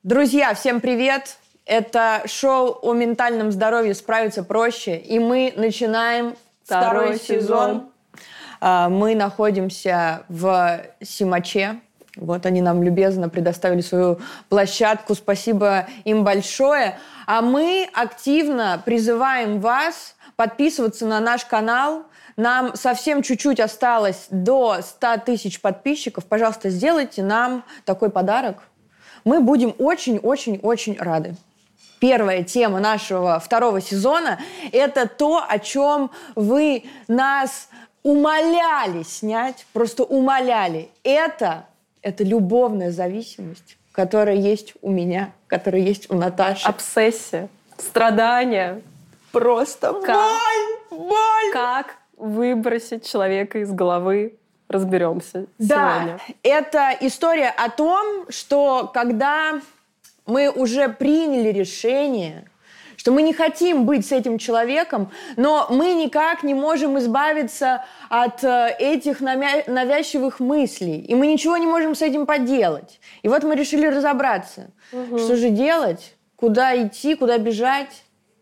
Друзья, всем привет! Это шоу о ментальном здоровье «Справиться проще». И мы начинаем второй сезон. Мы находимся в Симаче. Вот они нам любезно предоставили свою площадку. Спасибо им большое. А мы активно призываем вас подписываться на наш канал. Нам совсем чуть-чуть осталось до 100 тысяч подписчиков. Пожалуйста, сделайте нам такой подарок. Мы будем очень-очень-очень рады. Первая тема нашего второго сезона – это то, о чем вы нас умоляли снять, просто умоляли. Это любовная зависимость, которая есть у меня, которая есть у Наташи. Обсессия, страдания. Просто боль! Как выбросить человека из головы? Разберемся сегодня. Это история о том, что когда мы уже приняли решение, что мы не хотим быть с этим человеком, но мы никак не можем избавиться от этих навязчивых мыслей, и мы ничего не можем с этим поделать. И вот мы решили разобраться, что же делать, куда идти, куда бежать.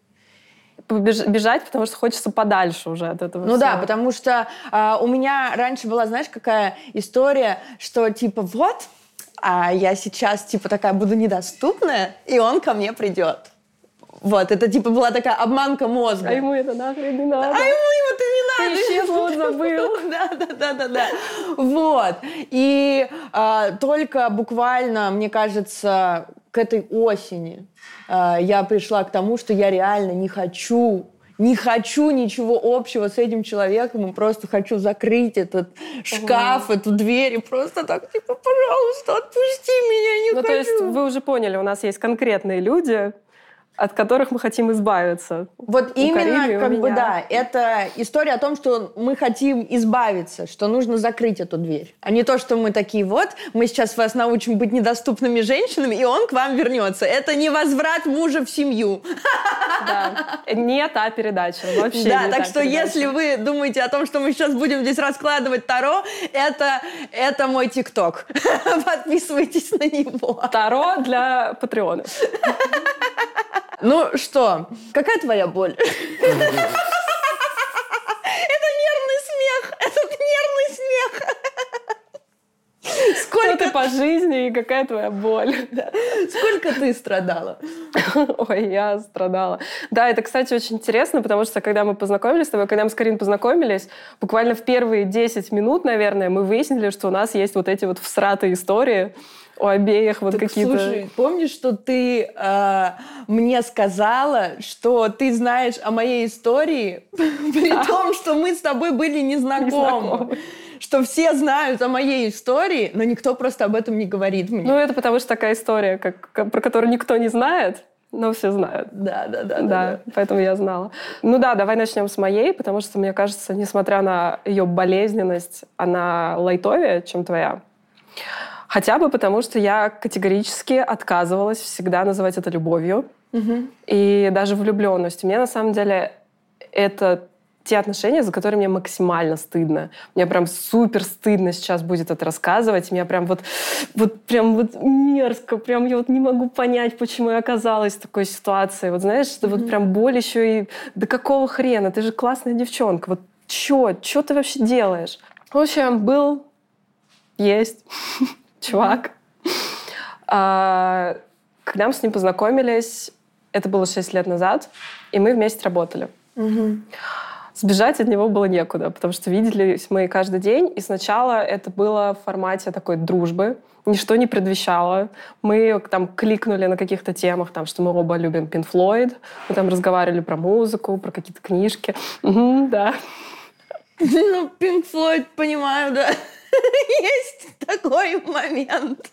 Бежать, потому что хочется подальше уже от этого всего. Да, потому что у меня раньше была, знаешь, какая история, что типа вот, а я сейчас типа такая буду недоступная, и он ко мне придет. Вот, это типа была такая обманка мозга. А ему это нахрен не надо. А ему это не надо. Ты исчезла, он забыл. Да. Вот. И только буквально, мне кажется, к этой осени я пришла к тому, что я реально не хочу ничего общего с этим человеком, и просто хочу закрыть этот шкаф, эту дверь, и просто так, типа, пожалуйста, отпусти меня, не хочу. То есть вы уже поняли, у нас есть конкретные люди, от которых мы хотим избавиться. Вот именно, как бы, да, это история о том, что мы хотим избавиться, что нужно закрыть эту дверь. А не то, что мы такие, вот, мы сейчас вас научим быть недоступными женщинами, и он к вам вернется. Это не возврат мужа в семью. Да, не та передача, вообще да, не так та что передача. если вы думаете о том, что мы сейчас будем здесь раскладывать Таро, это мой ТикТок. Подписывайтесь на него. Таро для патреонов. Ну что, какая твоя боль? Это нервный смех! Этот нервный смех! Сколько ты по жизни и какая твоя боль? Сколько ты страдала? Ой, я страдала. Да, это, кстати, очень интересно, потому что когда мы познакомились с тобой, когда мы с Карин познакомились, буквально в первые 10 минут, наверное, мы выяснили, что у нас есть вот эти вот всратые истории, у обеих вот так, какие-то... Слушай, помнишь, что ты мне сказала, что ты знаешь о моей истории, при том, что мы с тобой были незнакомы? Что все знают о моей истории, но никто просто об этом не говорит мне. Ну, это потому что такая история, про которую никто не знает, но все знают. Да. Поэтому я знала. Ну да, давай начнем с моей, потому что, мне кажется, несмотря на ее болезненность, она лайтовее, чем твоя. Хотя бы потому, что я категорически отказывалась всегда называть это любовью. И даже влюбленностью. Мне на самом деле это те отношения, за которые мне максимально стыдно. Мне прям супер стыдно сейчас будет это рассказывать. Мне прям вот мерзко. Прям я вот не могу понять, почему я оказалась в такой ситуации. Вот знаешь, что вот прям боль еще и... Да какого хрена? Ты же классная девчонка. Вот чё ты вообще делаешь? В общем, есть чувак. Когда мы с ним познакомились, это было 6 лет назад, и мы вместе работали. Сбежать от него было некуда, потому что виделись мы каждый день, и сначала это было в формате такой дружбы, ничто не предвещало. Мы там кликнули на каких-то темах, там, что мы оба любим Pink Floyd, мы там разговаривали про музыку, про какие-то книжки. Да. Ну, Pink Floyd, понимаю, да. Есть такой момент.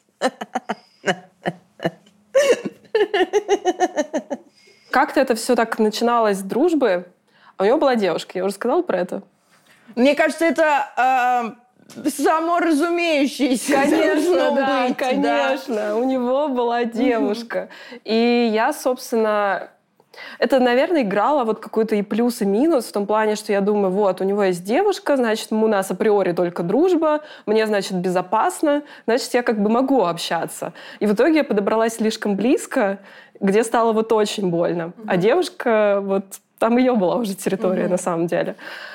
Как-то это все так начиналось с дружбы, а у него была девушка. Я уже сказала про это? Мне кажется, это само разумеющееся. Конечно, да, конечно. У него была девушка. И я, собственно, Это, наверное, играло вот какой-то и плюс, и минус в том плане, что я думаю, вот, у него есть девушка, значит, у нас априори только дружба, мне, значит, безопасно, значит, я как бы могу общаться. И в итоге я подобралась слишком близко, где стало вот очень больно. А девушка, вот там ее была уже территория на самом деле.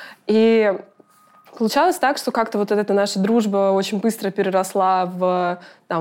И получалось так, что как-то вот эта наша дружба очень быстро переросла в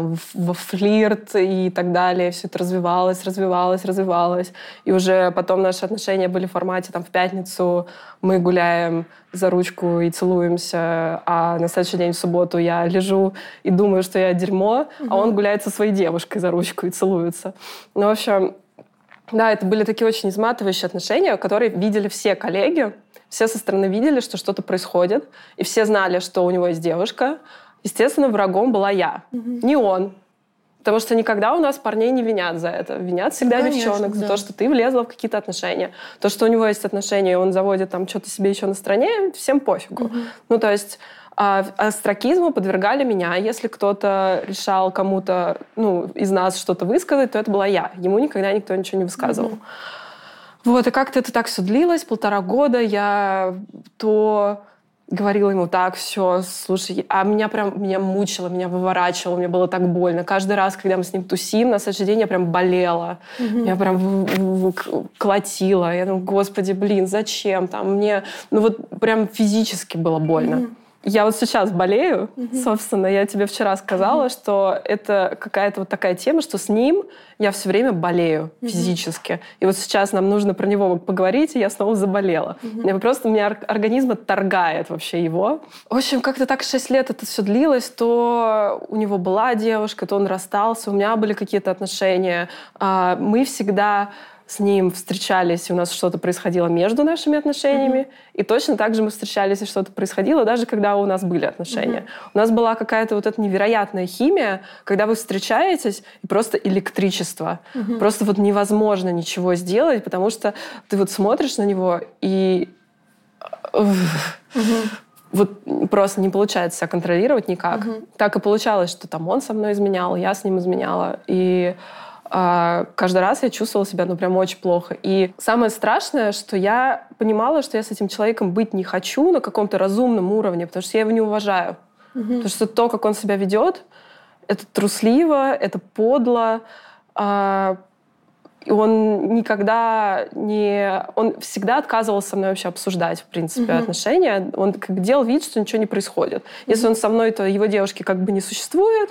флирт и так далее. Все это развивалось. И уже потом наши отношения были в формате в пятницу мы гуляем за ручку и целуемся, а на следующий день в субботу я лежу и думаю, что я дерьмо, а он гуляет со своей девушкой за ручку и целуется. Ну, в общем, да, это были такие очень изматывающие отношения, которые видели все коллеги. Все со стороны видели, что что-то происходит, и все знали, что у него есть девушка. Естественно, врагом была я, не он. Потому что никогда у нас парней не винят за это. Винят всегда девчонок за то, что ты влезла в какие-то отношения. То, что у него есть отношения, и он заводит что-то себе еще на стороне, всем пофигу. Ну, то есть остракизму подвергали меня. Если кто-то решал кому-то из нас что-то высказать, то это была я. Ему никогда никто ничего не высказывал. Вот, и как-то это так все длилось, 1,5 года. Я то говорила ему, так, все, слушай, а меня мучило, меня выворачивало, мне было так больно. Каждый раз, когда мы с ним тусим, на следующий день я прям болела. Меня прям колотило. Я думаю, господи, зачем? Мне, прям физически было больно. Я вот сейчас болею, собственно, я тебе вчера сказала, что это какая-то вот такая тема, что с ним я все время болею физически. И вот сейчас нам нужно про него поговорить, и я снова заболела. У меня организм отторгает вообще его. В общем, как-то так 6 лет это все длилось, то у него была девушка, то он расстался, у меня были какие-то отношения. Мы всегда с ним встречались, и у нас что-то происходило между нашими отношениями, и точно так же мы встречались, и что-то происходило, даже когда у нас были отношения. У нас была какая-то вот эта невероятная химия, когда вы встречаетесь, и просто электричество. Просто вот невозможно ничего сделать, потому что ты вот смотришь на него, и вот просто не получается себя контролировать никак. Так и получалось, что он со мной изменял, я с ним изменяла, и каждый раз я чувствовала себя, прям очень плохо. И самое страшное, что я понимала, что я с этим человеком быть не хочу на каком-то разумном уровне, потому что я его не уважаю. Потому что то, как он себя ведет, это трусливо, это подло. И он никогда не... Он всегда отказывался со мной вообще обсуждать, в принципе, отношения. Он делал вид, что ничего не происходит. Если он со мной, то его девушки не существует.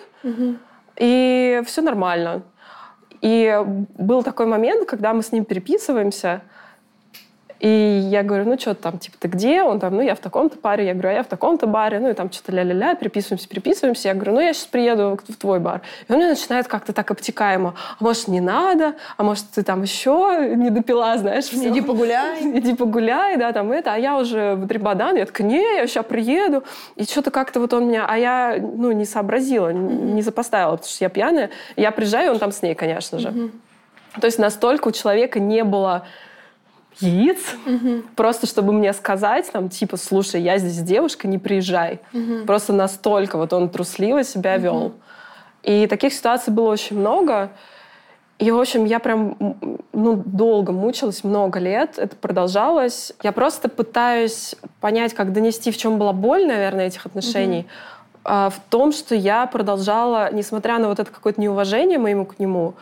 И все нормально. И был такой момент, когда мы с ним переписываемся, и я говорю, что там, ты где? Он я в таком-то баре. Я говорю, а я в таком-то баре. И там что-то ля-ля-ля, переписываемся. Я говорю, я сейчас приеду в твой бар. И он мне начинает как-то так обтекаемо. А может, не надо? А может, ты еще не допила, знаешь? Все. Иди погуляй. Иди погуляй, да, А я уже в Дрибадан. Я такая, не, я сейчас приеду. И что-то как-то вот он меня... А я, не сообразила, не запоставила, потому что я пьяная. Я приезжаю, он там с ней, конечно же. То есть настолько у человека не было яиц, просто чтобы мне сказать, слушай, я здесь с девушкой, не приезжай. Просто настолько вот он трусливо себя вел. И таких ситуаций было очень много. И, в общем, я прям долго мучилась, много лет. Это продолжалось. Я просто пытаюсь понять, как донести, в чем была боль, наверное, этих отношений. В том, что я продолжала, несмотря на вот это какое-то неуважение моему к нему,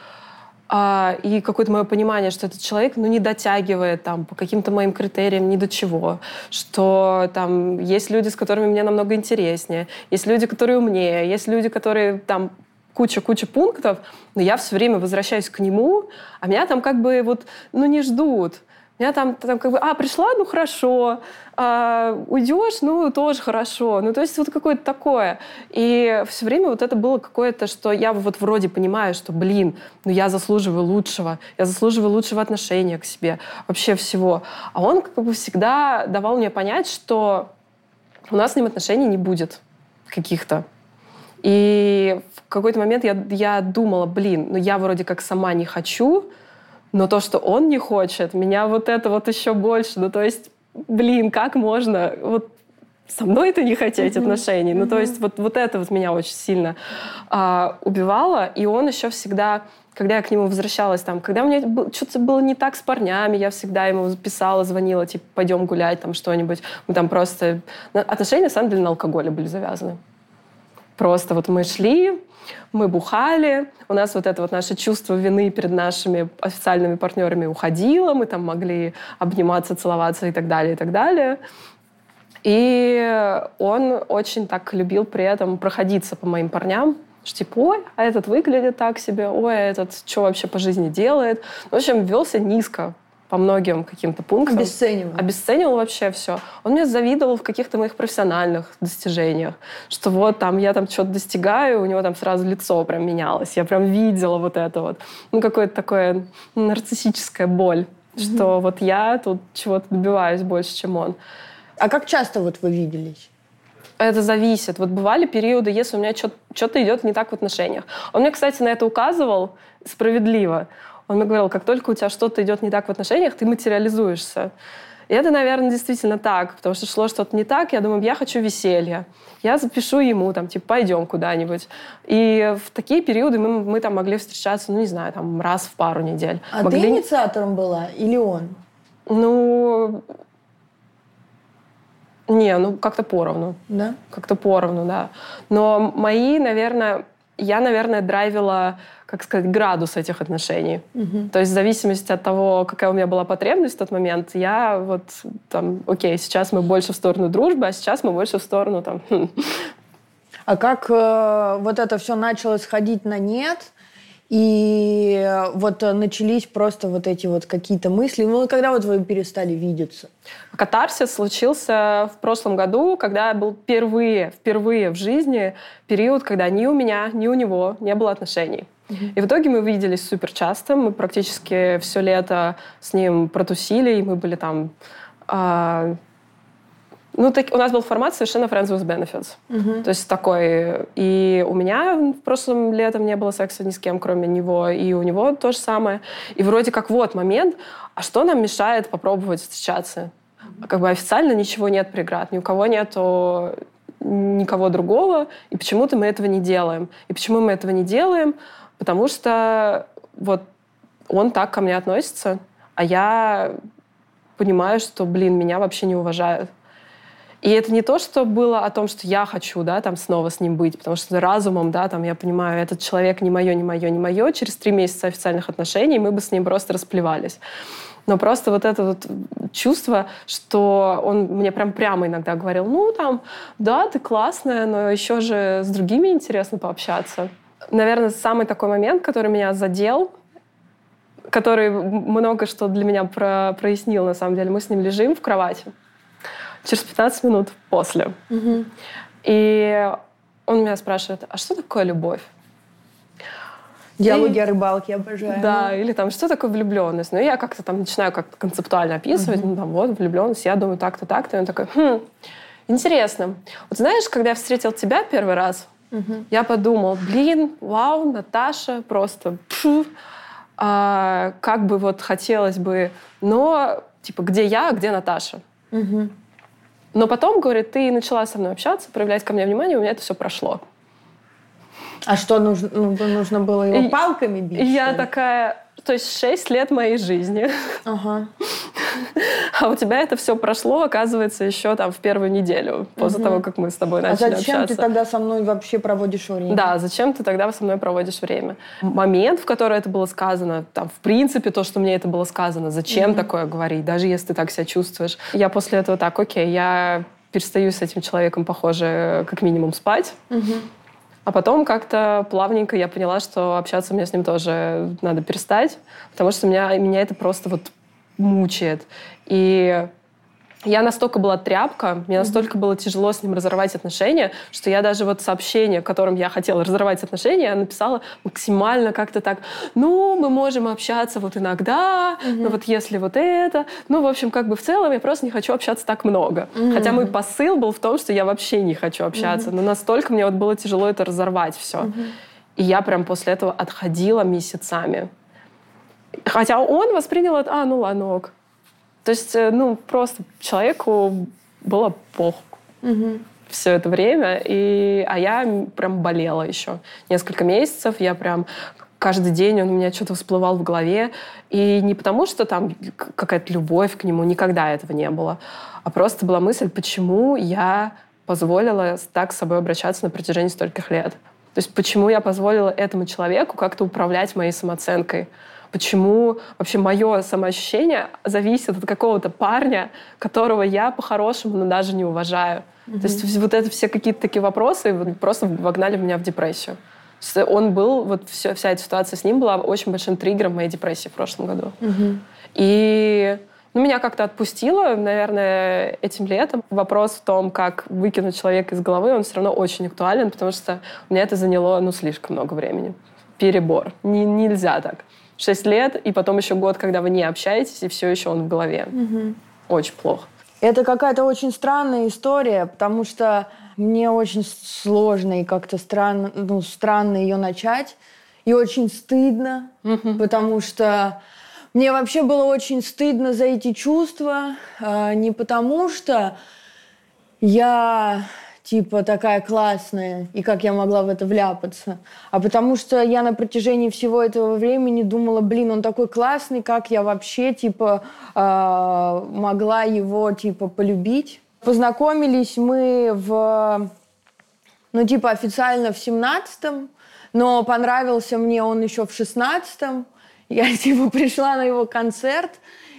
и какое-то мое понимание, что этот человек не дотягивает по каким-то моим критериям ни до чего, что есть люди, с которыми мне намного интереснее, есть люди, которые умнее, есть люди, которые куча пунктов, но я все время возвращаюсь к нему, а меня не ждут. Меня пришла, хорошо, уйдешь, тоже хорошо. То есть вот какое-то такое. И все время вот это было какое-то, что я вроде понимаю, что, я заслуживаю лучшего отношения к себе, вообще всего. А он всегда давал мне понять, что у нас с ним отношений не будет каких-то. И в какой-то момент я думала, я вроде как сама не хочу, но то, что он не хочет, меня это еще больше. То есть, как можно со мной-то не хотеть отношений. Ну, то есть вот это вот меня очень сильно убивало. И он еще всегда, когда я к нему возвращалась, там, когда у меня что-то было не так с парнями, я всегда ему писала, звонила, типа, пойдем гулять, там, что-нибудь. Мы там просто... Отношения, на самом деле, на алкоголе были завязаны. Просто вот мы шли, мы бухали, у нас вот это вот наше чувство вины перед нашими официальными партнерами уходило, мы там могли обниматься, целоваться и так далее, и так далее. И он очень так любил при этом проходиться по моим парням, что типа, ой, а этот выглядит так себе, ой, а этот что вообще по жизни делает. В общем, велся низко по многим каким-то пунктам. Обесценивал вообще все. Он мне завидовал в каких-то моих профессиональных достижениях, что вот там я там что-то достигаю, у него там сразу лицо прям менялось. Я прям видела вот это вот. Ну, какое-то такое нарциссическая боль, что вот я тут чего-то добиваюсь больше, чем он. А как часто вот вы виделись? Это зависит. Вот бывали периоды, если у меня что-то идет не так в отношениях. Он мне, кстати, на это указывал справедливо. Он мне говорил, как только у тебя что-то идет не так в отношениях, ты материализуешься. И это, наверное, действительно так, потому что шло что-то не так, я думаю, я хочу веселья. Я запишу ему, там, типа, пойдем куда-нибудь. И в такие периоды мы там могли встречаться, ну, не знаю, там, раз в пару недель. А ты инициатором была или он? Ну... Не, ну как-то поровну. Да? Как-то поровну, да. Но мои, наверное, я, наверное, драйвила, как сказать, градус этих отношений. То есть в зависимости от того, какая у меня была потребность в тот момент, я вот там, окей, сейчас мы больше в сторону дружбы, а сейчас мы больше в сторону там... А как вот это все начало сходить на нет? И вот начались просто вот эти вот какие-то мысли. Ну, когда вот вы перестали видеться? Катарсис случился в прошлом году, когда был впервые в жизни период, когда ни у меня, ни у него не было отношений. И в итоге мы виделись супер часто. Мы практически все лето с ним протусили, и мы были там... у нас был формат совершенно friends with benefits. То есть такой... И у меня в прошлом летом не было секса ни с кем, кроме него, и у него то же самое. И вроде как вот момент, а что нам мешает попробовать встречаться? Как бы официально ничего нет преград, ни у кого нету никого другого, и почему-то мы этого не делаем. И почему мы этого не делаем? Потому что вот он так ко мне относится, а я понимаю, что, меня вообще не уважают. И это не то, что было о том, что я хочу, да, там снова с ним быть, потому что разумом, да, там я понимаю, этот человек не мое, через 3 месяца официальных отношений мы бы с ним просто расплевались. Но просто вот это вот чувство, что он мне прямо иногда говорил, ну там, да, ты классная, но еще же с другими интересно пообщаться. Наверное, самый такой момент, который меня задел, который много что для меня прояснил, на самом деле. Мы с ним лежим в кровати. Через 15 минут после. И он меня спрашивает, а что такое любовь? Диалоги о рыбалке обожаю. Да, или там, что такое влюбленность? Ну, я как-то там начинаю как-то концептуально описывать. Ну, там, вот, влюбленность, я думаю так-то, так-то. И он такой, интересно. Вот знаешь, когда я встретил тебя первый раз, я подумал, вау, Наташа, просто как бы вот хотелось бы, но, типа, где я, а где Наташа? Но потом, говорит, ты начала со мной общаться, проявлять ко мне внимание, у меня это все прошло. А что, нужно было его палками бить? И я такая... То есть 6 лет моей жизни. Ага. А у тебя это все прошло, оказывается, еще там в первую неделю, после того, как мы с тобой начали общаться. А зачем ты тогда со мной вообще проводишь время? Да, зачем ты тогда со мной проводишь время? Момент, в который это было сказано, там, в принципе, то, что мне это было сказано, зачем такое говорить, даже если ты так себя чувствуешь. Я после этого так, окей, я перестаю с этим человеком, похоже, как минимум спать. А потом как-то плавненько я поняла, что общаться мне с ним тоже надо перестать, потому что меня это просто вот мучает. И я настолько была тряпка, мне настолько было тяжело с ним разорвать отношения, что я даже вот сообщение, которым я хотела разорвать отношения, я написала максимально как-то так, ну, мы можем общаться вот иногда, но вот если вот это... Ну, в общем, как бы в целом я просто не хочу общаться так много. Хотя мой посыл был в том, что я вообще не хочу общаться, но настолько мне вот было тяжело это разорвать все. И я прям после этого отходила месяцами. Хотя он воспринял это, ну ладно, ок. То есть, просто человеку было похуй. все это время. А я прям болела еще несколько месяцев. Я прям каждый день он у меня что-то всплывал в голове. И не потому, что там какая-то любовь к нему, никогда этого не было. А просто была мысль, почему я позволила так с собой обращаться на протяжении стольких лет. То есть почему я позволила этому человеку как-то управлять моей самооценкой. Почему вообще мое самоощущение зависит от какого-то парня, которого я по-хорошему даже не уважаю. То есть вот это все какие-то такие вопросы просто вогнали меня в депрессию. Он был, вот вся эта ситуация с ним была очень большим триггером моей депрессии в прошлом году. И меня как-то отпустило, наверное, этим летом. Вопрос в том, как выкинуть человека из головы, он все равно очень актуален, потому что у меня это заняло, слишком много времени. Перебор. Нельзя так. 6 лет, и потом еще год, когда вы не общаетесь, и все еще он в голове. Очень плохо. Это какая-то очень странная история, потому что мне очень сложно и как-то странно ее начать. И очень стыдно, потому что мне вообще было очень стыдно за эти чувства. Не потому что я такая классная, и как я могла в это вляпаться. А потому что я на протяжении всего этого времени думала, он такой классный, как я вообще, могла его, полюбить. Познакомились мы официально в 17-м, но понравился мне он еще в 16-м. Я, пришла на его концерт,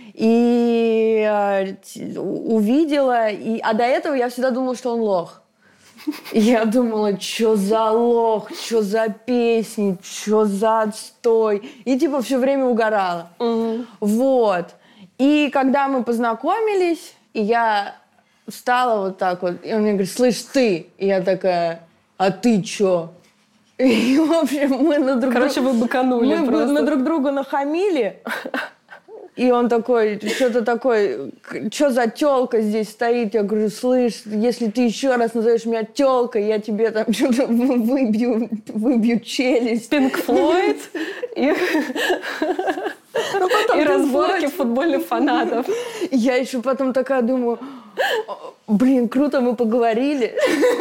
и увидела, а до этого я всегда думала, что он лох. И я думала, что за лох, что за песни, что за отстой. И все время угорала. Вот. И когда мы познакомились, и я встала вот так вот, и он мне говорит, слышь, ты. И я такая, а ты чё? И, в общем, мы вы быканули просто. Мы друг другу нахамили. И он такой, что-то такой, что за тёлка здесь стоит? Я говорю, слышь, если ты еще раз назовешь меня тёлкой, я тебе там что-то выбью челюсть. Пинк Флойд и разборки футбольных фанатов. Я еще потом такая думаю, круто мы поговорили.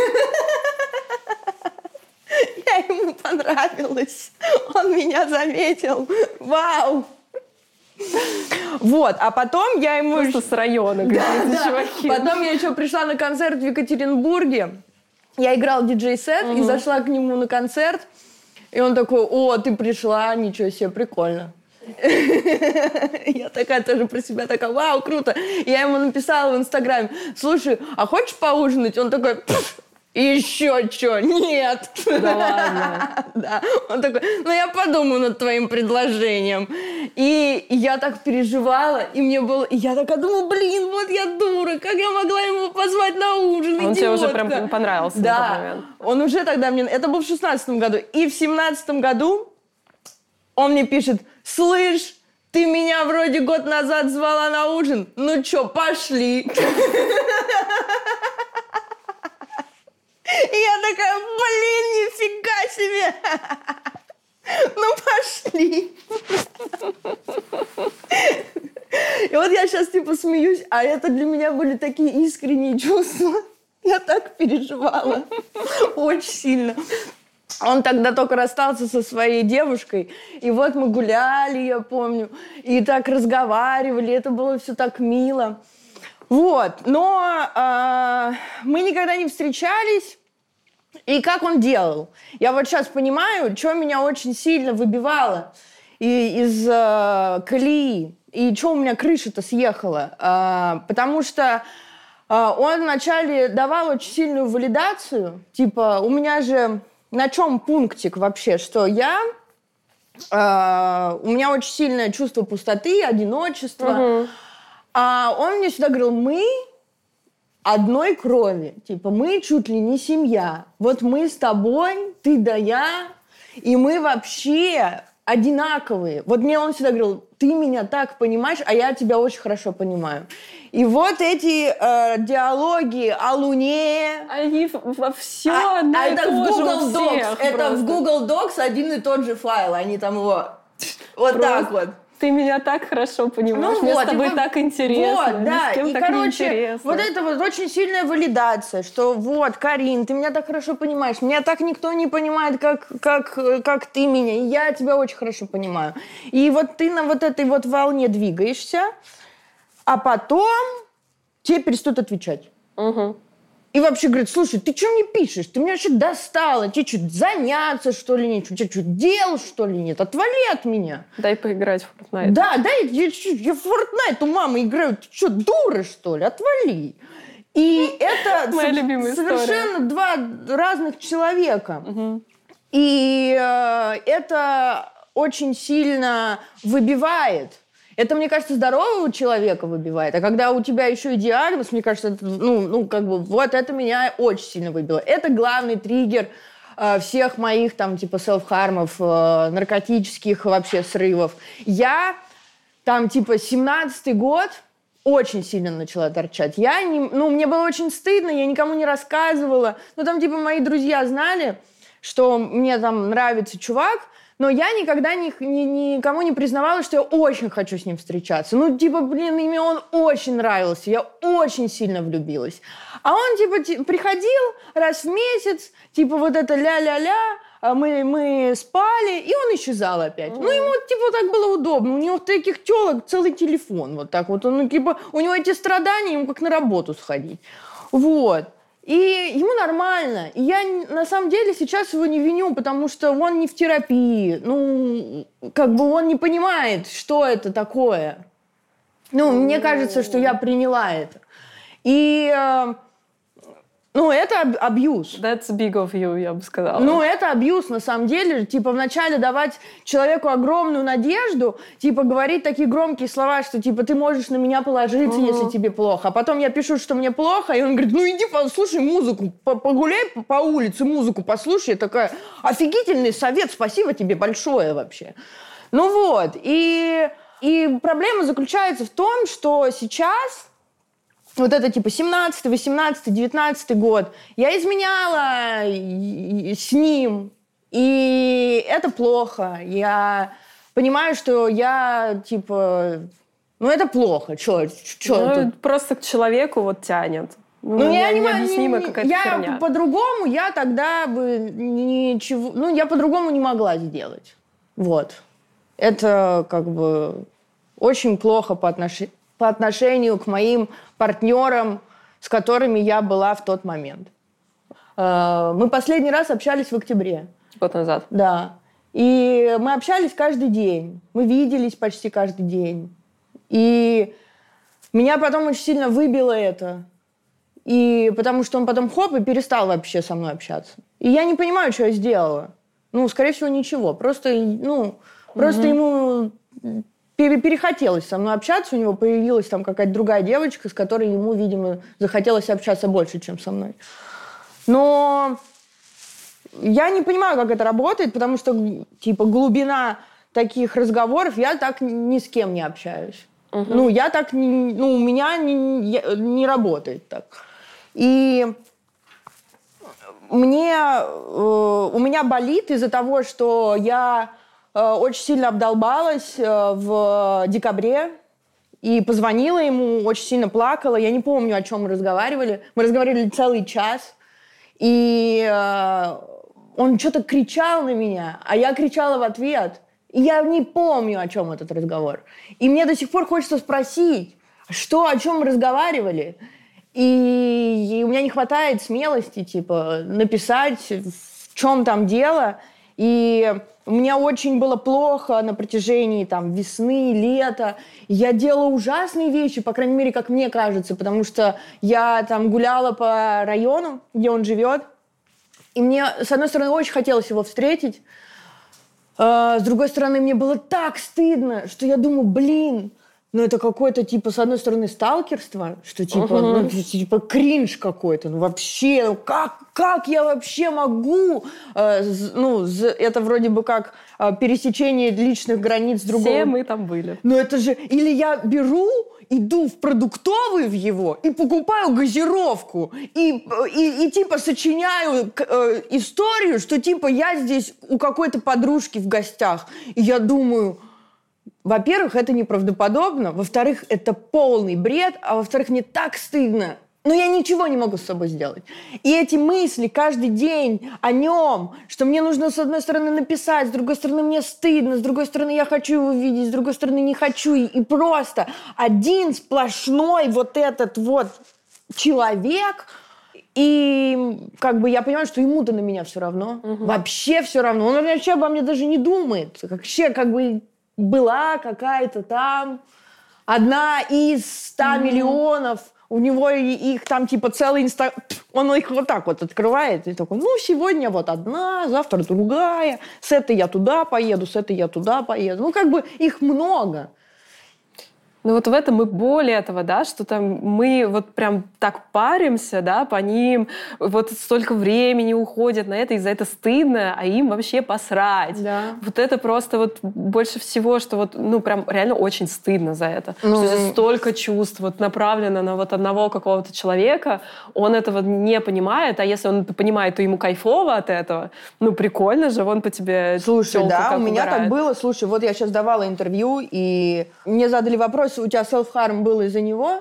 Я ему понравилась. Он меня заметил. Вау! Вот, а потом я ему... Просто с района какие-то чуваки. Потом я еще пришла на концерт в Екатеринбурге. Я играла диджей-сет и зашла к нему на концерт. И он такой, о, ты пришла, ничего себе, прикольно. Я такая тоже про себя такая, вау, круто. Я ему написала в Инстаграме, слушай, а хочешь поужинать? Он такой... Еще что? Нет. Да ладно. Да. Он такой, я подумаю над твоим предложением. И я так переживала, и мне было... И я такая думаю, вот я дура, как я могла его позвать на ужин, идиотка. Он тебе уже прям понравился на тот момент. Он уже тогда мне... Это был в 16-м году. И в 17-м году он мне пишет, слышь, ты меня вроде год назад звала на ужин. Ну чё, пошли. И я такая, нифига себе! Пошли! И вот я сейчас смеюсь, а это для меня были такие искренние чувства. Я так переживала. Очень сильно. Он тогда только расстался со своей девушкой. И вот мы гуляли, я помню, и так разговаривали. Это было все так мило. Вот. Но мы никогда не встречались. И как он делал? Я вот сейчас понимаю, что меня очень сильно выбивало из колеи. И что у меня крыша-то съехала. Потому что он вначале давал очень сильную валидацию. У меня же на чем пунктик вообще? Что у меня очень сильное чувство пустоты, одиночества. А он мне всегда говорил, мы... одной крови. Мы чуть ли не семья. Вот мы с тобой, ты да я, и мы вообще одинаковые. Вот мне он всегда говорил, ты меня так понимаешь, а я тебя очень хорошо понимаю. И вот эти диалоги о Луне... Они во все одно и то же у всех. Это в Google Docs один и тот же файл. Они там его вот так вот. Ты меня так хорошо понимаешь, мне с тобой так интересно, вот, да. Ни с кем И, так короче, неинтересно. вот это вот очень сильная валидация, что вот, Карин, ты меня так хорошо понимаешь, меня так никто не понимает, как ты меня, и я тебя очень хорошо понимаю. И вот ты на вот этой вот волне двигаешься, а потом тебе перестают отвечать. Угу. И вообще говорит, слушай, ты что мне пишешь? Ты меня вообще достала. Тебе что, заняться, что ли, нет? У тебя что, дел, что ли, нет? Отвали от меня. Дай поиграть в Fortnite. Да, дай, я в Fortnite у мамы играю. Ты что, дура, что ли? Отвали. И это Моя любимая совершенно история. два разных человека. Угу. И это очень сильно выбивает. Это, мне кажется, здорового человека выбивает. А когда у тебя еще и диагноз, мне кажется, это, вот это меня очень сильно выбило. Это главный триггер всех моих там типа селф-хармов, наркотических вообще срывов. Я там типа 17-й год очень сильно начала торчать. Мне было очень стыдно, я никому не рассказывала. Там типа мои друзья знали, что мне там нравится чувак, но я никогда никому не признавалась, что я очень хочу с ним встречаться. Мне он очень нравился, я очень сильно влюбилась. А он, приходил раз в месяц, вот это ля-ля-ля, мы спали, и он исчезал опять. Ему, так было удобно. У него таких тёлок целый телефон, вот так вот. У него эти страдания, ему как на работу сходить. Вот. И ему нормально. И я, на самом деле, сейчас его не виню, потому что он не в терапии. Он не понимает, что это такое. Мне кажется, что я приняла это. И, это абьюз. That's big of you, я бы сказала. Это абьюз, на самом деле. Вначале давать человеку огромную надежду, говорить такие громкие слова, что, ты можешь на меня положиться, если тебе плохо. А потом я пишу, что мне плохо, и он говорит, иди послушай музыку, погуляй по улице, музыку послушай. Я такая, офигительный совет, спасибо тебе большое вообще. И проблема заключается в том, что сейчас... Вот это 17-й, 18-й, 19-й год. Я изменяла с ним, и это плохо. Я понимаю, что я, это плохо. Просто к человеку тянет. Необъяснимая какая-то херня. По-другому я тогда бы ничего... я по-другому не могла сделать. Вот. Это очень плохо по отношению к моим партнерам, с которыми я была в тот момент. Мы последний раз общались в октябре. Год назад. Да. И мы общались каждый день. Мы виделись почти каждый день. И меня потом очень сильно выбило это. И потому что он потом хоп и перестал вообще со мной общаться. И я не понимаю, что я сделала. Скорее всего, ничего. Просто ему... перехотелось со мной общаться, у него появилась там какая-то другая девочка, с которой ему, видимо, захотелось общаться больше, чем со мной. Но я не понимаю, как это работает, потому что, глубина таких разговоров, я так ни с кем не общаюсь. Я так не... у меня не работает так. И у меня болит из-за того, что я... очень сильно обдолбалась в декабре и позвонила ему, очень сильно плакала. Я не помню, о чем мы разговаривали. Мы разговаривали целый час. И он что-то кричал на меня, а я кричала в ответ. И я не помню, о чем этот разговор. И мне до сих пор хочется спросить, о чем мы разговаривали. И у меня не хватает смелости, написать, в чем там дело. И мне очень было плохо на протяжении весны, лета. Я делала ужасные вещи, по крайней мере, как мне кажется, потому что я гуляла по району, где он живет. И мне, с одной стороны, очень хотелось его встретить. С другой стороны, мне было так стыдно, что я думаю, это какое-то, с одной стороны, сталкерство, что, кринж какой-то. Вообще, как я вообще могу? Это вроде бы как пересечение личных границ другого. Все мы там были. Это же... Или я иду в продуктовый в его и покупаю газировку. И сочиняю историю, что, я здесь у какой-то подружки в гостях. И я думаю... во-первых, это неправдоподобно, во-вторых, это полный бред, а во-вторых, мне так стыдно. Но я ничего не могу с собой сделать. И эти мысли каждый день о нем, что мне нужно с одной стороны написать, с другой стороны мне стыдно, с другой стороны я хочу его видеть, с другой стороны не хочу. И просто один сплошной вот этот вот человек. И как бы я понимаю, что ему-то на меня все равно. Вообще все равно. Он вообще обо мне даже не думает. Вообще как бы была какая-то там одна из 100 миллионов. У него их там типа целый он их вот так вот открывает и такой, ну, сегодня вот одна, завтра другая, с этой я туда поеду, с этой я туда поеду. Ну, как бы их много. Ну вот в этом и боль этого, да, что там мы вот прям так паримся, да, по ним, вот столько времени уходит на это, и за это стыдно, а им вообще посрать. Да. Вот это просто вот больше всего, что вот, ну, прям реально очень стыдно за это. Что здесь столько чувств вот направлено на вот одного какого-то человека, он этого не понимает, а если он это понимает, то ему кайфово от этого. Ну, прикольно же, вон по тебе. Слушай, да, у меня так было. Слушай, вот я сейчас давала интервью, и мне задали вопрос, у тебя self-harm был из-за него,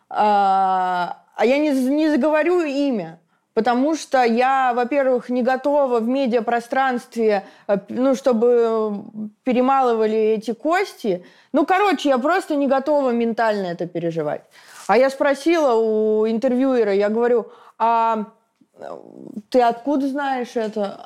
а я не заговорю имя, потому что я, во-первых, не готова в медиапространстве, ну, чтобы перемалывали эти кости. Ну, короче, я просто не готова ментально это переживать. А я спросила у интервьюера, я говорю, а ты откуда знаешь это?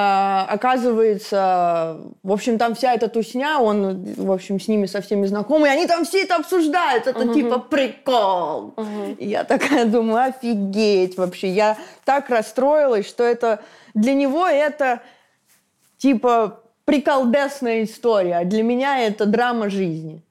Оказывается, в общем, там вся эта тусня, он, в общем, с ними со всеми знакомый, и они там все это обсуждают, это типа прикол. И я такая думаю, офигеть вообще. Я так расстроилась, что это для него это типа приколдесная история, а для меня это драма жизни.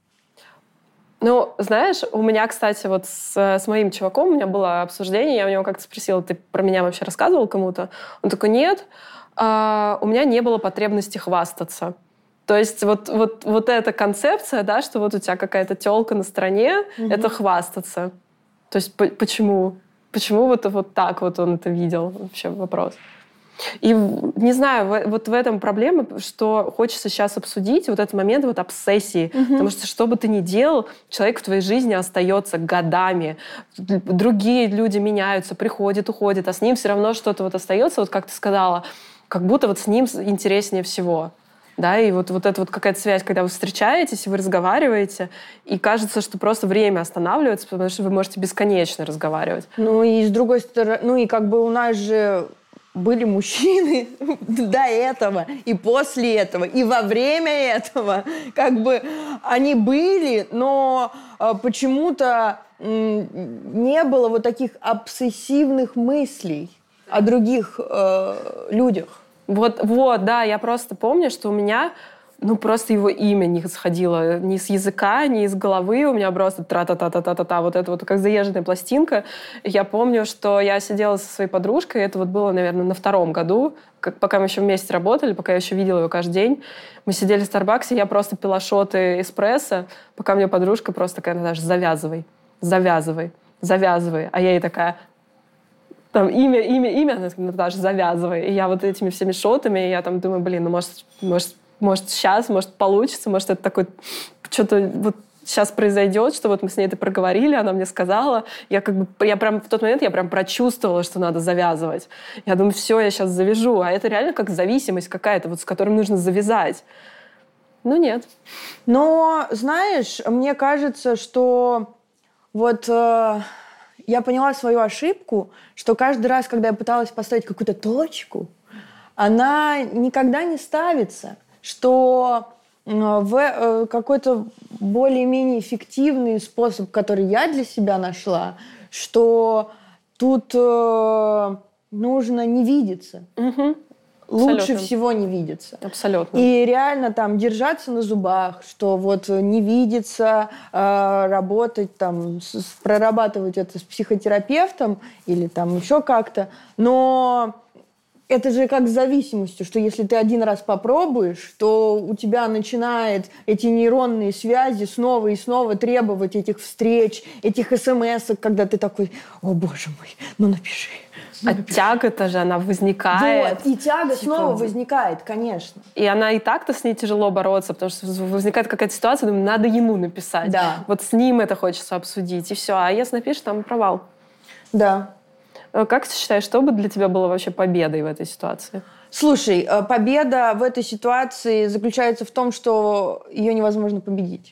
Ну, знаешь, у меня, кстати, вот с моим чуваком у меня было обсуждение, я у него как-то спросила, ты про меня вообще рассказывал кому-то? Он такой, нет, у меня не было потребности хвастаться. То есть вот эта концепция, да, что вот у тебя какая-то тёлка на стороне, это хвастаться. То есть почему? Почему вот так вот он это видел? Вообще вопрос. И не знаю, вот в этом проблема, что хочется сейчас обсудить вот этот момент вот обсессии. Потому что что бы ты ни делал, человек в твоей жизни остается годами. Другие люди меняются, приходят, уходят, а с ним все равно что-то вот остается, вот как ты сказала, как будто вот с ним интереснее всего. Да, и вот это вот какая-то связь, когда вы встречаетесь, вы разговариваете, и кажется, что просто время останавливается, потому что вы можете бесконечно разговаривать. Ну и с другой стороны, ну и как бы у нас же были мужчины до этого, и после этого, и во время этого. Как бы они были, но почему-то не было вот таких обсессивных мыслей о других людях. Вот, да, я просто помню, что у меня просто его имя не сходило ни с языка, ни из головы. У меня просто тра-та-та-та-та-та-та. Вот это вот как заезженная пластинка. Я помню, что я сидела со своей подружкой. Это вот было, наверное, на 2-м году, пока мы еще вместе работали, пока я еще видела его каждый день. Мы сидели в Старбаксе, я просто пила шоты эспрессо, пока мне подружка просто такая, Наташа, завязывай. А я ей такая... Там имя, она такая, Наташа, завязывай. И я вот этими всеми шотами, я там думаю, блин, ну может сейчас, может получится, может это такое, что-то вот сейчас произойдет, что вот мы с ней это проговорили, она мне сказала. Я прям в тот момент я прям прочувствовала, что надо завязывать. Я думаю, все, я сейчас завяжу. А это реально как зависимость какая-то, вот с которой нужно завязать. Ну нет. Но, знаешь, мне кажется, что вот... Я поняла свою ошибку, что каждый раз, когда я пыталась поставить какую-то точку, она никогда не ставится, что в какой-то более-менее эффективный способ, который я для себя нашла, что тут нужно не видеться. Лучше всего не видеться. Абсолютно. И реально там держаться на зубах, что вот не видеться, работать там, прорабатывать это с психотерапевтом или там еще как-то. Но это же как с зависимостью, что если ты один раз попробуешь, то у тебя начинают эти нейронные связи снова и снова требовать этих встреч, этих смс-ок, когда ты такой, о боже мой, ну напиши. А тяга-то же, она возникает. Вот, и тяга снова возникает, конечно. И она и так-то с ней тяжело бороться, потому что возникает какая-то ситуация, думаю, надо ему написать. Да. Вот с ним это хочется обсудить, и все. А если напишешь, там провал. Да. Как ты считаешь, что бы для тебя было вообще победой в этой ситуации? Слушай, победа в этой ситуации заключается в том, что ее невозможно победить.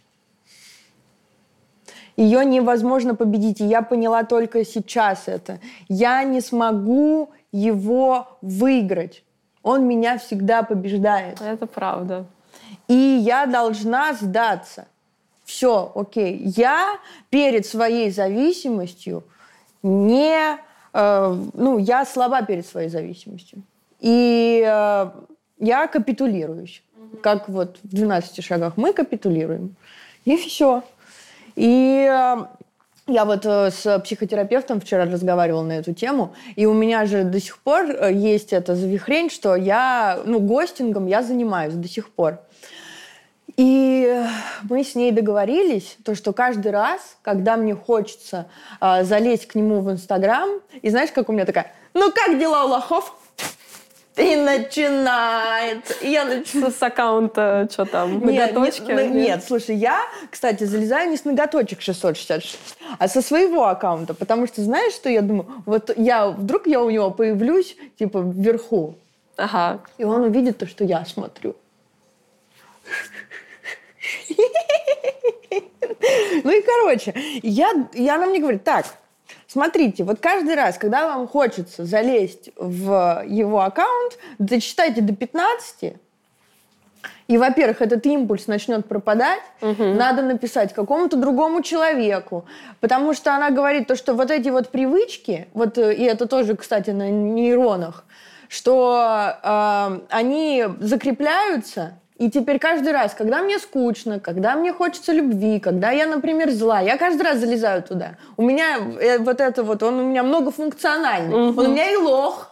Ее невозможно победить, и я поняла только сейчас это. Я не смогу его выиграть. Он меня всегда побеждает. Это правда. И я должна сдаться. Все, окей. Я перед своей зависимостью я слаба перед своей зависимостью. И я капитулируюсь. Как вот в 12 шагах мы капитулируем. И все. И я вот с психотерапевтом вчера разговаривала на эту тему, и у меня же до сих пор есть эта завихрень, что я, гостингом я занимаюсь до сих пор. И мы с ней договорились, что каждый раз, когда мне хочется залезть к нему в Инстаграм, и знаешь, как у меня такая, как дела у лохов? И начинается. И я начинаю... С аккаунта, что там, ноготочки? Нет, слушай, я, кстати, залезаю не с ноготочек 666, а со своего аккаунта, потому что знаешь, что я думаю? Вот вдруг я у него появлюсь, типа, вверху. Ага. И он увидит то, что я смотрю. И, короче, она мне говорит, так, смотрите, вот каждый раз, когда вам хочется залезть в его аккаунт, дочитайте до 15, и, во-первых, этот импульс начнет пропадать, надо написать какому-то другому человеку, потому что она говорит, что вот эти вот привычки, и это тоже, кстати, на нейронах, что они закрепляются. И теперь каждый раз, когда мне скучно, когда мне хочется любви, когда я, например, зла, я каждый раз залезаю туда. У меня он у меня многофункциональный. Он у меня и лох.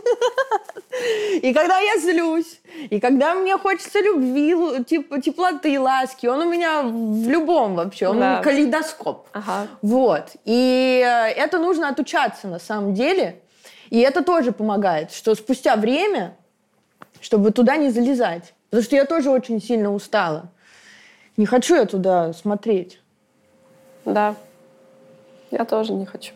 И когда я злюсь, и когда мне хочется любви, теплоты, ласки, он у меня в любом вообще, он у меня калейдоскоп. Ага. Вот. И это нужно отучаться на самом деле. И это тоже помогает, что спустя время, чтобы туда не залезать. Потому что я тоже очень сильно устала. Не хочу я туда смотреть. Да. Я тоже не хочу.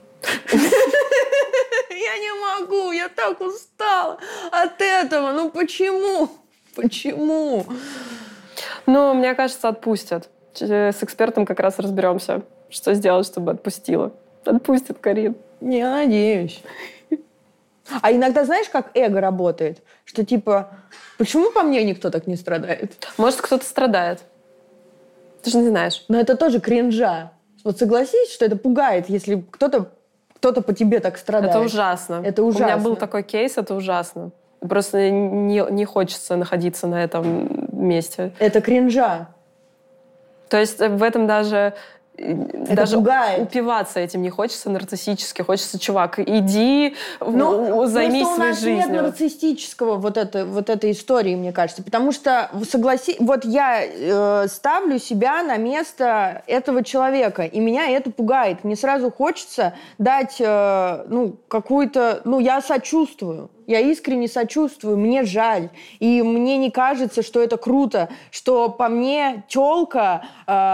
Я не могу, я так устала от этого. Почему? Почему? Мне кажется, отпустят. С экспертом как раз разберемся, что сделать, чтобы отпустила. Отпустит, Карин. Не надеюсь. А иногда знаешь, как эго работает? Что типа, почему по мне никто так не страдает? Может, кто-то страдает. Ты же не знаешь. Но это тоже кринжа. Вот согласись, что это пугает, если кто-то по тебе так страдает. Это ужасно. Это ужасно. У меня был такой кейс, это ужасно. Просто не хочется находиться на этом месте. Это кринжа. То есть в этом даже пугает. Упиваться этим не хочется нарциссически. Хочется, чувак, иди, займись своей жизнью. Нет нарциссического вот этой истории, мне кажется. Потому что, вот я ставлю себя на место этого человека, и меня это пугает. Мне сразу хочется дать какую-то... я сочувствую. Я искренне сочувствую, мне жаль. И мне не кажется, что это круто, что по мне тёлка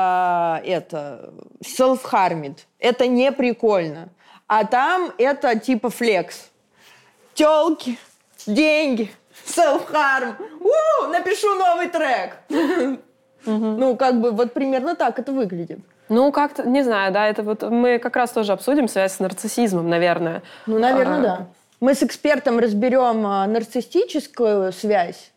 self-harmит. Это не прикольно. А там это типа флекс. Тёлки, деньги, self-harm. Напишу новый трек. Вот примерно так это выглядит. Как-то, не знаю, да, это вот мы как раз тоже обсудим связь с нарциссизмом, наверное. Наверное, да. Мы с экспертом разберем нарциссическую связь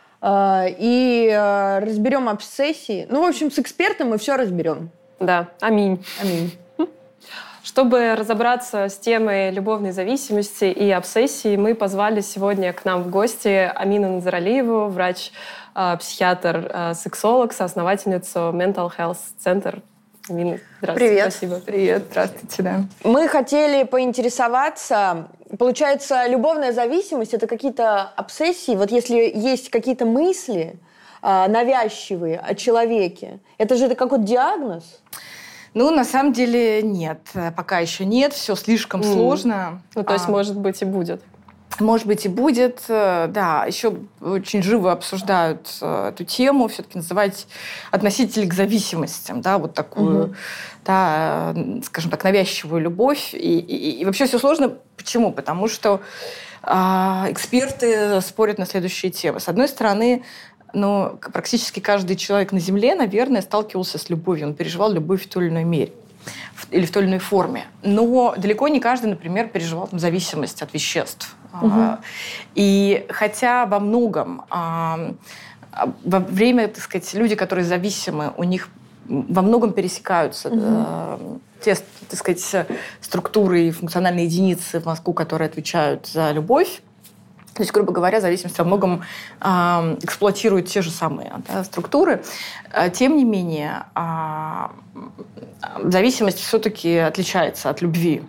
и разберем обсессии. В общем, с экспертом мы все разберем. Да, аминь. Аминь. Чтобы разобраться с темой любовной зависимости и обсессии, мы сегодня к нам в гости Амину Назаралиеву, врач-психиатр, сексолог, соосновательницу Mental Health Center. Амина, здравствуйте. Привет. Спасибо. Привет, здравствуйте, да. Мы хотели поинтересоваться, получается, любовная зависимость — это какие-то обсессии, вот если есть какие-то мысли навязчивые о человеке, это же какой-то диагноз? Ну, на самом деле, нет. Пока еще нет. Все слишком сложно. Ну, то есть, может быть, и будет. Может быть, и будет. Да, еще очень живо обсуждают эту тему, все-таки называть относителей к зависимостям, да, вот такую, да, скажем так, навязчивую любовь. И вообще все сложно. Почему? Потому что эксперты спорят на следующие темы. С одной стороны, но практически каждый человек на Земле, наверное, сталкивался с любовью. Он переживал любовь в той или иной мере или в той или иной форме. Но далеко не каждый, например, переживал зависимость от веществ. И хотя во многом во время, так сказать, люди, которые зависимы, у них во многом пересекаются те, так сказать, структуры и функциональные единицы в мозгу, которые отвечают за любовь. То есть, грубо говоря, зависимость во многом эксплуатирует те же самые структуры. Тем не менее, зависимость все-таки отличается от любви.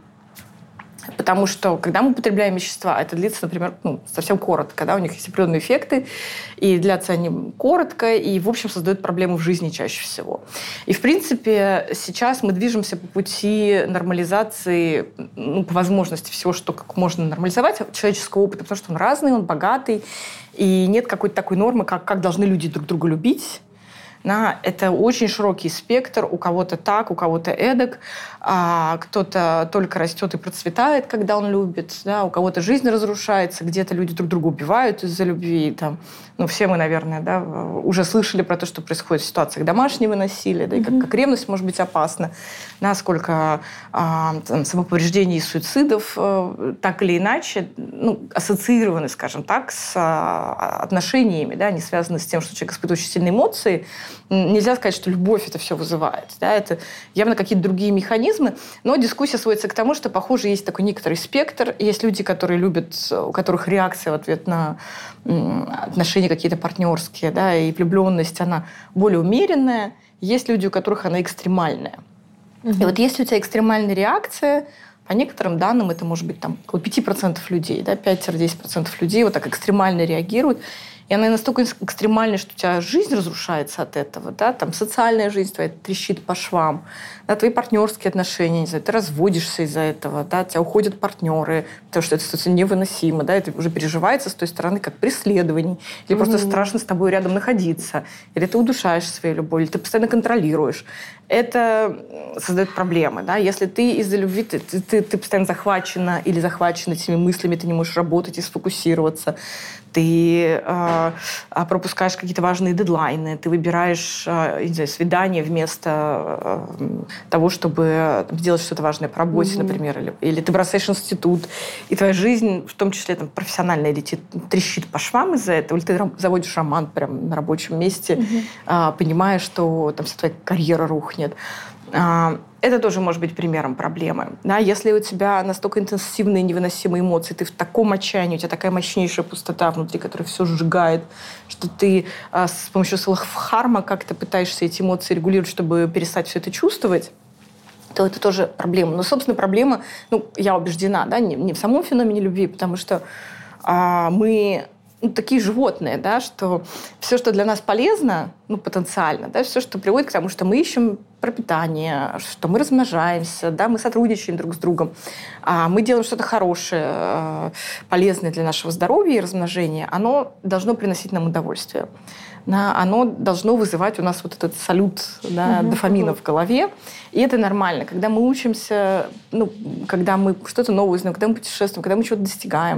Потому что, когда мы употребляем вещества, это длится, например, совсем коротко, да, у них есть определенные эффекты, и длятся они коротко, и, в общем, создают проблемы в жизни чаще всего. И, в принципе, сейчас мы движемся по пути нормализации, по возможности всего, что как можно нормализовать человеческого опыта, потому что он разный, он богатый, и нет какой-то такой нормы, как должны люди друг друга любить. Да, это очень широкий спектр. У кого-то так, у кого-то эдак. Кто-то только растет и процветает, когда он любит. Да, у кого-то жизнь разрушается, где-то люди друг друга убивают из-за любви. Там, все мы, наверное, да, уже слышали про то, что происходит в ситуациях домашнего насилия, да, и как ревность может быть опасна, насколько самоповреждений и суицидов так или иначе ассоциированы, скажем так, с отношениями, да, они связаны с тем, что человек испытывает очень сильные эмоции. Нельзя сказать, что любовь это все вызывает. Да? Это явно какие-то другие механизмы. Но дискуссия сводится к тому, что, похоже, есть такой некоторый спектр. Есть люди, которые любят, у которых реакция в ответ на отношения какие-то партнерские, да, и влюбленность, она более умеренная. Есть люди, у которых она экстремальная. И вот если у тебя экстремальная реакция, по некоторым данным, это может быть там, около 5% людей, да, 5-10% людей вот так экстремально реагируют. И она настолько экстремальная, что у тебя жизнь разрушается от этого. Да? Там социальная жизнь твоя трещит по швам. Да? Твои партнерские отношения, не знаю, ты разводишься из-за этого. Да? У тебя уходят партнеры, потому что это становится невыносимо. Да? Это уже переживается с той стороны, как преследование. Или просто страшно с тобой рядом находиться. Или ты удушаешь свою любовь, или ты постоянно контролируешь. Это создает проблемы. Да? Если ты из-за любви, ты постоянно захвачена или захвачена этими мыслями, ты не можешь работать и сфокусироваться, ты пропускаешь какие-то важные дедлайны, ты выбираешь, не знаю, свидание вместо того, чтобы делать что-то важное по работе, например, или ты бросаешь институт, и твоя жизнь, в том числе там, профессиональная, трещит по швам из-за этого, или ты заводишь роман прямо на рабочем месте, понимая, что там вся твоя карьера рухнет. Это тоже может быть примером проблемы. Да? Если у тебя настолько интенсивные невыносимые эмоции, ты в таком отчаянии, у тебя такая мощнейшая пустота внутри, которая все сжигает, что ты с помощью селф-харма как-то пытаешься эти эмоции регулировать, чтобы перестать все это чувствовать, то это тоже проблема. Но, собственно, проблема, я убеждена, да, не в самом феномене любви, потому что мы такие животные, да, что все, что для нас полезно, потенциально, да, все, что приводит к тому, что мы ищем пропитание, что мы размножаемся, да, мы сотрудничаем друг с другом, мы делаем что-то хорошее, полезное для нашего здоровья и размножения, оно должно приносить нам удовольствие. Да, оно должно вызывать у нас вот этот салют, да, дофамина в голове. И это нормально. Когда мы учимся, когда мы что-то новое знаем, когда мы путешествуем, когда мы чего-то достигаем,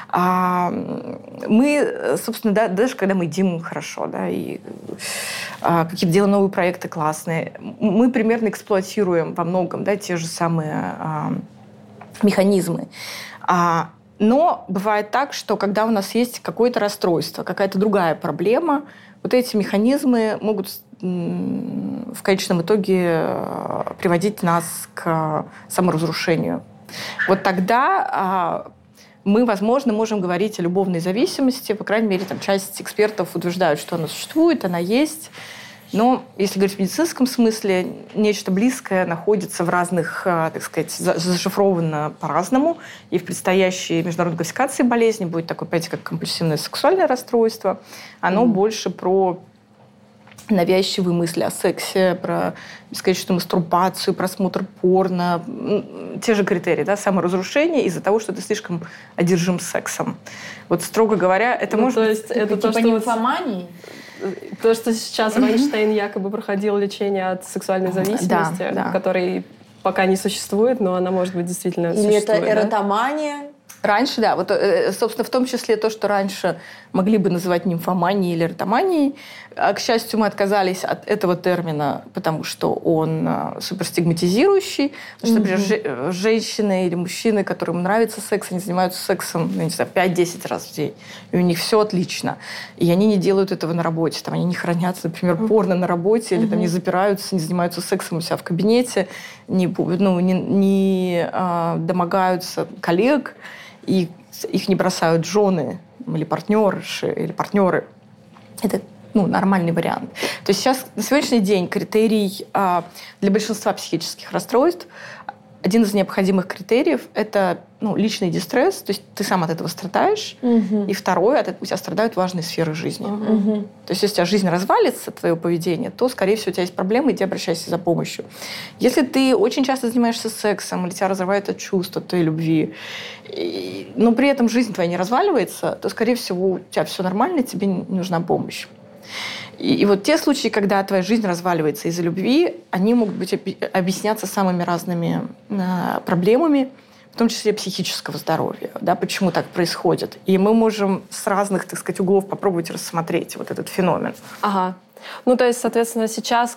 мы, собственно, даже когда мы едим хорошо, да, и какие-то делаем новые проекты классные, мы примерно эксплуатируем во многом, да, те же самые механизмы. Но бывает так, что когда у нас есть какое-то расстройство, какая-то другая проблема, вот эти механизмы могут в конечном итоге приводить нас к саморазрушению. Вот тогда мы, возможно, можем говорить о любовной зависимости. По крайней мере, часть экспертов утверждают, что она существует, она есть. Но, если говорить в медицинском смысле, нечто близкое находится в разных, так сказать, зашифровано по-разному. И в предстоящей международной классификации болезни будет такое понятие, как компульсивное сексуальное расстройство. Оно больше про навязчивые мысли о сексе, про бесконечную мастурбацию, просмотр порно. Те же критерии, да, саморазрушение из-за того, что ты слишком одержим сексом. Вот, строго говоря, это может... То есть это то, типа что... нимфомании? То, что сейчас Вайнштейн якобы проходил лечение от сексуальной зависимости, которой пока не существует, но она, может быть, действительно существует. Или это эротомания? Раньше, да. Вот, собственно, в том числе то, что раньше могли бы называть нимфоманией или эротоманией. К счастью, мы отказались от этого термина, потому что он суперстигматизирующий. Потому что, например, женщины или мужчины, которым нравится секс, они занимаются сексом, ну, не знаю, 5-10 раз в день. И у них все отлично. И они не делают этого на работе. Там, они не хранят, например, порно на работе, или там, не запираются, не занимаются сексом у себя в кабинете, не домогаются коллег, и их не бросают жены или партнерши, или партнеры. Это нормальный вариант. То есть сейчас, на сегодняшний день, критерий для большинства психических расстройств, один из необходимых критериев – это личный дистресс, то есть ты сам от этого страдаешь, и второе – у тебя страдают важные сферы жизни. То есть если у тебя жизнь развалится, твое поведение, то, скорее всего, у тебя есть проблемы, и ты обращаешься за помощью. Если ты очень часто занимаешься сексом, или тебя разрывает от чувства твоей любви, но при этом жизнь твоя не разваливается, то, скорее всего, у тебя все нормально, тебе не нужна помощь. И вот те случаи, когда твоя жизнь разваливается из-за любви, они могут быть объясняться самыми разными проблемами, в том числе психического здоровья. Да, почему так происходит. И мы можем с разных, так сказать, углов попробовать рассмотреть вот этот феномен. Ага. То есть, соответственно, сейчас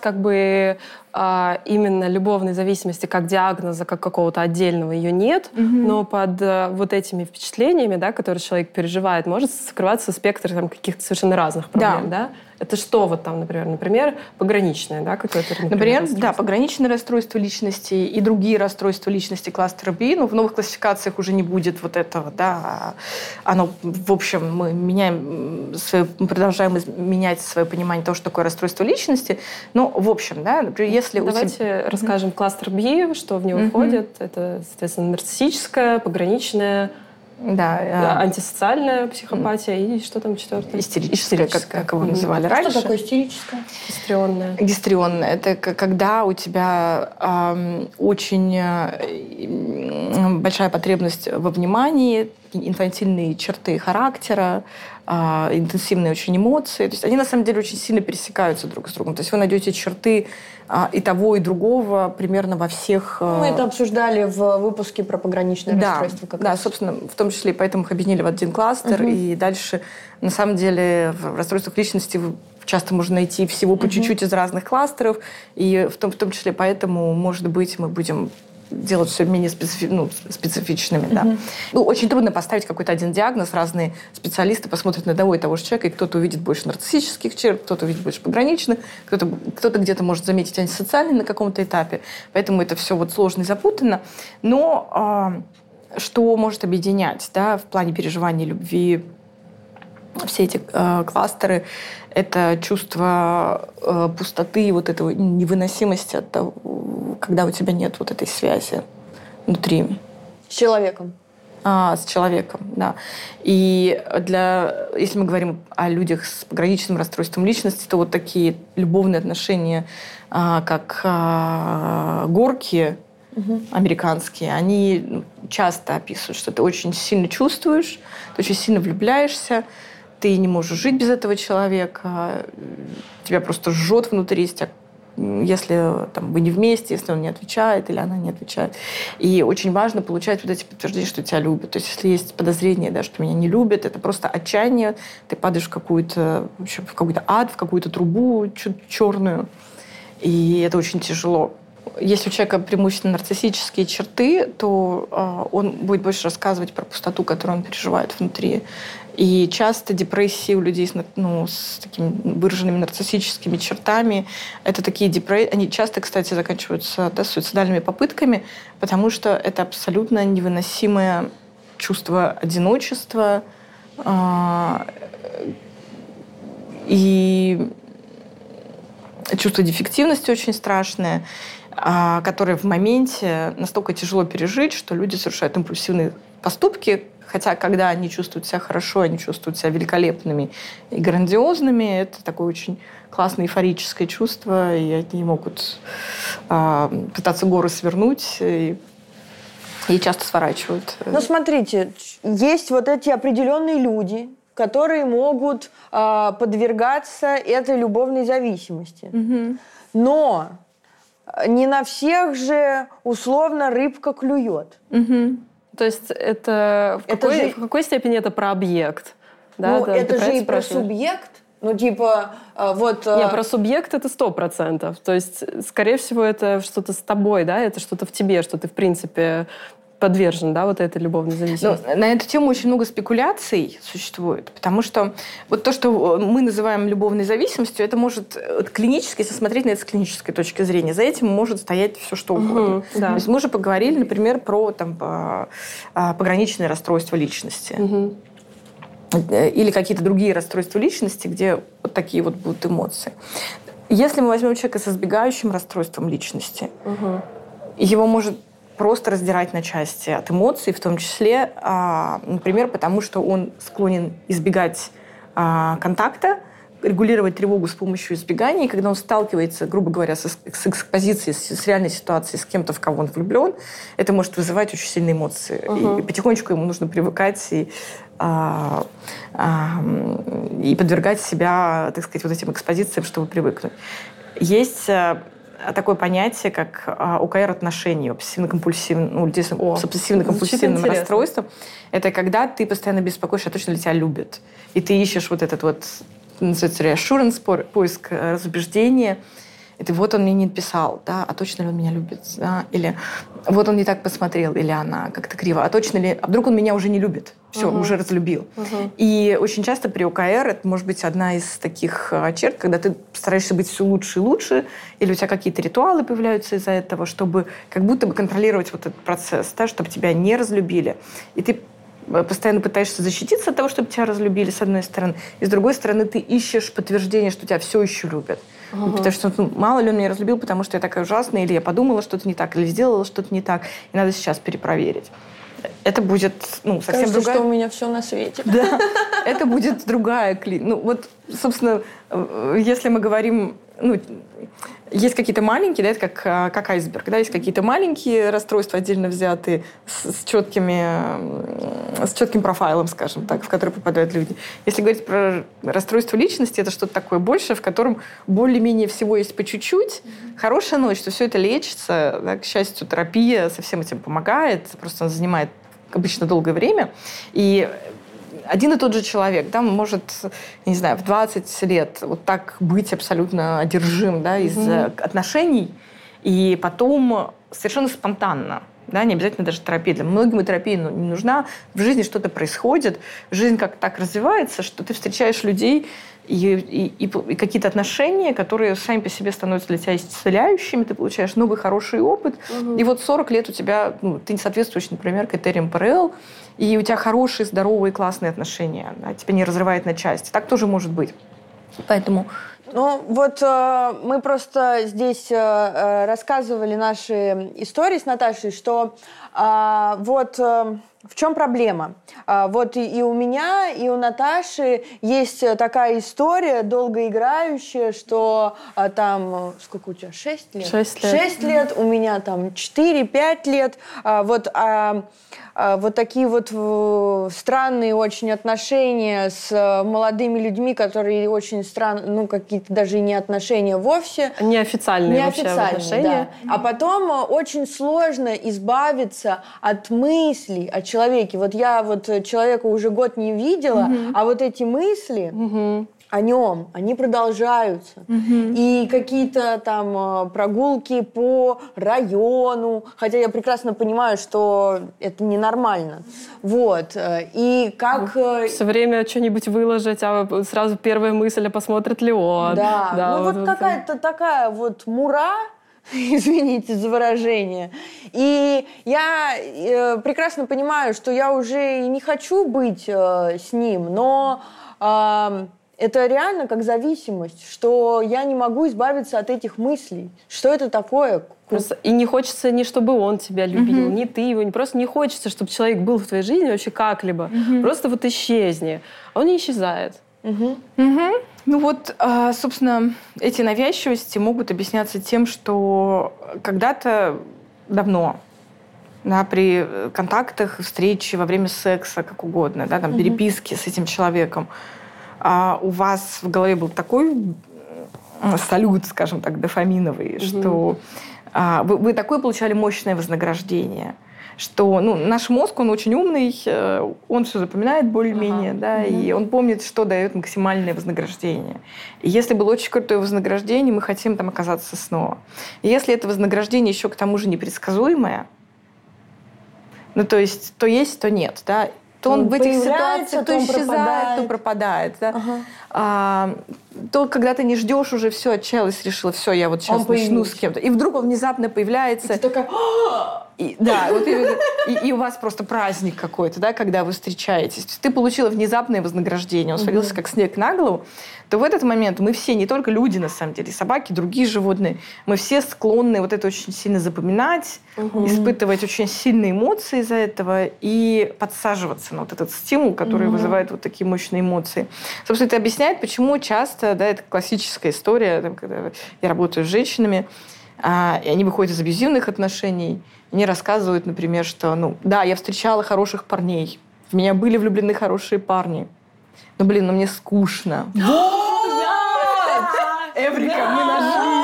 именно любовной зависимости как диагноза, как какого-то отдельного ее нет, но под вот этими впечатлениями, да, которые человек переживает, может скрываться спектр каких-то совершенно разных проблем, да? Это что вот там, например, пограничное, да, какое-то? Например, да, пограничное расстройство личности и другие расстройства личности кластера B. В новых классификациях уже не будет вот этого, да. Оно, в общем, мы продолжаем менять свое понимание того, что такое расстройство личности. Но, в общем, да, например, если Давайте расскажем кластер B, что в него входит. Это, соответственно, нарциссическая, пограничная, антисоциальная психопатия и что там четвертое? Истерическая, как его называли раньше. Что такое истерическая? Гистрионная. Гистрионная. Это когда у тебя очень большая потребность во внимании, инфантильные черты характера, интенсивные очень эмоции. То есть они, на самом деле, очень сильно пересекаются друг с другом. То есть вы найдете черты и того, и другого примерно во всех... Мы это обсуждали в выпуске про пограничное расстройство. Да, собственно, в том числе и поэтому их объединили в один кластер. И дальше, на самом деле, в расстройствах личности часто можно найти всего по чуть-чуть из разных кластеров. И в том числе поэтому, может быть, мы будем делать все менее специфичными. Да. Очень трудно поставить какой-то один диагноз. Разные специалисты посмотрят на одного и того же человека, и кто-то увидит больше нарциссических черт, кто-то увидит больше пограничных, кто-то где-то может заметить антисоциальный на каком-то этапе. Поэтому это все сложно и запутанно. Но что может объединять, да, в плане переживания любви все эти кластеры? Это чувство пустоты, вот этого невыносимости от того, когда у тебя нет вот этой связи внутри. С человеком. С человеком, да. И если мы говорим о людях с пограничным расстройством личности, то вот такие любовные отношения, как горки американские, они часто описывают, что ты очень сильно чувствуешь, ты очень сильно влюбляешься, ты не можешь жить без этого человека, тебя просто жжет внутри, если вы не вместе, если он не отвечает или она не отвечает. И очень важно получать вот эти подтверждения, что тебя любят. То есть если есть подозрение, да, что меня не любят, это просто отчаяние, ты падаешь в какой-то ад, в какую-то трубу черную, и это очень тяжело. Если у человека преимущественно нарциссические черты, то он будет больше рассказывать про пустоту, которую он переживает внутри. И часто депрессии у людей с такими выраженными нарциссическими чертами, это такие депрессии, они часто, кстати, заканчиваются суицидальными попытками, потому что это абсолютно невыносимое чувство одиночества и чувство дефективности очень страшное, которое в моменте настолько тяжело пережить, что люди совершают импульсивные поступки, Хотя, когда они чувствуют себя хорошо, они чувствуют себя великолепными и грандиозными, это такое очень классное эйфорическое чувство, и они могут пытаться горы свернуть, и часто сворачивают. Ну, смотрите, есть вот эти определенные люди, которые могут подвергаться этой любовной зависимости. Но не на всех же условно рыбка клюет. То есть это в какой степени это про объект? Да, ну, это же и про субъект. Ну, типа, вот... Не, про субъект это 100%. То есть, скорее всего, это что-то с тобой, да? Это что-то в тебе, что ты, в принципе, подвержен, да, вот этой любовной зависимости. Ну, на эту тему очень много спекуляций существует, потому что вот то, что мы называем любовной зависимостью, это может клинически, если смотреть на это с клинической точки зрения, за этим может стоять все что угодно. Да. То есть мы уже поговорили, например, про пограничные расстройства личности. Или какие-то другие расстройства личности, где вот такие вот будут эмоции. Если мы возьмем человека с избегающим расстройством личности, его может просто раздирать на части от эмоций, в том числе, например, потому что он склонен избегать контакта, регулировать тревогу с помощью избегания, и когда он сталкивается, грубо говоря, с экспозицией, с реальной ситуацией, с кем-то, в кого он влюблен, это может вызывать очень сильные эмоции. И потихонечку ему нужно привыкать и подвергать себя, так сказать, вот этим экспозициям, чтобы привыкнуть. Есть такое понятие, как ОКР отношений, обсессивно-компульсивным, с обсессивно-компульсивным расстройством. Это когда ты постоянно беспокоишься, а точно ли тебя любят. И ты ищешь вот этот вот, называется reassurance, поиск разубеждения. Это вот он мне не написал, да, а точно ли он меня любит, да? Или вот он не так посмотрел, или она как-то криво, а точно ли, а вдруг он меня уже не любит, все, уже разлюбил. И очень часто при ОКР это может быть одна из таких черт, когда ты стараешься быть все лучше и лучше, или у тебя какие-то ритуалы появляются из-за этого, чтобы как будто бы контролировать вот этот процесс, да, чтобы тебя не разлюбили. И ты постоянно пытаешься защититься от того, чтобы тебя разлюбили, с одной стороны. И с другой стороны, ты ищешь подтверждение, что тебя все еще любят. Потому что мало ли он меня разлюбил, потому что я такая ужасная, или я подумала что-то не так, или сделала что-то не так, и надо сейчас перепроверить. Это будет совсем кажется, другая... что у меня все на свете. Да, это будет другая вот, собственно, если мы говорим... есть какие-то маленькие, да, это как айсберг, да, есть какие-то маленькие расстройства отдельно взятые с четким профайлом, скажем так, в который попадают люди. Если говорить про расстройство личности, это что-то такое большее, в котором более-менее всего есть по чуть-чуть. Хорошая новость, что все это лечится. Да, к счастью, терапия со всем этим помогает, просто она занимает обычно долгое время. И один и тот же человек, да, может, не знаю, в 20 лет вот так быть абсолютно одержим, да, из отношений, и потом совершенно спонтанно, да, не обязательно даже терапия. Для многим и терапия не нужна. В жизни что-то происходит, жизнь как-то так развивается, что ты встречаешь людей и какие-то отношения, которые сами по себе становятся для тебя исцеляющими, ты получаешь новый хороший опыт, и вот 40 лет у тебя, ты не соответствуешь, например, критериям ПРЛ, и у тебя хорошие, здоровые, классные отношения, да, тебя не разрывает на части. Так тоже может быть. Поэтому... Ну, вот мы просто здесь рассказывали наши истории с Наташей, что в чем проблема? Вот и у меня, и у Наташи есть такая история долгоиграющая, что там, сколько у тебя, 6 лет? 6 лет. 6 лет, у меня там 4-5 лет. Вот такие вот странные очень отношения с молодыми людьми, которые очень странные, какие-то даже и не отношения вовсе. Неофициальные вообще отношения. Да. А потом очень сложно избавиться от мыслей о человеке. Вот я человека уже год не видела, а вот эти мысли... о нем, они продолжаются. И какие-то там прогулки по району, хотя я прекрасно понимаю, что это ненормально. Вот. И как... Все время что-нибудь выложить, а сразу первая мысль, посмотрит ли он. Да. Вот какая-то такая вот мура, извините за выражение. И я прекрасно понимаю, что я уже и не хочу быть с ним, но... это реально как зависимость, что я не могу избавиться от этих мыслей. Что это такое? Просто и не хочется ни чтобы он тебя любил, ни ты его. Просто не хочется, чтобы человек был в твоей жизни вообще как-либо. Просто вот исчезни. А он не исчезает. Ну вот, собственно, эти навязчивости могут объясняться тем, что когда-то давно, да, при контактах, встрече, во время секса, как угодно, да, там, переписки с этим человеком, у вас в голове был такой салют, скажем так, дофаминовый, что вы такое получали мощное вознаграждение, что наш мозг, он очень умный, он все запоминает более-менее, да, и он помнит, что дает максимальное вознаграждение. И если было очень крутое вознаграждение, мы хотим там оказаться снова. И если это вознаграждение еще к тому же непредсказуемое, то есть, то нет, да, то он в этих ситуациях то исчезает, то пропадает. Да? То, когда ты не ждешь, уже все, отчаялась, решила, все, я вот сейчас начну с кем-то. И вдруг он внезапно появляется. И ты такая... И у вас просто праздник какой-то, да, когда вы встречаетесь. Ты получила внезапное вознаграждение, он свалился как снег на голову, то в этот момент мы все, не только люди, на самом деле, собаки, другие животные, мы все склонны вот это очень сильно запоминать, испытывать очень сильные эмоции из-за этого и подсаживаться на вот этот стимул, который вызывает вот такие мощные эмоции. Собственно, это объясняет, почему часто, да, это классическая история, там, когда я работаю с женщинами, и они выходят из абьюзивных отношений, они рассказывают, например, что, да, я встречала хороших парней, в меня были влюблены хорошие парни, но, мне скучно. Эврика, мы нашли!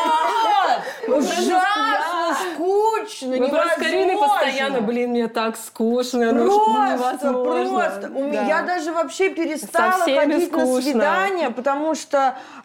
Ужасно скучно, невозможно. Просто с Кариной постоянно, мне так скучно. Просто. Я даже вообще перестала ходить на свидания, потому что у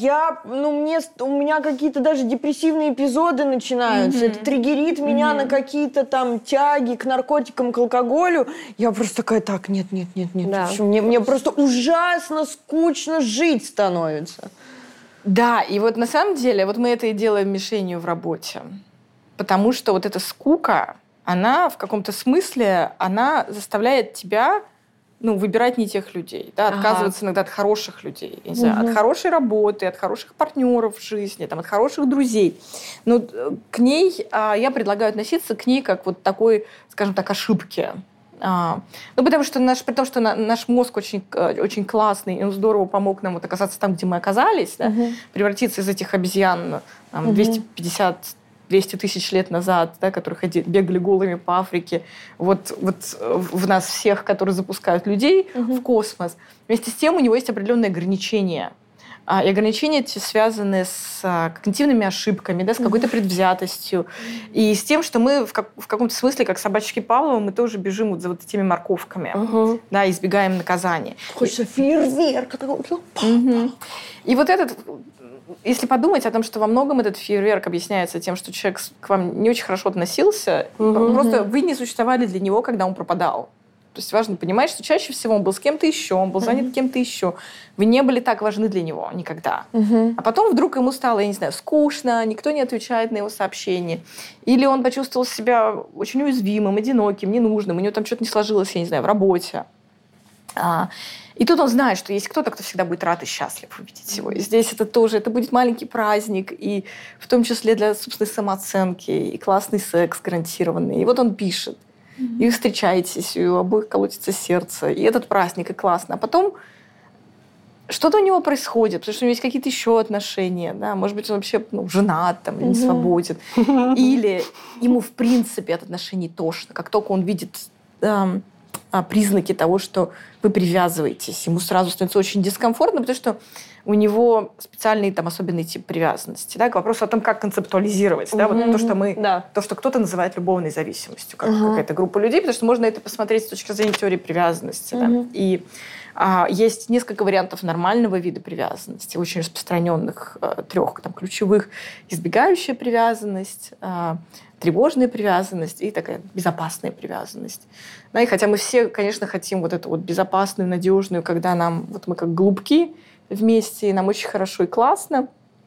меня какие-то даже депрессивные эпизоды начинаются. Это триггерит меня на какие-то там тяги к наркотикам, к алкоголю. Я просто такая, так, нет. Да. Мне просто ужасно скучно жить становится. Да, и вот на самом деле вот мы это и делаем мишенью в работе. Потому что вот эта скука, она в каком-то смысле, она заставляет тебя выбирать не тех людей, да, отказываться иногда от хороших людей, я не знаю, от хорошей работы, от хороших партнеров в жизни, там, от хороших друзей. Но к ней я предлагаю относиться к ней как вот такой, скажем так, ошибке. Потому что при том, что наш мозг очень, очень классный, и он здорово помог нам вот оказаться там, где мы оказались, да, превратиться из этих обезьян 250-200 тысяч лет назад, да, которые бегали голыми по Африке, вот в нас всех, которые запускают людей в космос. Вместе с тем у него есть определенные ограничения. И ограничения эти связаны с когнитивными ошибками, да, с какой-то предвзятостью. И с тем, что мы в каком-то смысле, как собачки Павлова, мы тоже бежим вот за вот этими морковками, да, избегаем наказания. Хочется фейерверк. И вот этот... Если подумать о том, что во многом этот фейерверк объясняется тем, что человек к вам не очень хорошо относился, просто вы не существовали для него, когда он пропадал. То есть важно понимать, что чаще всего он был с кем-то еще, он был занят кем-то еще. Вы не были так важны для него никогда. А потом вдруг ему стало, я не знаю, скучно, никто не отвечает на его сообщения. Или он почувствовал себя очень уязвимым, одиноким, ненужным, у него там что-то не сложилось, я не знаю, в работе. И тут он знает, что есть кто-то, кто всегда будет рад и счастлив увидеть его. И здесь это будет маленький праздник, и в том числе для собственной самооценки, и классный секс гарантированный. И вот он пишет. И вы встречаетесь, и у обоих колотится сердце. И этот праздник, и классно. А потом что-то у него происходит, потому что у него есть какие-то еще отношения. Да? Может быть, он вообще женат там, или не свободен. Или ему, в принципе, от отношений тошно. Как только он видит признаки того, что вы привязываетесь, ему сразу становится очень дискомфортно, потому что у него специальный там особенный тип привязанности. Да, к вопросу о том, как концептуализировать. Да, вот то, что кто-то называет любовной зависимостью, как какая-то группа людей, потому что можно это посмотреть с точки зрения теории привязанности. Да. И есть несколько вариантов нормального вида привязанности, очень распространенных, 3 там, ключевых. Избегающая привязанность, тревожная привязанность и такая безопасная привязанность. Да, и хотя мы все, конечно, хотим вот эту вот безопасную, надежную, когда мы как голубки вместе, и нам очень хорошо и классно,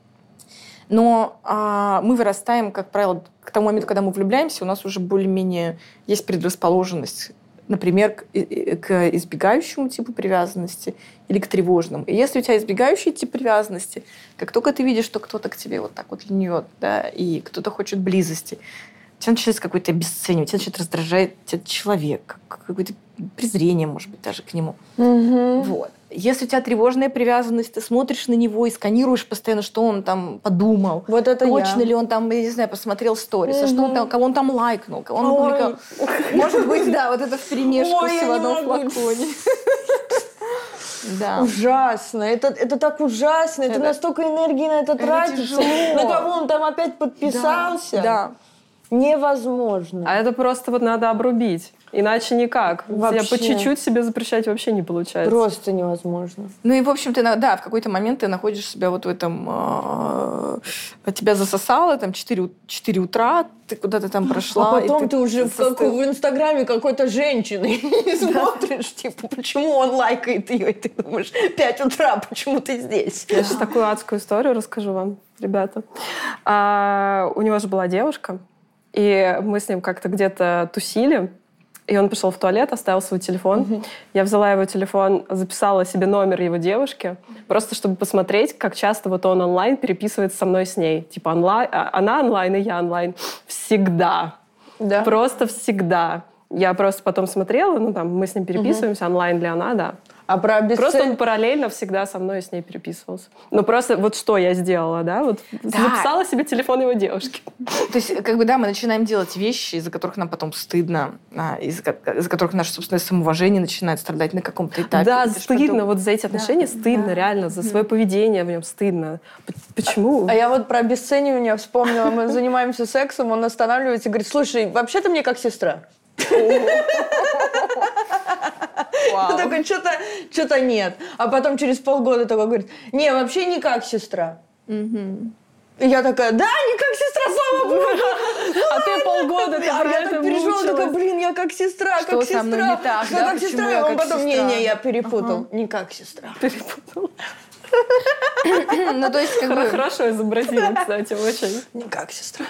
но мы вырастаем, как правило, к тому моменту, когда мы влюбляемся, у нас уже более-менее есть предрасположенность например, к избегающему типу привязанности или к тревожному. И если у тебя избегающий тип привязанности, как только ты видишь, что кто-то к тебе вот так вот льнет, да, и кто-то хочет близости, тебя начинается какое-то обесценивание, тебя начинает раздражать этот человек, какое-то презрение, может быть, даже к нему. Вот. Если у тебя тревожная привязанность, ты смотришь на него и сканируешь постоянно, что он там подумал. Вот это точно я. ли он там, я не знаю, посмотрел сторис, а что он там, кого он там лайкнул, кого он опубликовал. Может быть, да, вот это вперемешку все в одном флаконе. Да. Ужасно. Это так ужасно. Это настолько энергии на это тратится. тяжело. На кого он там опять подписался. Да. Невозможно. А это просто вот надо обрубить. Иначе никак. Вообще. По чуть-чуть себе запрещать вообще не получается. Просто невозможно. Ну и, в общем, да, в какой-то момент ты находишь себя вот в этом... тебя засосало, там, 4 утра, ты куда-то там прошла. А потом ты уже в Инстаграме какой-то женщины и смотришь, типа, почему он лайкает ее, и ты думаешь, 5 утра, почему ты здесь? Я сейчас такую адскую историю расскажу вам, ребята. У него же была девушка, и мы с ним как-то где-то тусили, и он пошел в туалет, оставил свой телефон. Я взяла его телефон, записала себе номер его девушки, просто чтобы посмотреть, как часто вот он онлайн переписывается со мной с ней. Типа она онлайн, и я онлайн. Всегда. Да. Просто всегда. Я просто потом смотрела, ну там мы с ним переписываемся, онлайн ли она, да. А про Просто он параллельно всегда со мной с ней переписывался. Ну просто вот что я сделала, да? Вот записала себе телефон его девушки. То есть, как бы, да, мы начинаем делать вещи, из-за которых нам потом стыдно, из-за которых наше собственное самоуважение начинает страдать на каком-то этапе. Да, стыдно. Вот за эти отношения стыдно, реально. За свое поведение в нем стыдно. Почему? А я вот про обесценивание вспомнила. Мы занимаемся сексом, он останавливается и говорит, слушай, вообще-то мне как сестра. Он такой, что-то нет. А потом через полгода такой говорит, не, вообще не как сестра. И я такая, да, не как сестра, слава богу. А ты полгода ты про это переживала, такая, мучилась. блин, я как сестра, Что как со мной сестра. не так, Что да? как Почему сестра, я и он как потом, сестра? не, я перепутал, не как сестра. Перепутала. Ну, то есть, как бы... Хорошо изобразила, кстати, очень. Не как сестра.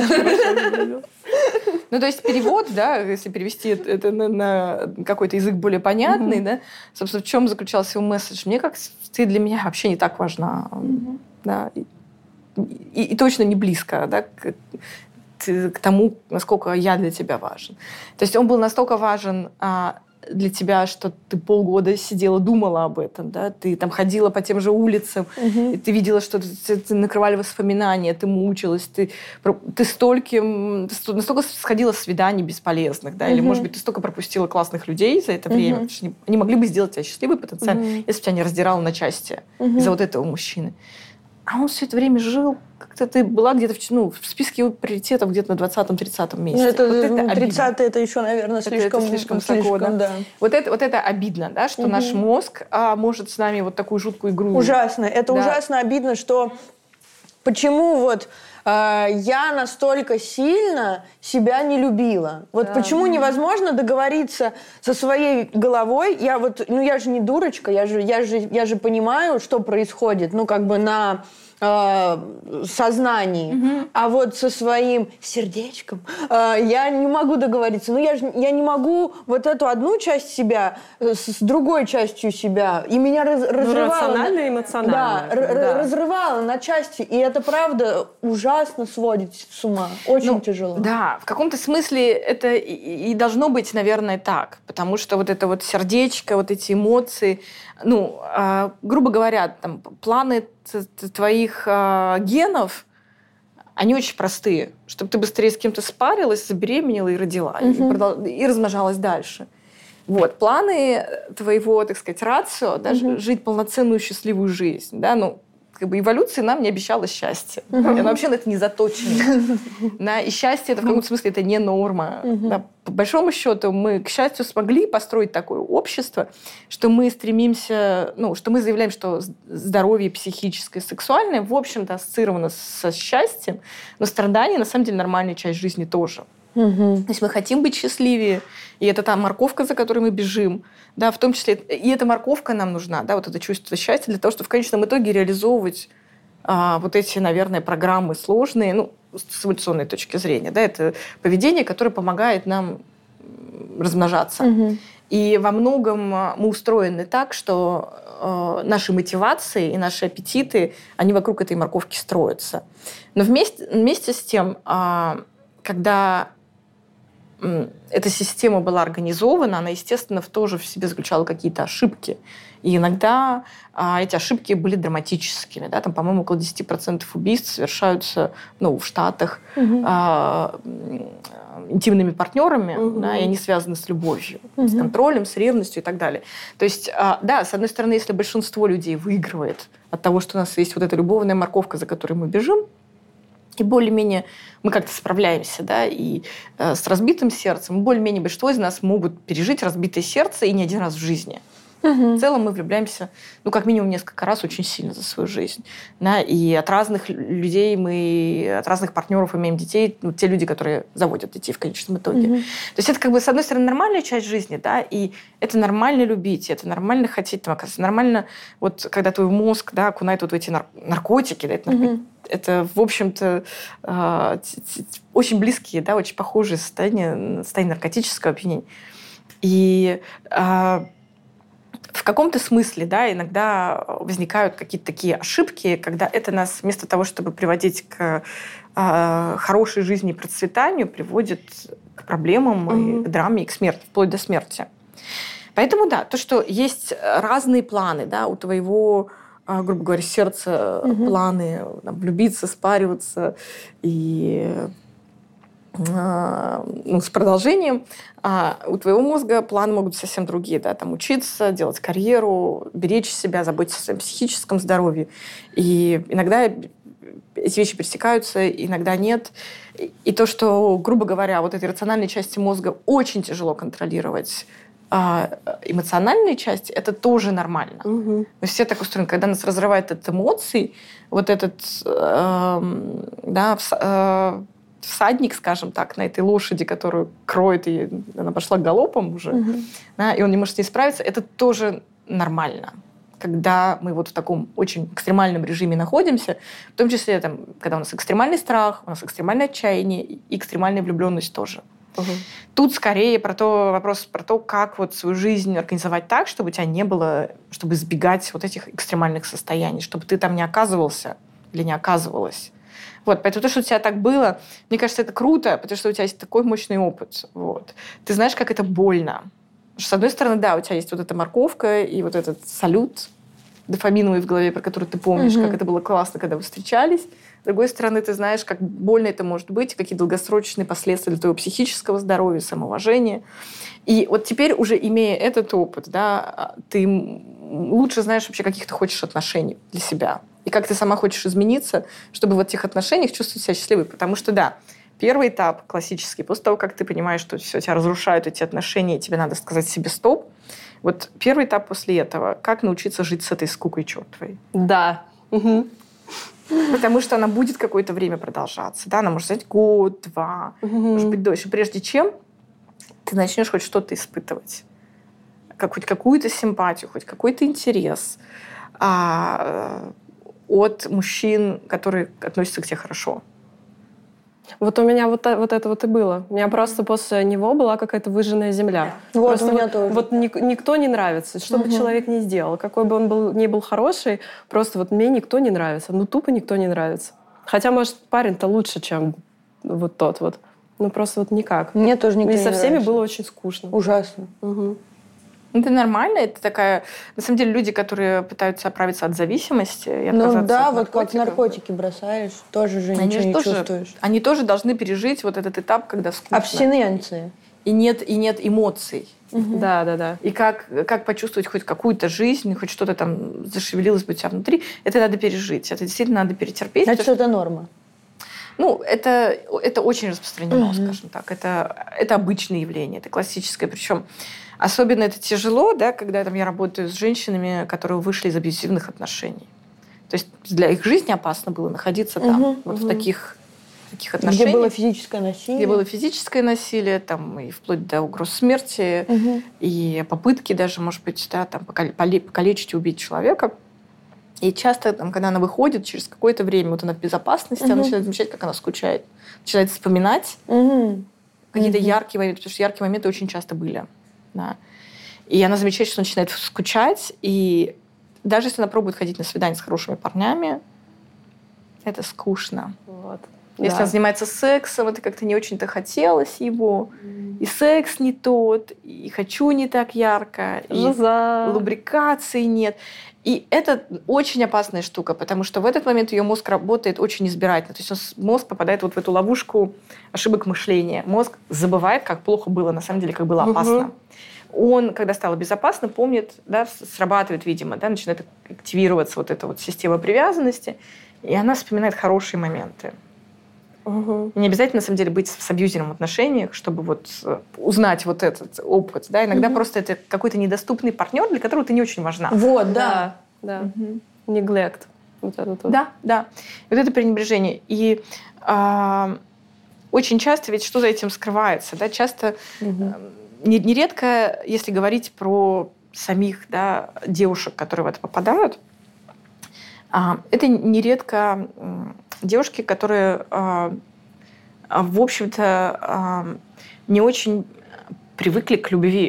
Ну, то есть перевод, да, если перевести это на какой-то язык более понятный, да, собственно, в чем заключался его месседж? Мне как ты для меня вообще не так важна, да, и точно не близко, да, к тому, насколько я для тебя важен. То есть он был настолько важен для тебя, что ты полгода сидела, думала об этом, да, ты там ходила по тем же улицам, и ты видела, что ты накрывали воспоминания, ты мучилась, ты настолько сходила с свиданий бесполезных, да, или, может быть, ты столько пропустила классных людей за это время, потому что они могли бы сделать тебя счастливой потенциально, если бы тебя не раздирало на части из-за вот этого мужчины. А он все это время жил, как-то ты была где-то в списке его приоритетов где-то на 20-30 месте. Ну, это, вот это 30-е это еще, наверное, слишком высоко, да. Вот это обидно, да, что наш мозг может с нами вот такую жуткую игру... Ужасно. Это ужасно обидно, что почему вот я настолько сильно себя не любила. Вот почему невозможно договориться со своей головой. Я же не дурочка, я же понимаю, что происходит, ну, как бы на сознании. А вот со своим сердечком я не могу договориться. Ну, я не могу вот эту одну часть себя с другой частью себя. И меня разрывало. Рационально и эмоционально. Да, разрывало на части. И это, правда, ужасно сводит с ума. Очень тяжело. Да, в каком-то смысле это и должно быть, наверное, так. Потому что вот это вот сердечко, вот эти эмоции, ну, грубо говоря, там, планы твоих генов, они очень простые. Чтобы ты быстрее с кем-то спарилась, забеременела и родила, и размножалась дальше. Вот. Планы твоего, так сказать, рацио, да, жить полноценную счастливую жизнь, да, ну, как бы эволюция нам не обещала счастья. Она вообще на это не заточена. И счастье, это в каком-то смысле, это не норма. Да, по большому счету, мы, к счастью, смогли построить такое общество, что мы стремимся, что мы заявляем, что здоровье психическое, сексуальное, в общем-то, ассоциировано со счастьем, но страдания, на самом деле, нормальная часть жизни тоже. То есть мы хотим быть счастливее, и это та морковка, за которой мы бежим, да, в том числе, и эта морковка нам нужна, да, вот это чувство счастья для того, чтобы в конечном итоге реализовывать вот эти, наверное, программы сложные, с эволюционной точки зрения, да, это поведение, которое помогает нам размножаться. И во многом мы устроены так, что наши мотивации и наши аппетиты, они вокруг этой морковки строятся. Но вместе с тем, когда эта система была организована, она, естественно, тоже в себе заключала какие-то ошибки. И иногда эти ошибки были драматическими. Да? Там, по-моему, около 10% убийств совершаются в Штатах интимными партнерами, да, и они связаны с любовью, с контролем, с ревностью и так далее. То есть, да, с одной стороны, если большинство людей выигрывает от того, что у нас есть вот эта любовная морковка, за которой мы бежим, и более-менее мы как-то справляемся, да, и с разбитым сердцем, более-менее большинство из нас могут пережить разбитое сердце и не один раз в жизни. В целом мы влюбляемся, как минимум несколько раз очень сильно за свою жизнь. Да, и от разных людей мы, от разных партнеров имеем детей, те люди, которые заводят детей в конечном итоге. То есть это с одной стороны, нормальная часть жизни, да, и это нормально любить, это нормально хотеть, там, оказывается, нормально, когда твой мозг, да, окунает в эти наркотики, да, это, в общем-то, очень близкие, да, очень похожие состояния наркотического опьянения. И в каком-то смысле, да, иногда возникают какие-то такие ошибки, когда это нас вместо того, чтобы приводить к хорошей жизни и процветанию, приводит к проблемам, и к драме, и к смерти, вплоть до смерти. Поэтому, да, то, что есть разные планы, да, у твоего, грубо говоря, сердца планы влюбиться, спариваться и с продолжением, а у твоего мозга планы могут быть совсем другие, да, там учиться, делать карьеру, беречь себя, заботиться о своем психическом здоровье. И иногда эти вещи пересекаются, иногда нет. И то, что, грубо говоря, вот этой рациональной части мозга очень тяжело контролировать, эмоциональной части, это тоже нормально. Мы все так устроены. Когда нас разрывает от эмоций, вот этот всадник, скажем так, на этой лошади, которую кроет, и она пошла галопом уже, да, и он не может с ней справиться, это тоже нормально. Когда мы вот в таком очень экстремальном режиме находимся, в том числе, когда у нас экстремальный страх, у нас экстремальное отчаяние и экстремальная влюбленность тоже. Тут скорее вопрос про то, как вот свою жизнь организовать так, чтобы у тебя не было, чтобы избегать вот этих экстремальных состояний, чтобы ты там не оказывался или не оказывалась. Вот, поэтому то, что у тебя так было, мне кажется, это круто, потому что у тебя есть такой мощный опыт. Вот. Ты знаешь, как это больно. Потому что, с одной стороны, да, у тебя есть вот эта морковка и вот этот салют дофаминовый в голове, про который ты помнишь, как это было классно, когда вы встречались. С другой стороны, ты знаешь, как больно это может быть, какие долгосрочные последствия для твоего психического здоровья, самоуважения. И вот теперь, уже имея этот опыт, да, ты лучше знаешь вообще, каких ты хочешь отношений для себя. И как ты сама хочешь измениться, чтобы в этих отношениях чувствовать себя счастливой. Потому что, да, первый этап классический, после того, как ты понимаешь, что все, тебя разрушают эти отношения, и тебе надо сказать себе «стоп», вот первый этап после этого – как научиться жить с этой скукой чертовой. Да. Потому что она будет какое-то время продолжаться. Да? Она может занять год, два, может быть, дольше. Прежде чем ты начнешь хоть что-то испытывать. Хоть какую-то симпатию, хоть какой-то интерес от мужчин, которые относятся к тебе хорошо. Вот у меня вот это вот и было. У меня просто после него была какая-то выжженная земля. Вот просто у меня тоже. Вот никто не нравится. Что бы человек ни сделал, какой бы он ни был хороший, просто вот мне никто не нравится. Тупо никто не нравится. Хотя, может, парень-то лучше, чем вот тот вот. Просто вот никак. Мне тоже никто не нравится. И со всеми было очень скучно. Ужасно. Это нормально, это такая... На самом деле люди, которые пытаются оправиться от зависимости и отказаться от вот наркотиков, как наркотики бросаешь, тоже же ничего не чувствуешь. Они тоже должны пережить вот этот этап, когда скучно. Абстиненция. И нет эмоций. Да. И как почувствовать хоть какую-то жизнь, хоть что-то там зашевелилось бы у тебя внутри, это надо пережить, это действительно надо перетерпеть. Значит, это норма. Это очень распространено, скажем так. Это обычное явление, это классическое. Причем особенно это тяжело, да, когда я работаю с женщинами, которые вышли из абьюзивных отношений. То есть для их жизни опасно было находиться там, в таких отношениях. Где было физическое насилие. Где было физическое насилие, там, и вплоть до угроз смерти, и попытки даже, может быть, да, там, покалечить и убить человека. И часто, когда она выходит, через какое-то время, вот она в безопасности, она начинает замечать, как она скучает. Начинает вспоминать, какие-то яркие моменты, потому что яркие моменты очень часто были. Да. И она замечает, что начинает скучать, и даже если она пробует ходить на свидание с хорошими парнями, это скучно. Вот. Если она занимается сексом, это как-то не очень-то хотелось его. И секс не тот, и хочу не так ярко, и лубрикации нет. И это очень опасная штука, потому что в этот момент ее мозг работает очень избирательно. То есть мозг попадает вот в эту ловушку ошибок мышления. Мозг забывает, как плохо было, на самом деле, как было опасно. Он, когда стало безопасно, помнит, да, срабатывает, видимо, да, начинает активироваться вот эта вот система привязанности, и она вспоминает хорошие моменты. И не обязательно, на самом деле, быть в абьюзерном отношениях, чтобы вот узнать вот этот опыт. Да? Иногда просто это какой-то недоступный партнер, для которого ты не очень важна. Вот, да. Neglect. Вот это вот. Да. Вот это пренебрежение. И очень часто ведь что за этим скрывается? Да? Часто, нередко, если говорить про самих, да, девушек, которые в это попадают, это нередко девушки, которые, в общем-то, не очень привыкли к любви.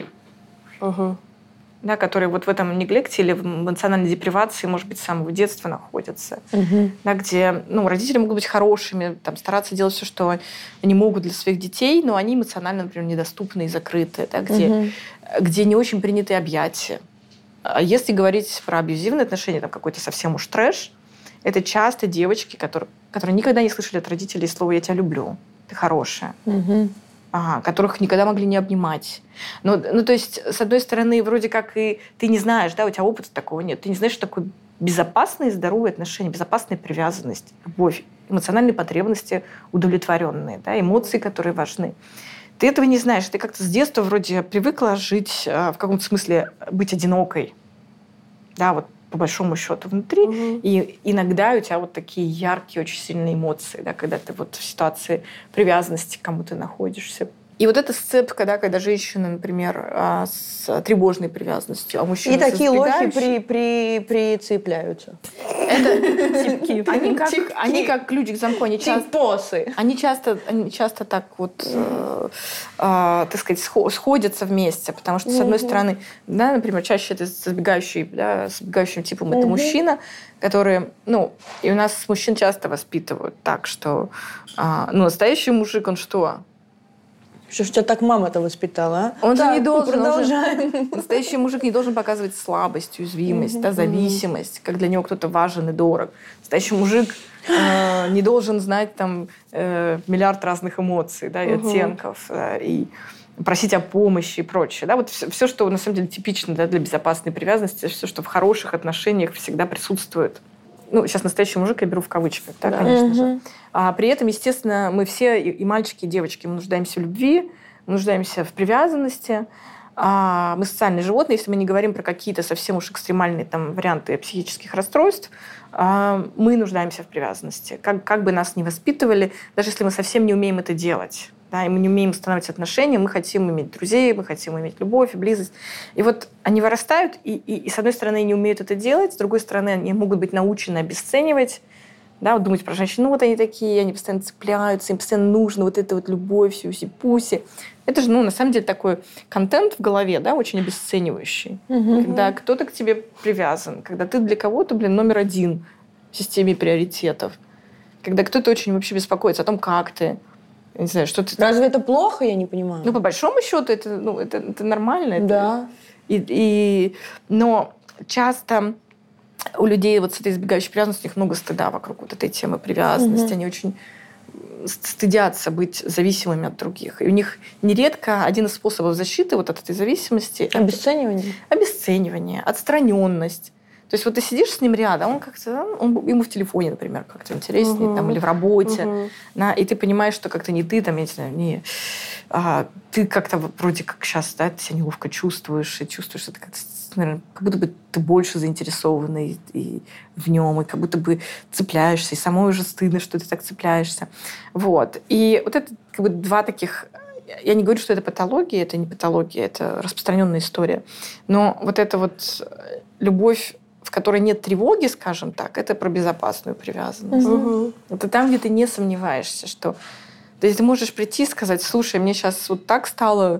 Да, которые вот в этом неглекте или в эмоциональной депривации, может быть, с самого детства находятся. Да, где родители могут быть хорошими, там, стараться делать все, что они могут для своих детей, но они эмоционально, например, недоступны и закрыты. Да, где не очень приняты объятия. А если говорить про абьюзивные отношения, там какой-то совсем уж трэш, это часто девочки, которые никогда не слышали от родителей слова «я тебя люблю», «ты хорошая», которых никогда могли не обнимать. То есть, с одной стороны, вроде как и ты не знаешь, да, у тебя опыта такого нет, ты не знаешь, что такое безопасные, здоровые отношения, безопасная привязанность, любовь, эмоциональные потребности удовлетворенные, да, эмоции, которые важны. Ты этого не знаешь. Ты как-то с детства вроде привыкла жить, в каком-то смысле быть одинокой. Да, вот по большому счету внутри. И иногда у тебя вот такие яркие, очень сильные эмоции, да, когда ты вот в ситуации привязанности к кому-то находишься. И вот эта сцепка, да, когда женщина, например, с тревожной привязанностью, а мужчина и такие лохи прицепляются. Они как ключик к замку. Они часто так вот, так сказать, сходятся вместе, потому что, с одной стороны, да, например, чаще это с забегающим типом это мужчина, который, и у нас мужчин часто воспитывают так, что настоящий мужик, он что? Что ж тебя так мама-то воспитала, а? Он же не должен. Продолжаем. Настоящий мужик не должен показывать слабость, уязвимость, да, зависимость, как для него кто-то важен и дорог. Настоящий мужик не должен знать там миллиард разных эмоций, да, и оттенков, и просить о помощи и прочее. Да? Вот все, что на самом деле типично, да, для безопасной привязанности, все, что в хороших отношениях всегда присутствует. Сейчас настоящий мужик я беру в кавычках, да, конечно же. А при этом, естественно, мы все, и мальчики, и девочки, мы нуждаемся в любви, мы нуждаемся в привязанности. Мы социальные животные, если мы не говорим про какие-то совсем уж экстремальные там варианты психических расстройств, мы нуждаемся в привязанности. Как бы нас ни воспитывали, даже если мы совсем не умеем это делать, да, и мы не умеем устанавливать отношения, мы хотим иметь друзей, мы хотим иметь любовь и близость. И вот они вырастают, и с одной стороны, не умеют это делать, с другой стороны, они могут быть научены обесценивать, да, вот думать про женщин, вот они такие, они постоянно цепляются, им постоянно нужно вот эта вот любовь, сюси-пуси. Это же, на самом деле, такой контент в голове, да, очень обесценивающий. Когда кто-то к тебе привязан, когда ты для кого-то, номер один в системе приоритетов, когда кто-то очень вообще беспокоится о том, как ты, не знаю, что ты... Разве это плохо, я не понимаю? По большому счету, это нормально. Да. Но часто у людей вот с этой избегающей привязанностью у них много стыда вокруг вот этой темы привязанности. Они очень стыдятся быть зависимыми от других. И у них нередко один из способов защиты вот от этой зависимости... Обесценивание? Обесценивание, отстраненность. То есть вот ты сидишь с ним рядом, он как-то, ему в телефоне, например, как-то интереснее, там, или в работе, и ты понимаешь, что как-то не ты, там, я не знаю, ты как-то вроде как сейчас, да, ты себя неловко чувствуешь, и чувствуешь, что ты как-то, наверное, как будто бы ты больше заинтересована и в нем, и как будто бы цепляешься, и самой уже стыдно, что ты так цепляешься. Вот. И вот это как бы два таких... Я не говорю, что это патология, это не патология, это распространенная история. Но вот эта вот любовь, в которой нет тревоги, скажем так, это про безопасную привязанность. Это там, где ты не сомневаешься, что То есть ты можешь прийти и сказать: слушай, мне сейчас вот так стало...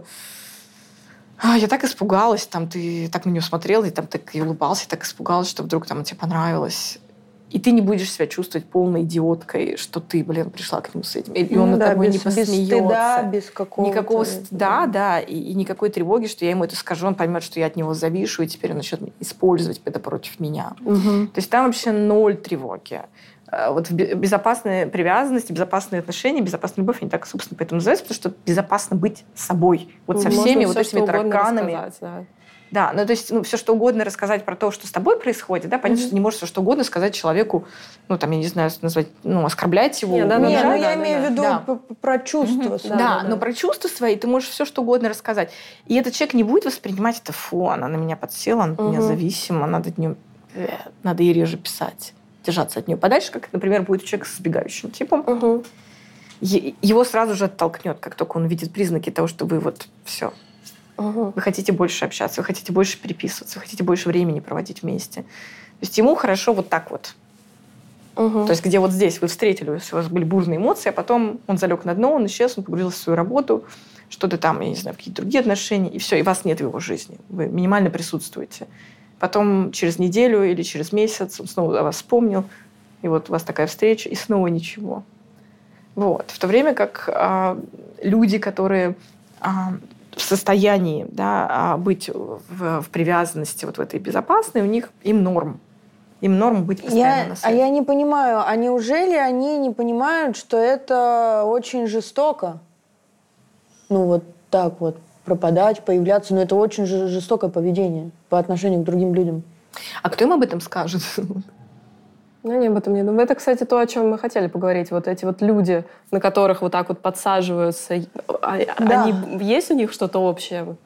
я так испугалась, там, ты так на нее смотрела, и там так и улыбался, и так испугалась, что вдруг там тебе понравилось. И ты не будешь себя чувствовать полной идиоткой, что ты, пришла к нему с этим. И он над тобой не посмеется. Без стыда, без какого-то... Никакого стыда, и никакой тревоги, что я ему это скажу, он поймет, что я от него завишу, и теперь он начнет использовать это против меня. То есть там вообще 0 тревоги. Вот безопасная привязанность, безопасные отношения, безопасная любовь, они так, собственно, поэтому называются, потому что безопасно быть собой. Вот со всеми вот этими тараканами. Да, то есть все, что угодно рассказать про то, что с тобой происходит, да, понятно, что не можешь все, что угодно сказать человеку, я не знаю, назвать, оскорблять его. Я имею в виду про чувства. Но про чувства свои ты можешь все, что угодно рассказать. И этот человек не будет воспринимать это: она на меня подсела, она от меня зависима, надо ей реже писать, держаться от нее подальше, как, например, будет человек с избегающим типом. Его сразу же оттолкнет, как только он видит признаки того, что вы все. Вы хотите больше общаться, вы хотите больше переписываться, вы хотите больше времени проводить вместе. То есть ему хорошо вот так вот. То есть где вот здесь вы встретились, у вас были бурные эмоции, а потом он залег на дно, он исчез, он погрузился в свою работу, что-то там, я не знаю, какие-то другие отношения, и все, и вас нет в его жизни. Вы минимально присутствуете. Потом через неделю или через месяц он снова о вас вспомнил, и вот у вас такая встреча, и снова ничего. Вот. В то время как люди, которые... в состоянии быть в привязанности вот в этой безопасной, им норм. Им норм быть постоянно на связи. Я не понимаю, неужели они не понимают, что это очень жестоко? Вот так вот пропадать, появляться. Это очень жестокое поведение по отношению к другим людям. А кто им об этом скажет? Они об этом не думают. Это, кстати, то, о чем мы хотели поговорить. Вот эти вот люди, на которых вот так вот подсаживаются, есть у них что-то общее?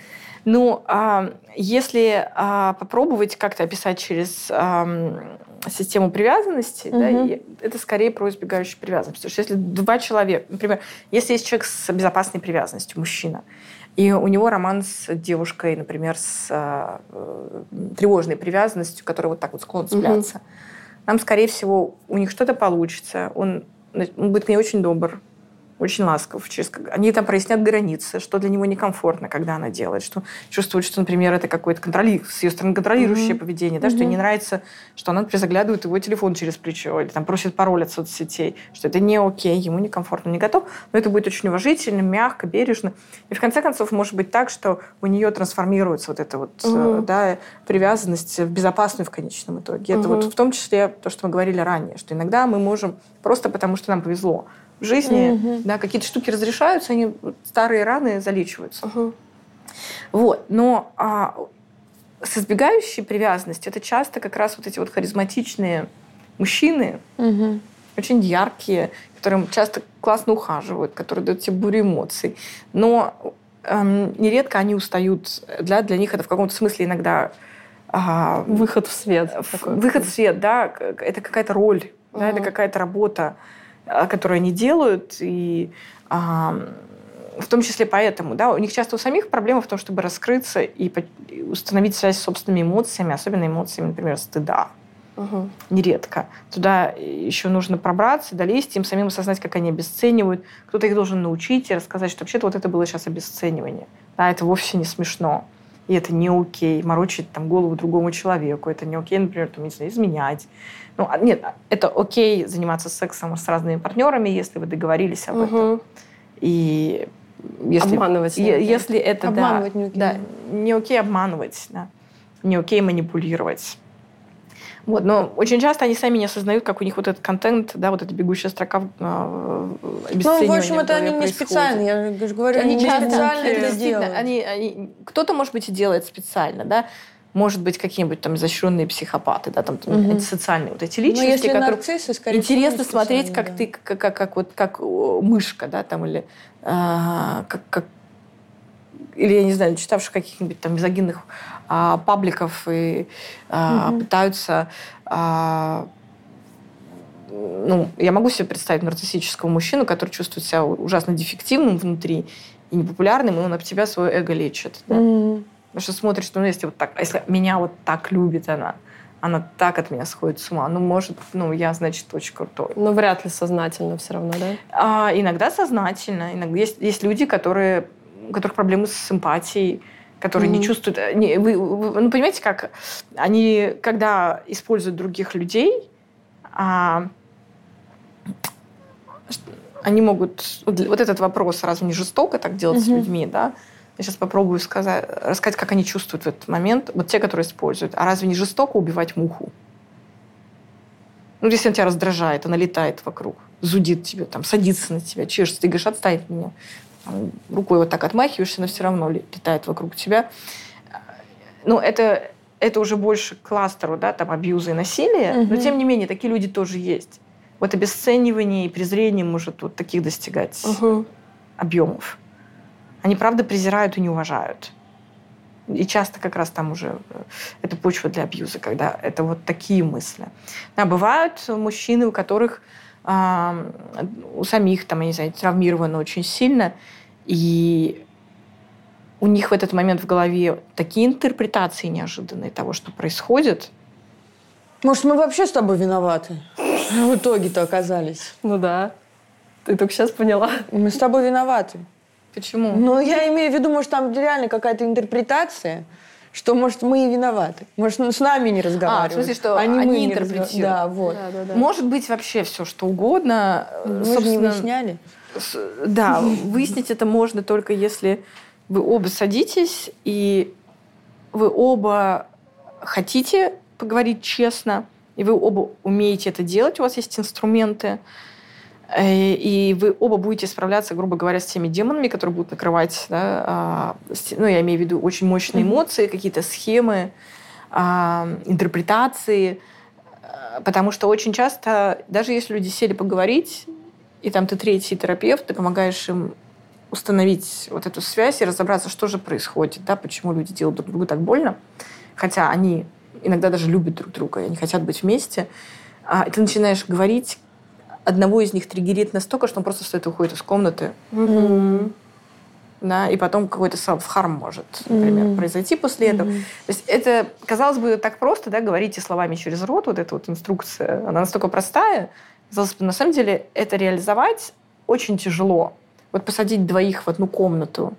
Если попробовать как-то описать через систему привязанности, это скорее про избегающую привязанность. Потому что если 2 человека, например, если есть человек с безопасной привязанностью, мужчина, и у него роман с девушкой, например, с тревожной привязанностью, которая вот так вот склонна цепляться, нам, скорее всего, у них что-то получится. Он будет к ней очень добр, очень ласков. Они там прояснят границы, что для него некомфортно, когда она делает, что чувствует, что, например, это какое-то с ее стороны контролирующее поведение, что ей не нравится, что она, например, заглядывает в его телефон через плечо или там просит пароль от соцсетей, что это не окей, ему некомфортно, не готов. Но это будет очень уважительно, мягко, бережно. И в конце концов может быть так, что у нее трансформируется вот эта привязанность в безопасную в конечном итоге. Это в том числе то, что мы говорили ранее, что иногда мы можем просто потому, что нам повезло в жизни, какие-то штуки разрешаются, они старые раны залечиваются. Но с избегающей привязанностью это часто как раз вот эти вот харизматичные мужчины, очень яркие, которым часто классно ухаживают, которые дают тебе бурю эмоций. Но нередко они устают. Для них это в каком-то смысле иногда... выход в свет. Выход в свет, это какая-то роль, это какая-то работа, которые они делают, и в том числе поэтому. У них часто у самих проблема в том, чтобы раскрыться и установить связь с собственными эмоциями, особенно эмоциями, например, стыда. Нередко. Туда еще нужно пробраться, долезть, им самим осознать, как они обесценивают. Кто-то их должен научить и рассказать, что вообще-то вот это было сейчас обесценивание. Это вовсе не смешно. И это не окей. Морочить голову другому человеку. Это не окей, например, изменять. Нет, это окей заниматься сексом с разными партнерами, если вы договорились об этом. И если, обманывать. Если это, обманывать не окей. Не окей обманывать, не окей манипулировать. Но очень часто они сами не осознают, как у них вот этот контент, вот эта бегущая строка обесценивания. В общем, это они не специально, я же говорю, они не специально это делают. Кто-то, может быть, и делает специально, может быть, какие-нибудь там изощренные психопаты, антисоциальные вот эти личности, если которые нарциссы, скорее интересно смотреть, как ты, как мышка, или я не знаю, читавших каких-нибудь там мизогинных пабликов и пытаются... я могу себе представить нарциссического мужчину, который чувствует себя ужасно дефективным внутри и непопулярным, и он об тебя свое эго лечит. Потому что смотришь, если вот так, если меня вот так любит она, она так от меня сходит с ума. Может, я, значит, очень крутой. Но вряд ли сознательно все равно, да? Иногда сознательно. Иногда есть люди, у которых проблемы с эмпатией, которые не чувствуют... Вы понимаете, как они, когда используют других людей, они могут... Вот этот вопрос, разве не жестоко так делать с людьми, да? Я сейчас попробую рассказать, как они чувствуют в этот момент, вот те, которые используют. А разве не жестоко убивать муху? Если он тебя раздражает, она летает вокруг, зудит тебе, садится на тебя, чешется, ты говоришь, отстань от меня. Рукой вот так отмахиваешься, но все равно летает вокруг тебя. Это уже больше к кластеру, да, абьюза и насилия, но тем не менее такие люди тоже есть. Вот обесценивание и презрение может вот таких достигать объемов. Они, правда, презирают и не уважают. И часто как раз там уже это почва для абьюза, когда это вот такие мысли. Да, бывают мужчины, у которых у самих, я не знаю, травмировано очень сильно, и у них в этот момент в голове такие интерпретации неожиданные того, что происходит. Может, мы вообще с тобой виноваты? В итоге-то оказались. Ну да. Ты только сейчас поняла. Мы с тобой виноваты. Почему? Я имею в виду, может, там реально какая-то интерпретация, что, может, мы и виноваты. Может, с нами не разговаривают. В смысле, что они интерпретируют. Да, вот. Да. Может быть, вообще все, что угодно. Мы же не выясняли. Да, выяснить это можно только если вы оба садитесь, и вы оба хотите поговорить честно, и вы оба умеете это делать, у вас есть инструменты, и вы оба будете справляться, грубо говоря, с теми демонами, которые будут накрывать, да, я имею в виду очень мощные эмоции, какие-то схемы, интерпретации, потому что очень часто, даже если люди сели поговорить, и ты третий терапевт, ты помогаешь им установить вот эту связь и разобраться, что же происходит, да, почему люди делают друг другу так больно, хотя они иногда даже любят друг друга, и они хотят быть вместе, и ты начинаешь говорить, одного из них триггерит настолько, что он просто встает и уходит из комнаты. Да, и потом какой-то self-harm может, например, произойти после этого. То есть это, казалось бы, так просто, да, говорите словами через рот, вот эта вот инструкция, она настолько простая. Казалось бы, на самом деле это реализовать очень тяжело. Вот посадить двоих в одну комнату.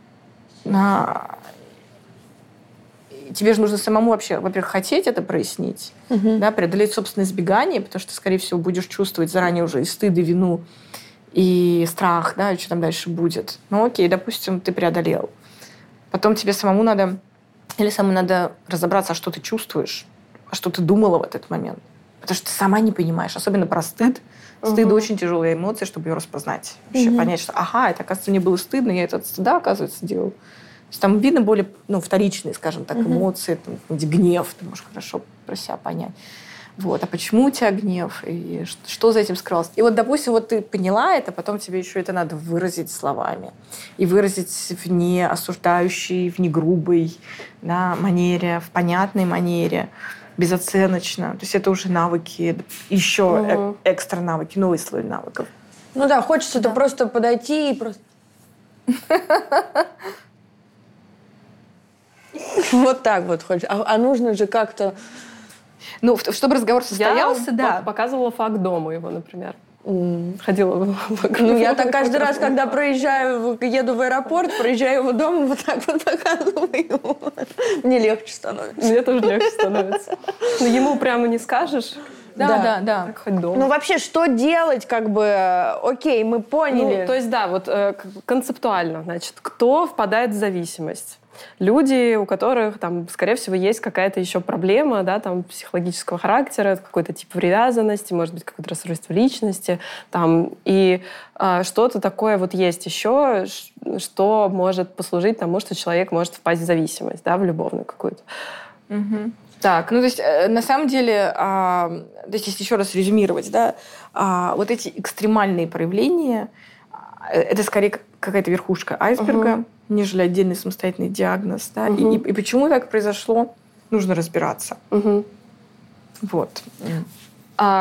Тебе же нужно самому вообще, во-первых, хотеть это прояснить, да, преодолеть собственное избегание, потому что ты, скорее всего, будешь чувствовать заранее уже и стыд, и вину, и страх, да, и что там дальше будет. Окей, допустим, ты преодолел. Потом тебе самому надо, или самому надо разобраться, а что ты чувствуешь, а что ты думала в этот момент. Потому что ты сама не понимаешь, особенно про стыд. Стыд очень тяжелая эмоция, чтобы ее распознать. Вообще понять, что, это, оказывается, мне было стыдно, я это от стыда, оказывается, делал. То есть там видно более вторичные, скажем так, эмоции, гнев, ты можешь хорошо про себя понять. Вот. А почему у тебя гнев? И что за этим скрывалось? И вот, допустим, ты поняла это, потом тебе еще это надо выразить словами. И выразить в неосуждающей, в негрубой, да, манере, в понятной манере, безоценочно. То есть это уже навыки, еще экстра навыки, новый слой навыков. Хочется-то просто подойти и просто... Вот так вот хочешь. А нужно же как-то... чтобы разговор состоялся, я показывала факт дома его, например. Ходила я так каждый раз, когда еду в аэропорт, проезжаю его дом, вот так вот показываю его. Мне легче становится. Мне тоже легче становится. Но ему прямо не скажешь. Да. Хоть дома. Вообще, что делать, окей, мы поняли. То есть, концептуально, значит, кто впадает в зависимость? Люди, у которых, скорее всего, есть какая-то еще проблема, да, психологического характера, какой-то тип привязанности, может быть, какое-то расстройство личности, и что-то такое есть еще, что может послужить тому, что человек может впасть в зависимость, да, в любовную какую-то. Так, то есть, на самом деле, если еще раз резюмировать, да, вот эти экстремальные проявления, это скорее какая-то верхушка айсберга, нежели отдельный самостоятельный диагноз. Да? И почему так произошло, нужно разбираться. Вот.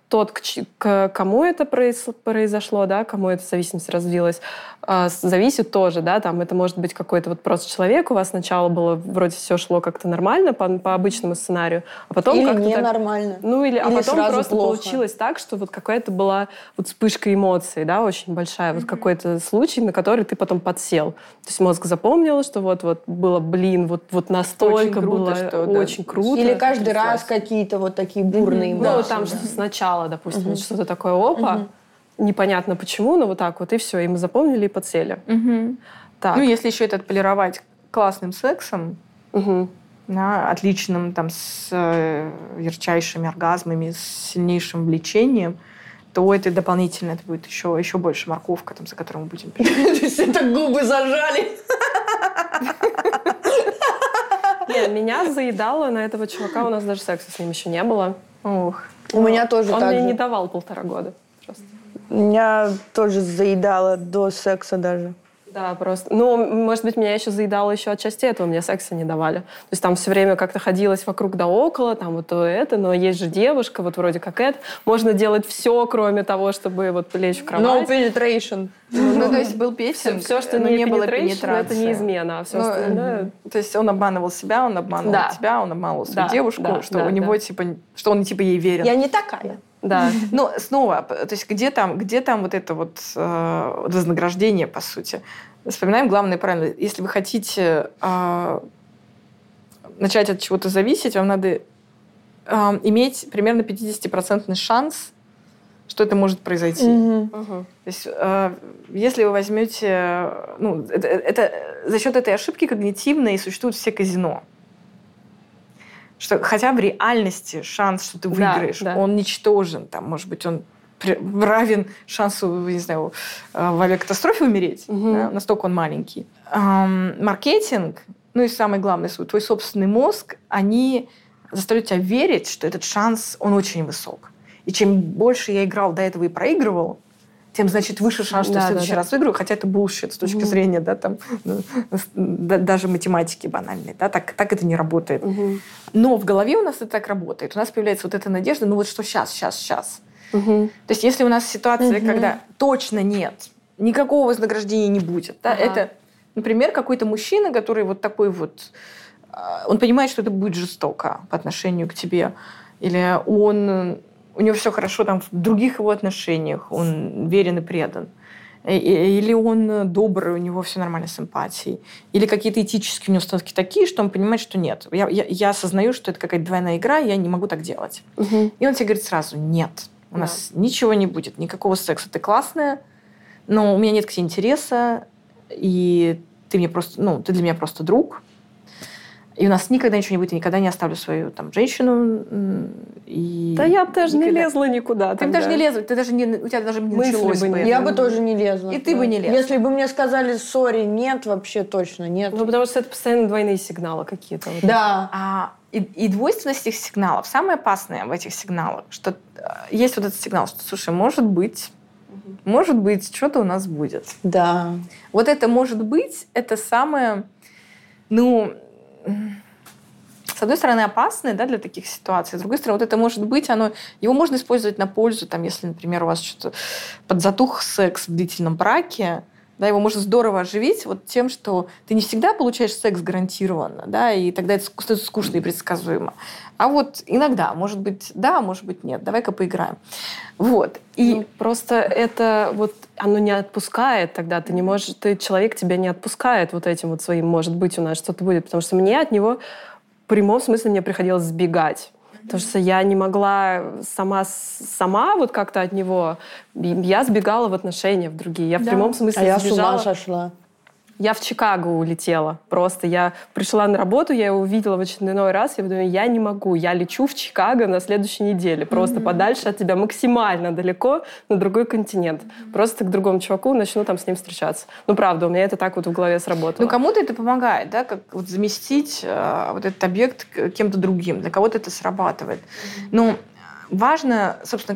тот, к кому это произошло, да, кому эта зависимость развилась, зависит тоже, да, там это может быть какой-то вот просто человек, у вас сначала было, вроде все шло как-то нормально по обычному сценарию, а потом или как-то ненормально. А потом просто плохо. получилось так, что вот какая-то была вот вспышка эмоций, да, очень большая, вот какой-то случай, на который ты потом подсел. То есть мозг запомнил, что вот было, вот настолько было очень круто. Или каждый раз какие-то вот такие бурные эмоции. Ну, там что сначала, допустим, что-то такое, опа, непонятно почему, но вот так вот, и все, и мы запомнили и подсели. Так. Ну, если еще это отполировать классным сексом, да, отличным, там, с ярчайшими оргазмами, с сильнейшим влечением, то это дополнительно, это будет еще больше морковка, там, за которую мы будем бежать. То есть это губы зажали. Нет, меня заедало на этого чувака, у нас даже секса с ним еще не было. Ох. У меня тоже так же. Он мне не давал 1,5 года. Просто. Меня тоже заедало до секса даже. Да, просто. Ну, может быть, меня еще заедало еще отчасти этого, мне секса не давали. То есть там все время как-то ходилось вокруг да около, там вот то это, но есть же девушка, вот вроде как это. Можно делать все, кроме того, чтобы вот лечь в кровать. No penetration. Ну, то есть был песен, все, что но не было penetration, это не измена, а все остальное... То есть он обманывал себя, он обманывал тебя, он обманывал свою девушку, что у него типа, что он типа ей верен. Я не такая. Да. Но снова, то есть где там вот это вот вознаграждение, по сути? Вспоминаем главное правильно. Если вы хотите начать от чего-то зависеть, вам надо иметь примерно 50% шанс, что это может произойти. То есть если вы возьмете... Ну, это за счет этой ошибки когнитивной и существуют все казино. Что хотя в реальности шанс, что ты выиграешь, он ничтожен. Там, может быть, он равен шансу, не знаю, в авиакатастрофе умереть. Да? Настолько он маленький. Маркетинг, ну и самое главное, твой собственный мозг, они заставляют тебя верить, что этот шанс, он очень высок. И чем больше я играл до этого и проигрывал, тем, значит, выше шанс, что в следующий раз выиграю, хотя это bullshit с точки зрения, да, там, даже математики банальной. Да, так это не работает. Но в голове у нас это так работает. У нас появляется вот эта надежда, ну вот что сейчас. То есть если у нас ситуация, когда точно нет, никакого вознаграждения не будет, да, это, например, какой-то мужчина, который вот такой вот, он понимает, что это будет жестоко по отношению к тебе, или у него все хорошо там в других его отношениях, он верен и предан. Или он добрый, у него все нормально с эмпатией. Или какие-то этические у него установки такие, что он понимает, что нет. Я осознаю, что это какая-то двойная игра, я не могу так делать. И он тебе говорит сразу: нет, у нас ничего не будет, никакого секса. Ты классная, но у меня нет к тебе интереса, и ты для меня просто друг. И у нас никогда ничего не будет, я никогда не оставлю свою там женщину. Да я бы даже не лезла никуда. Ты бы даже не лезла, у тебя даже не началось бы. Я бы тоже не лезла. И ты бы не лезла. Если бы мне сказали: сори, нет, вообще точно нет. Ну, потому что это постоянно двойные сигналы какие-то. Да. И двойственность этих сигналов. Самое опасное в этих сигналах, что есть вот этот сигнал, что, слушай, может быть, что-то у нас будет. Да. Вот это «может быть» — это самое, с одной стороны, опасное, да, для таких ситуаций. С другой стороны, вот это «может быть», его можно использовать на пользу. Там, если, например, у вас что-то подзатух секс в длительном браке, да, его можно здорово оживить вот тем, что ты не всегда получаешь секс гарантированно, да, и тогда это становится скучно и предсказуемо. А вот иногда, может быть, да, может быть, нет. Давай-ка поиграем. Вот. И просто это вот оно не отпускает тогда. Ты не можешь, человек тебя не отпускает вот этим вот своим «может быть, у нас что-то будет». Потому что мне от него в прямом смысле мне приходилось сбегать. Потому что я не могла сама вот как-то от него... Я сбегала в отношения в другие. Я в прямом смысле я сбежала. с ума сошла. Я в Чикаго улетела. Просто я пришла на работу, я его увидела в очередной раз, я думаю, я не могу, я лечу в Чикаго на следующей неделе. Просто подальше от тебя, максимально далеко, на другой континент. Просто к другому чуваку начну там с ним встречаться. Ну, правда, у меня это так вот в голове сработало. Ну, кому-то это помогает, да, как вот заместить вот этот объект кем-то другим. Для кого-то это срабатывает. Но важно, собственно, как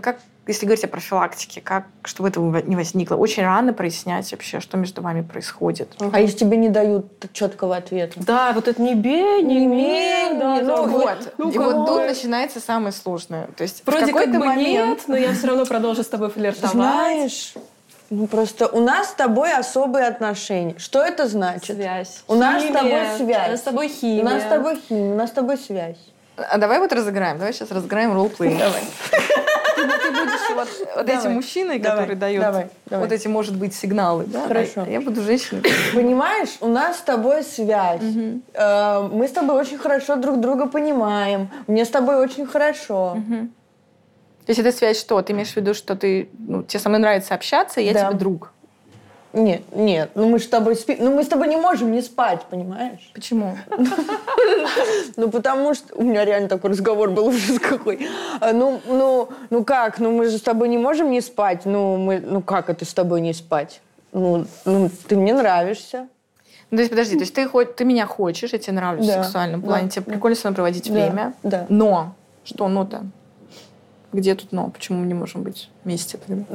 если говорить о профилактике, как, чтобы этого не возникло, очень рано прояснять вообще, что между вами происходит. А если тебе не дают четкого ответа? Да, вот это не бей, не имей. Ну вот. И вот тут начинается самое сложное. То есть вроде в какой-то как бы момент... нет, но я все равно продолжу с тобой флиртовать. Знаешь, просто у нас с тобой особые отношения. Что это значит? Связь. У нас с тобой связь. У нас с тобой химия. У нас с тобой химия, у нас с тобой связь. А давай вот разыграем. Давай сейчас разыграем ролл-плей. Давай. Ты будешь вот этим мужчиной, который дает вот эти, может быть, сигналы. Да? Хорошо. А я буду женщиной. Понимаешь, у нас с тобой связь. Мы с тобой очень хорошо друг друга понимаем. Мне с тобой очень хорошо. То есть эта связь что? Ты имеешь в виду, что тебе со мной нравится общаться, и я тебе друг? Нет, мы с тобой мы с тобой не можем не спать, понимаешь? Почему? Потому что... У меня реально такой разговор был, ужас какой. Как? Мы же с тобой не можем не спать. Как это с тобой не спать? Ты мне нравишься. То есть, подожди, то есть ты меня хочешь, я тебе нравлюсь в сексуальном плане, тебе прикольно со мной проводить время. Да. Но. Что но-то? Где тут но? Почему мы не можем быть вместе?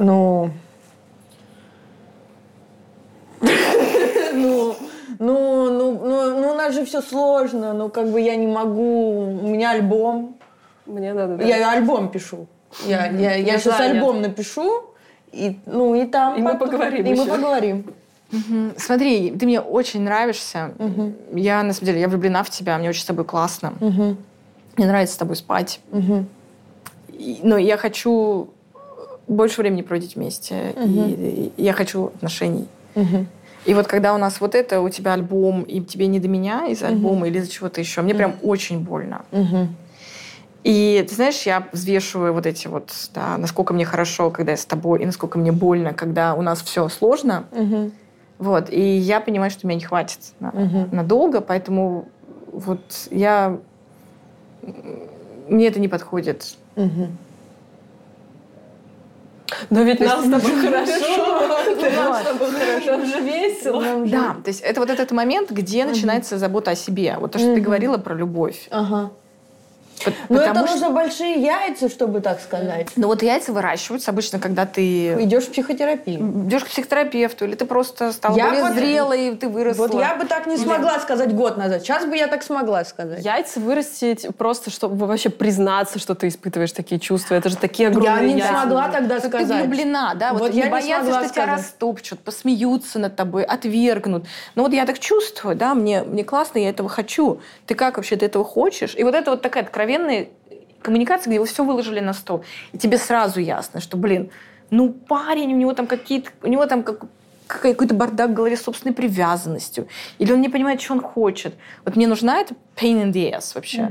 У нас же все сложно, я не могу, у меня альбом. Мне надо, да. Я альбом пишу. Я сейчас альбом напишу, и там... И мы поговорим еще. Мы поговорим. Смотри, ты мне очень нравишься. Я, на самом деле, я влюблена в тебя, мне очень с тобой классно. Мне нравится с тобой спать. Но я хочу больше времени проводить вместе. И я хочу отношений. И вот когда у нас вот это, у тебя альбом, и тебе не до меня из-за альбома или из-за чего-то еще, мне прям очень больно. И ты знаешь, я взвешиваю вот эти вот, да, насколько мне хорошо, когда я с тобой, и насколько мне больно, когда у нас все сложно. Вот. И я понимаю, что меня не хватит надолго, поэтому вот мне это не подходит. Но ведь нам с тобой хорошо. Нам с тобой хорошо, нам же весело. Да, то есть это вот этот момент, где начинается забота о себе. Вот то, что ты говорила про любовь. Это нужно большие яйца, чтобы так сказать. Ну вот яйца выращиваются обычно, когда ты... Идешь в психотерапию. Идешь к психотерапевту, или ты просто стала более зрелой, ты выросла. Вот я бы так не смогла сказать год назад. Сейчас бы я так смогла сказать. Яйца вырастить просто, чтобы вообще признаться, что ты испытываешь такие чувства. Это же такие огромные яйца. Я не смогла тогда сказать. Ты влюблена, да? Вот не бояться, что тебя растопчут, посмеются над тобой, отвергнут. Но вот я так чувствую, да, мне классно, я этого хочу. Ты как вообще, ты этого хочешь? И вот это вот такая откровенная коммуникация, где вы все выложили на стол. И тебе сразу ясно, что, парень, у него там какой-то бардак в голове с собственной привязанностью. Или он не понимает, что он хочет. Вот мне нужна эта pain in the ass вообще.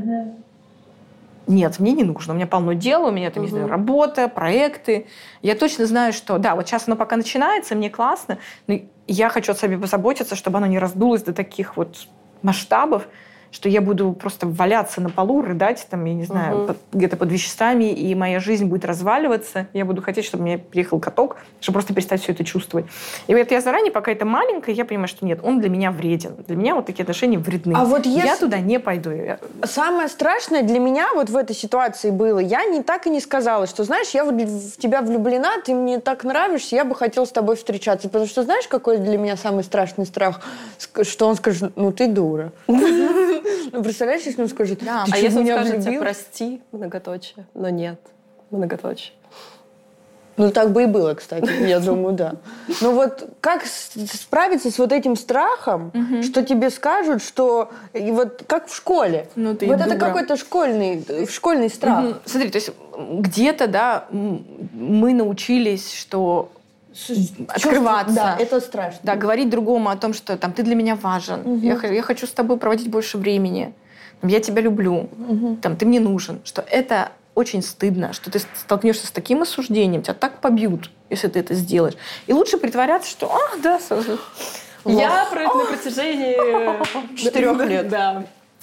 Нет, мне не нужно. У меня полно дела, у меня там, не знаю, работа, проекты. Я точно знаю, что, да, вот сейчас оно пока начинается, мне классно, но я хочу о себе позаботиться, чтобы оно не раздулось до таких вот масштабов, что я буду просто валяться на полу, рыдать, там, я не знаю, где-то под веществами, и моя жизнь будет разваливаться. Я буду хотеть, чтобы мне приехал каток, чтобы просто перестать все это чувствовать. И вот я заранее, пока это маленькое, я понимаю, что нет, он для меня вреден. Для меня вот такие отношения вредны. А вот я туда не пойду. Самое страшное для меня вот в этой ситуации было, я так и не сказала, что, знаешь, я в тебя влюблена, ты мне так нравишься, я бы хотела с тобой встречаться. Потому что знаешь, какой для меня самый страшный страх? Что он скажет, ты дура. Представляешь, если он скажет, да, а если он скажет, прости, многоточие, но нет, многоточие. Так бы и было, кстати, я думаю, да. Но вот как справиться с вот этим страхом, что тебе скажут, что... И вот как в школе. Вот это какой-то школьный страх. Смотри, то есть где-то, да, мы научились, что... открываться. Да, это страшно. Да, говорить другому о том, что там, ты для меня важен, я хочу с тобой проводить больше времени, я тебя люблю, там, ты мне нужен. Что это очень стыдно, что ты столкнешься с таким осуждением, тебя так побьют, если ты это сделаешь. И лучше притворяться, что да, я на протяжении 4 лет. Да.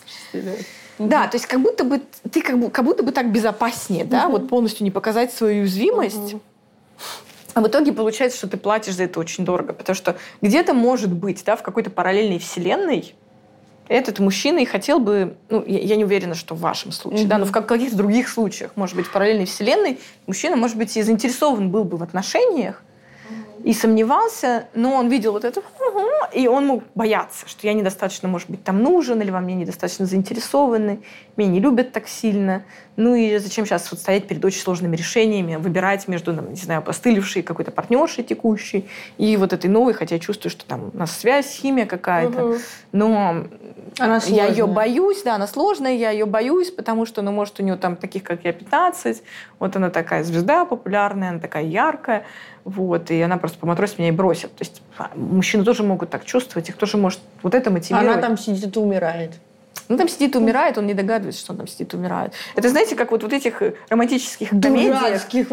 Да, то есть как будто бы ты как будто бы так безопаснее, да, вот полностью не показать свою уязвимость. А в итоге получается, что ты платишь за это очень дорого. Потому что где-то, может быть, да, в какой-то параллельной вселенной этот мужчина и хотел бы, ну, я не уверена, что в вашем случае, да, но в каких-то других случаях, может быть, в параллельной вселенной, мужчина, может быть, и заинтересован был бы в отношениях, и сомневался, но он видел вот это, и он мог бояться, что я недостаточно, может быть, там нужен, или во мне недостаточно заинтересованы, меня не любят так сильно. Ну и зачем сейчас вот стоять перед очень сложными решениями, выбирать между, не знаю, опостылевшей какой-то партнершей текущей и вот этой новой, хотя я чувствую, что там у нас связь, химия какая-то. Но я ее боюсь, да, она сложная, я ее боюсь, потому что, ну, может, у нее там таких, как я, 15, вот она такая звезда популярная, она такая яркая, вот, и она просто поматросит меня и бросит. То есть мужчины тоже могут так чувствовать, их тоже может вот это мотивировать. Она там сидит и умирает. Ну, там сидит и умирает, он не догадывается, что он там сидит и умирает. Это, знаете, как вот этих романтических комедиях. Дурацких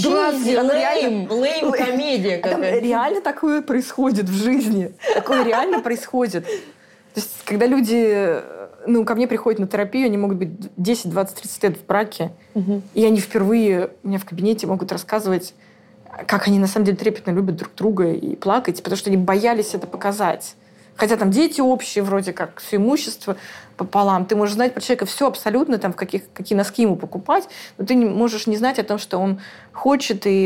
вообще. Лейм комедия какая-то. Реально такое происходит в жизни. Такое реально происходит. То есть, когда люди, ну, ко мне приходят на терапию, они могут быть 10, 20, 30 лет в браке, и они впервые у меня в кабинете могут рассказывать, как они на самом деле трепетно любят друг друга и плакать, потому что они боялись это показать. Хотя там дети общие, вроде как, все имущество пополам. Ты можешь знать про человека все абсолютно, там, какие носки ему покупать, но ты не можешь не знать о том, что он хочет и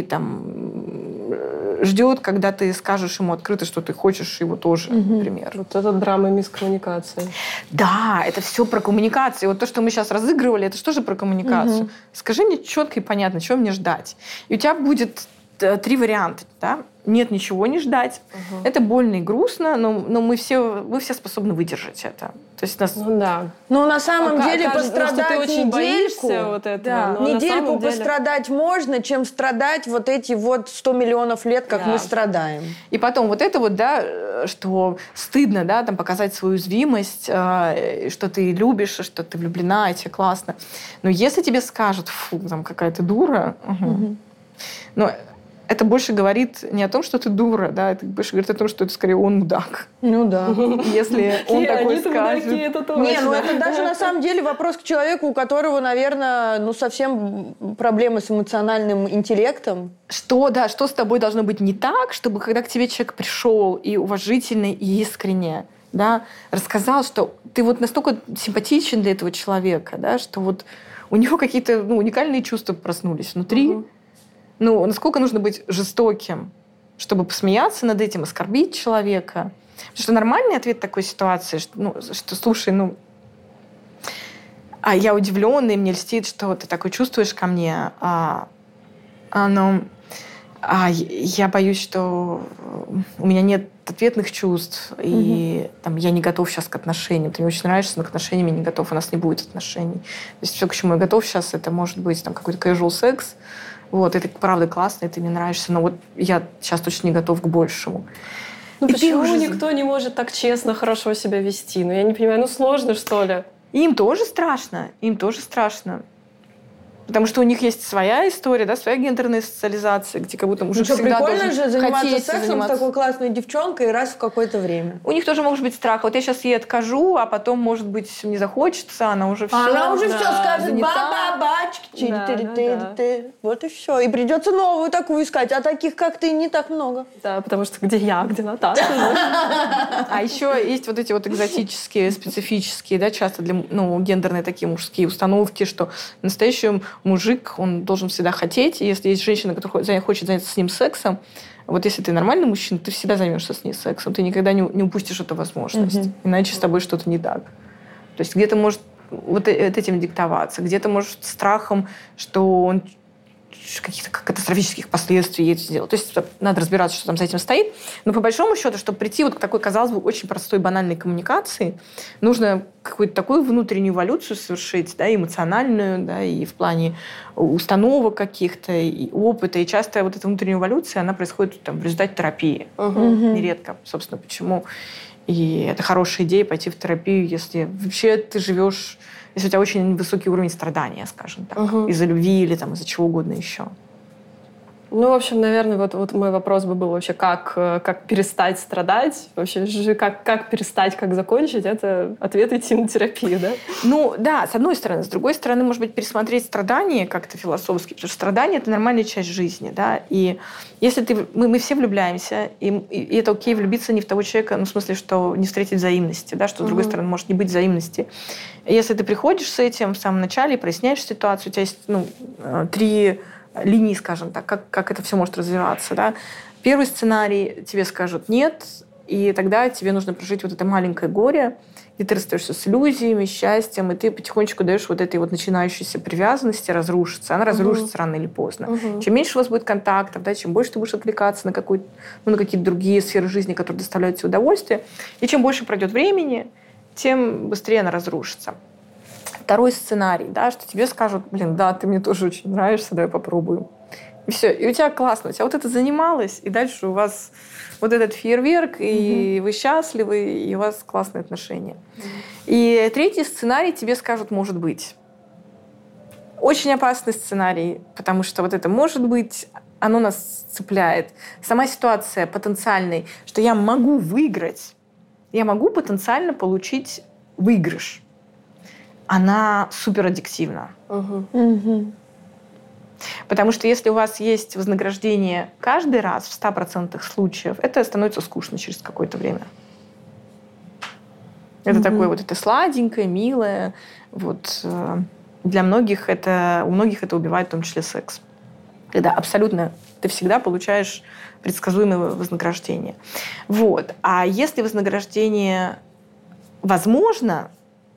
там ждет, когда ты скажешь ему открыто, что ты хочешь его тоже, например. Вот это драма мискоммуникации. Да, это все про коммуникацию. Вот то, что мы сейчас разыгрывали, это что же про коммуникацию? Скажи мне четко и понятно, чего мне ждать. И у тебя будет 3 варианта, да? Нет, ничего не ждать. Это больно и грустно, но мы все способны выдержать это. То есть нас... Ну да. Ну, на самом деле, пострадать ты очень недельку... боишься вот этого. Да. Недельку пострадать можно, чем страдать вот эти вот 100 миллионов лет, как мы страдаем. И потом вот это вот, да, что стыдно, да, там показать свою уязвимость, что ты любишь, что ты влюблена, и тебе классно. Но если тебе скажут, фу, там какая-то дура, но это больше говорит не о том, что ты дура, да, это больше говорит о том, что это скорее он мудак. Ну да. Если он такой скажет. Не, ну это даже на самом деле вопрос к человеку, у которого, наверное, ну совсем проблемы с эмоциональным интеллектом. Что с тобой должно быть не так, чтобы когда к тебе человек пришел и уважительно, и искренне, да, рассказал, что ты вот настолько симпатичен для этого человека, да, что вот у него какие-то уникальные чувства проснулись внутри. Ну, насколько нужно быть жестоким, чтобы посмеяться над этим, оскорбить человека? Потому что нормальный ответ такой ситуации, что слушай, я удивленный, мне льстит, что ты такое чувствуешь ко мне, я боюсь, что у меня нет ответных чувств, и там, я не готов сейчас к отношениям. Ты мне очень нравишься, но к отношениям я не готов, у нас не будет отношений. То есть все, к чему я готов сейчас, это может быть там, какой-то casual секс. Вот, это правда классно, и ты мне нравишься, но вот я сейчас точно не готов к большему. Ну почему никто не может так честно, хорошо себя вести? Ну я не понимаю, сложно, что ли? Им тоже страшно, Потому что у них есть своя история, да, своя гендерная социализация, где как будто мужик всегда прикольно же заниматься сексом заниматься с такой классной девчонкой раз в какое-то время. У них тоже может быть страх. Вот я сейчас ей откажу, а потом, может быть, не захочется, она уже все. Она уже все скажет, ба-ба-бачки, вот и все. И придется новую такую искать, а таких, как ты, не так много. Да, потому что где я, где Наташа. А еще есть вот эти вот экзотические, специфические, да, часто для гендерные такие мужские установки, что настоящий мужик, он должен всегда хотеть. И если есть женщина, которая хочет заняться с ним сексом, вот если ты нормальный мужчина, ты всегда займешься с ней сексом. Ты никогда не упустишь эту возможность. Иначе с тобой что-то не так. То есть где-то может вот этим диктоваться, где-то может страхом, что он каких-то катастрофических последствий это сделал. То есть надо разбираться, что там за этим стоит. Но по большому счету, чтобы прийти вот к такой, казалось бы, очень простой, банальной коммуникации, нужно какую-то такую внутреннюю эволюцию совершить, да, эмоциональную, да, и в плане установок каких-то, и опыта. И часто вот эта внутренняя эволюция, она происходит там, в результате терапии. Нередко, собственно, почему. И это хорошая идея пойти в терапию, если вообще ты живешь... Если у тебя очень высокий уровень страдания, скажем так, из-за любви или там, из-за чего угодно еще. Ну, в общем, наверное, вот мой вопрос бы был вообще, как перестать страдать, вообще, как перестать, как закончить, это ответ идти на терапию, да? Ну, да, с одной стороны. С другой стороны, может быть, пересмотреть страдания как-то философски, потому что страдания — это нормальная часть жизни, да, и если мы все влюбляемся, и это окей влюбиться не в того человека, ну, в смысле, что не встретить взаимности, да, что, с другой стороны, может не быть взаимности. Если ты приходишь с этим в самом начале и проясняешь ситуацию, у тебя есть, 3 линии, скажем так, как это все может развиваться. Да? Первый сценарий: тебе скажут «нет», и тогда тебе нужно прожить вот это маленькое горе, где ты расстаешься с иллюзиями, счастьем, и ты потихонечку даешь вот этой вот начинающейся привязанности разрушиться. Она разрушится рано или поздно. Чем меньше у вас будет контактов, да, чем больше ты будешь отвлекаться на какие-то другие сферы жизни, которые доставляют тебе удовольствие, и чем больше пройдет времени, тем быстрее она разрушится. Второй сценарий, да, что тебе скажут: блин, да, ты мне тоже очень нравишься, давай попробуем. И все. И у тебя классно. У тебя вот это занималось, и дальше у вас вот этот фейерверк, и вы счастливы, и у вас классные отношения. И третий сценарий: тебе скажут «может быть». Очень опасный сценарий, потому что вот это «может быть», оно нас цепляет. Сама ситуация потенциальной, что я могу выиграть, я могу потенциально получить выигрыш, она супераддиктивна. Потому что если у вас есть вознаграждение каждый раз в 100% случаев, это становится скучно через какое-то время. Это такое вот это сладенькое, милое. Вот. Для многих у многих это убивает в том числе секс. Когда абсолютно ты всегда получаешь предсказуемое вознаграждение. Вот. А если вознаграждение возможно,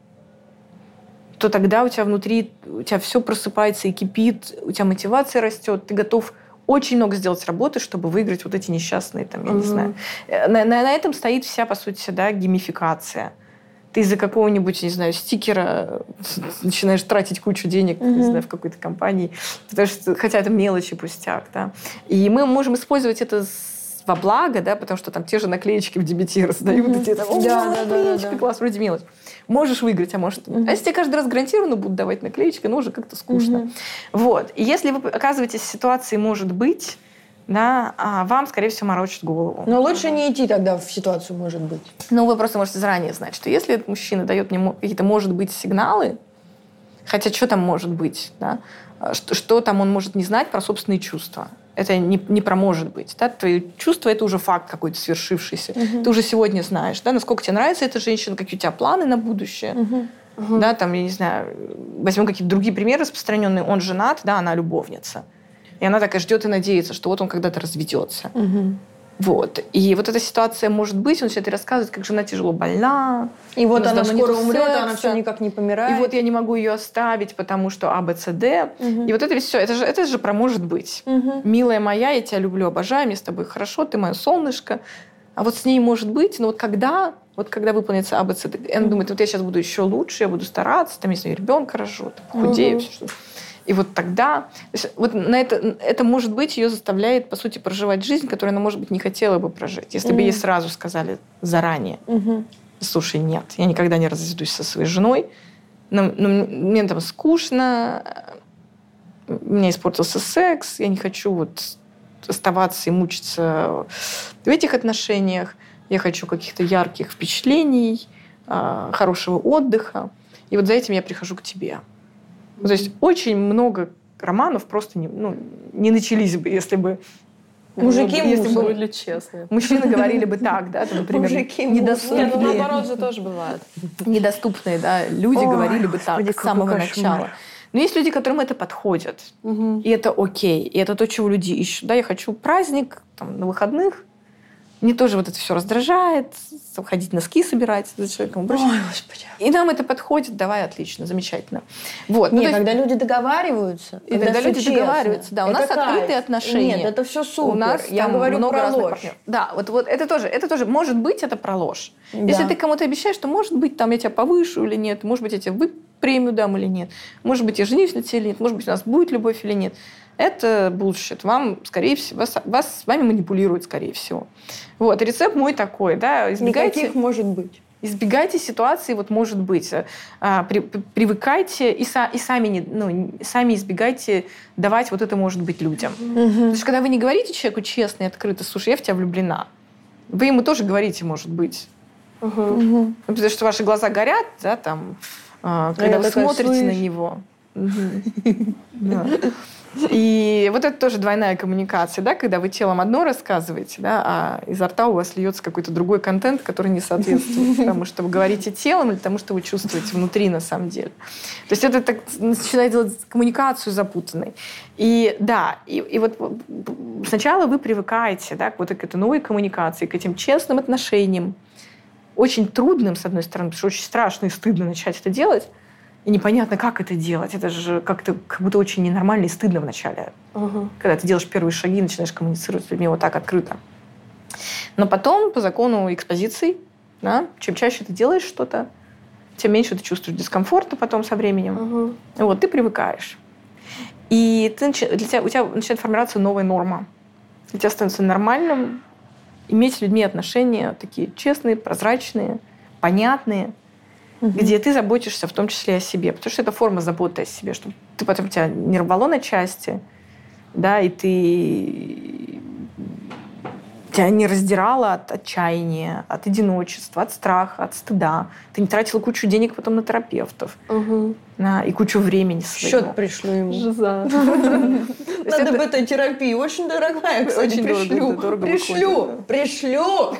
то тогда у тебя внутри, у тебя все просыпается и кипит, у тебя мотивация растет, ты готов очень много сделать работы, чтобы выиграть вот эти несчастные, там, я не знаю. На этом стоит вся, по сути, да, геймификация. Ты из-за какого-нибудь, не знаю, стикера начинаешь тратить кучу денег, не знаю, в какой-то компании, потому что, хотя это мелочи, пустяк, да. И мы можем использовать это во благо, да, потому что там те же наклеечки в DBT раздают, и тебе там, наклеечка, класс, вроде мелочь. Можешь выиграть, а может... А если тебе каждый раз гарантированно будут давать наклеечки, ну, уже как-то скучно. Вот. И если вы оказываетесь в ситуации «может быть», да, вам, скорее всего, морочат голову. Но лучше не идти тогда в ситуацию «может быть». Ну, вы просто можете заранее знать, что если этот мужчина дает мне какие-то «может быть» сигналы, хотя что там может быть, да, что там он может не знать про собственные чувства. Это не про «может быть». Да? Твои чувства — это уже факт какой-то свершившийся. Ты уже сегодня знаешь, да, насколько тебе нравится эта женщина, какие у тебя планы на будущее. Да, там, я не знаю, возьмем какие-то другие примеры распространенные. Он женат, да, она любовница. И она так и ждет и надеется, что вот он когда-то разведется. Вот. И вот эта ситуация «может быть», он начинает рассказывать, как жена тяжело больна. И вот она скоро умрет, а она все никак не помирает. И вот я не могу ее оставить, потому что А, Б, С, Д. И вот это все, это же про «может быть». Милая моя, я тебя люблю, обожаю, мне с тобой хорошо, ты мое солнышко. А вот с ней может быть, но вот когда выполнится А, Б, С, Д, она думает: вот я сейчас буду еще лучше, я буду стараться, там, если ребенка рожу, худею, все что. И вот тогда, то есть вот на это, может быть, ее заставляет, по сути, проживать жизнь, которую она, может быть, не хотела бы прожить. Если бы ей сразу сказали заранее: слушай, нет, я никогда не разведусь со своей женой, но мне там скучно, у меня испортился секс, я не хочу вот оставаться и мучиться в этих отношениях, я хочу каких-то ярких впечатлений, хорошего отдыха, и вот за этим я прихожу к тебе. То есть очень много романов просто не начались бы, если бы мужики были честны. Мужчины говорили бы так, да, например, недоступные. Нет, наоборот же тоже бывает. Недоступные, да, люди говорили бы так с самого начала. Но есть люди, которым это подходит, и это окей, и это то, чего люди ищут. Да, я хочу праздник там, на выходных. Мне тоже вот это все раздражает, ходить носки собирать за человеком. Ой, Господи. И нам это подходит, давай, отлично, замечательно. Вот. Нет, когда люди договариваются. Когда люди договариваются, да. У нас открытые отношения. Нет, это все супер. У нас я говорю много про ложь. Партнеров. Да, вот это тоже, может быть, это про ложь. Да. Если ты кому-то обещаешь, что, может быть, там я тебя повышу или нет, может быть, я тебе премию дам или нет, может быть, я женюсь на тебе или нет, может быть, у нас будет любовь или нет. Это bullshit. Вам, скорее всего, с вами манипулируют, скорее всего. Вот. Рецепт мой такой, да, избегайте... Никаких может быть. Избегайте ситуации, вот может быть. Привыкайте и сами избегайте давать вот это может быть людям. Потому что когда вы не говорите человеку честно и открыто, слушай, я в тебя влюблена, вы ему тоже говорите, может быть. Потому что ваши глаза горят, да, там, когда вы смотрите на него. И вот это тоже двойная коммуникация, да, когда вы телом одно рассказываете, да, а изо рта у вас льется какой-то другой контент, который не соответствует тому, что вы говорите телом, или тому, что вы чувствуете внутри на самом деле. То есть это так начинает делать коммуникацию запутанной. И да, и вот сначала вы привыкаете, да, к вот к этой новой коммуникации, к этим честным отношениям, очень трудным, с одной стороны, потому что очень страшно и стыдно начать это делать, и непонятно, как это делать. Это же как будто очень ненормально и стыдно вначале. Когда ты делаешь первые шаги, начинаешь коммуницировать с людьми вот так открыто. Но потом, по закону экспозиции, да, чем чаще ты делаешь что-то, тем меньше ты чувствуешь дискомфорта потом со временем. Вот, ты привыкаешь. И у тебя начинает формироваться новая норма. Для тебя становится нормальным иметь с людьми отношения такие честные, прозрачные, понятные, где ты заботишься в том числе о себе. Потому что это форма заботы о себе, чтобы ты потом тебя не рвало на части, да, и тебя не раздирало от отчаяния, от одиночества, от страха, от стыда. Ты не тратила кучу денег потом на терапевтов. Да, и кучу времени своего. Счет пришлю ему. Жиза. Надо бы этой терапии. Очень дорогая, кстати, пришлю.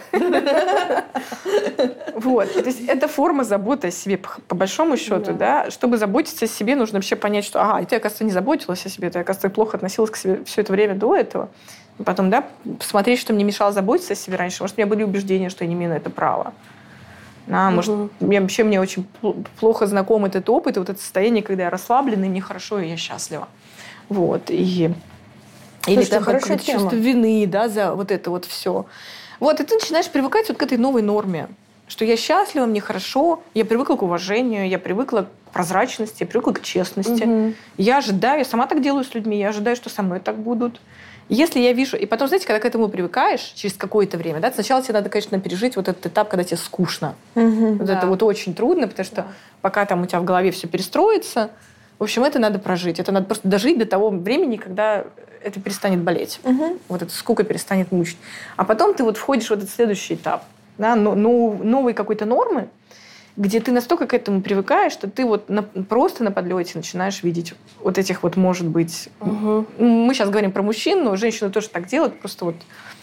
Вот. То есть это форма заботы о себе, по большому счету. Да. Чтобы заботиться о себе, нужно вообще понять, что ты, оказывается, не заботилась о себе, ты, оказывается, плохо относилась к себе все это время до этого. И потом, да, посмотреть, что мне мешало заботиться о себе раньше. Может, у меня были убеждения, что я не имею на это права. Может, мне очень плохо знаком этот опыт, и вот это состояние, когда я расслаблена, и мне хорошо, и я счастлива. Вот. Или там какое-то чувство вины, да, за вот это вот все. Вот, и ты начинаешь привыкать вот к этой новой норме, что я счастлива, мне хорошо, я привыкла к уважению, я привыкла к прозрачности, я привыкла к честности. Я ожидаю, я сама так делаю с людьми, я ожидаю, что со мной так будут. Если я вижу... И потом, знаете, когда к этому привыкаешь, через какое-то время, да, сначала тебе надо, конечно, пережить вот этот этап, когда тебе скучно. Это вот очень трудно, потому что пока там у тебя в голове все перестроится, в общем, это надо прожить. Это надо просто дожить до того времени, когда это перестанет болеть. Вот эта скука перестанет мучить. А потом ты вот входишь в этот следующий этап, да, новой какой-то нормы, где ты настолько к этому привыкаешь, что ты вот просто на подлете начинаешь видеть вот этих вот, может быть... Мы сейчас говорим про мужчин, но женщины тоже так делают, просто вот...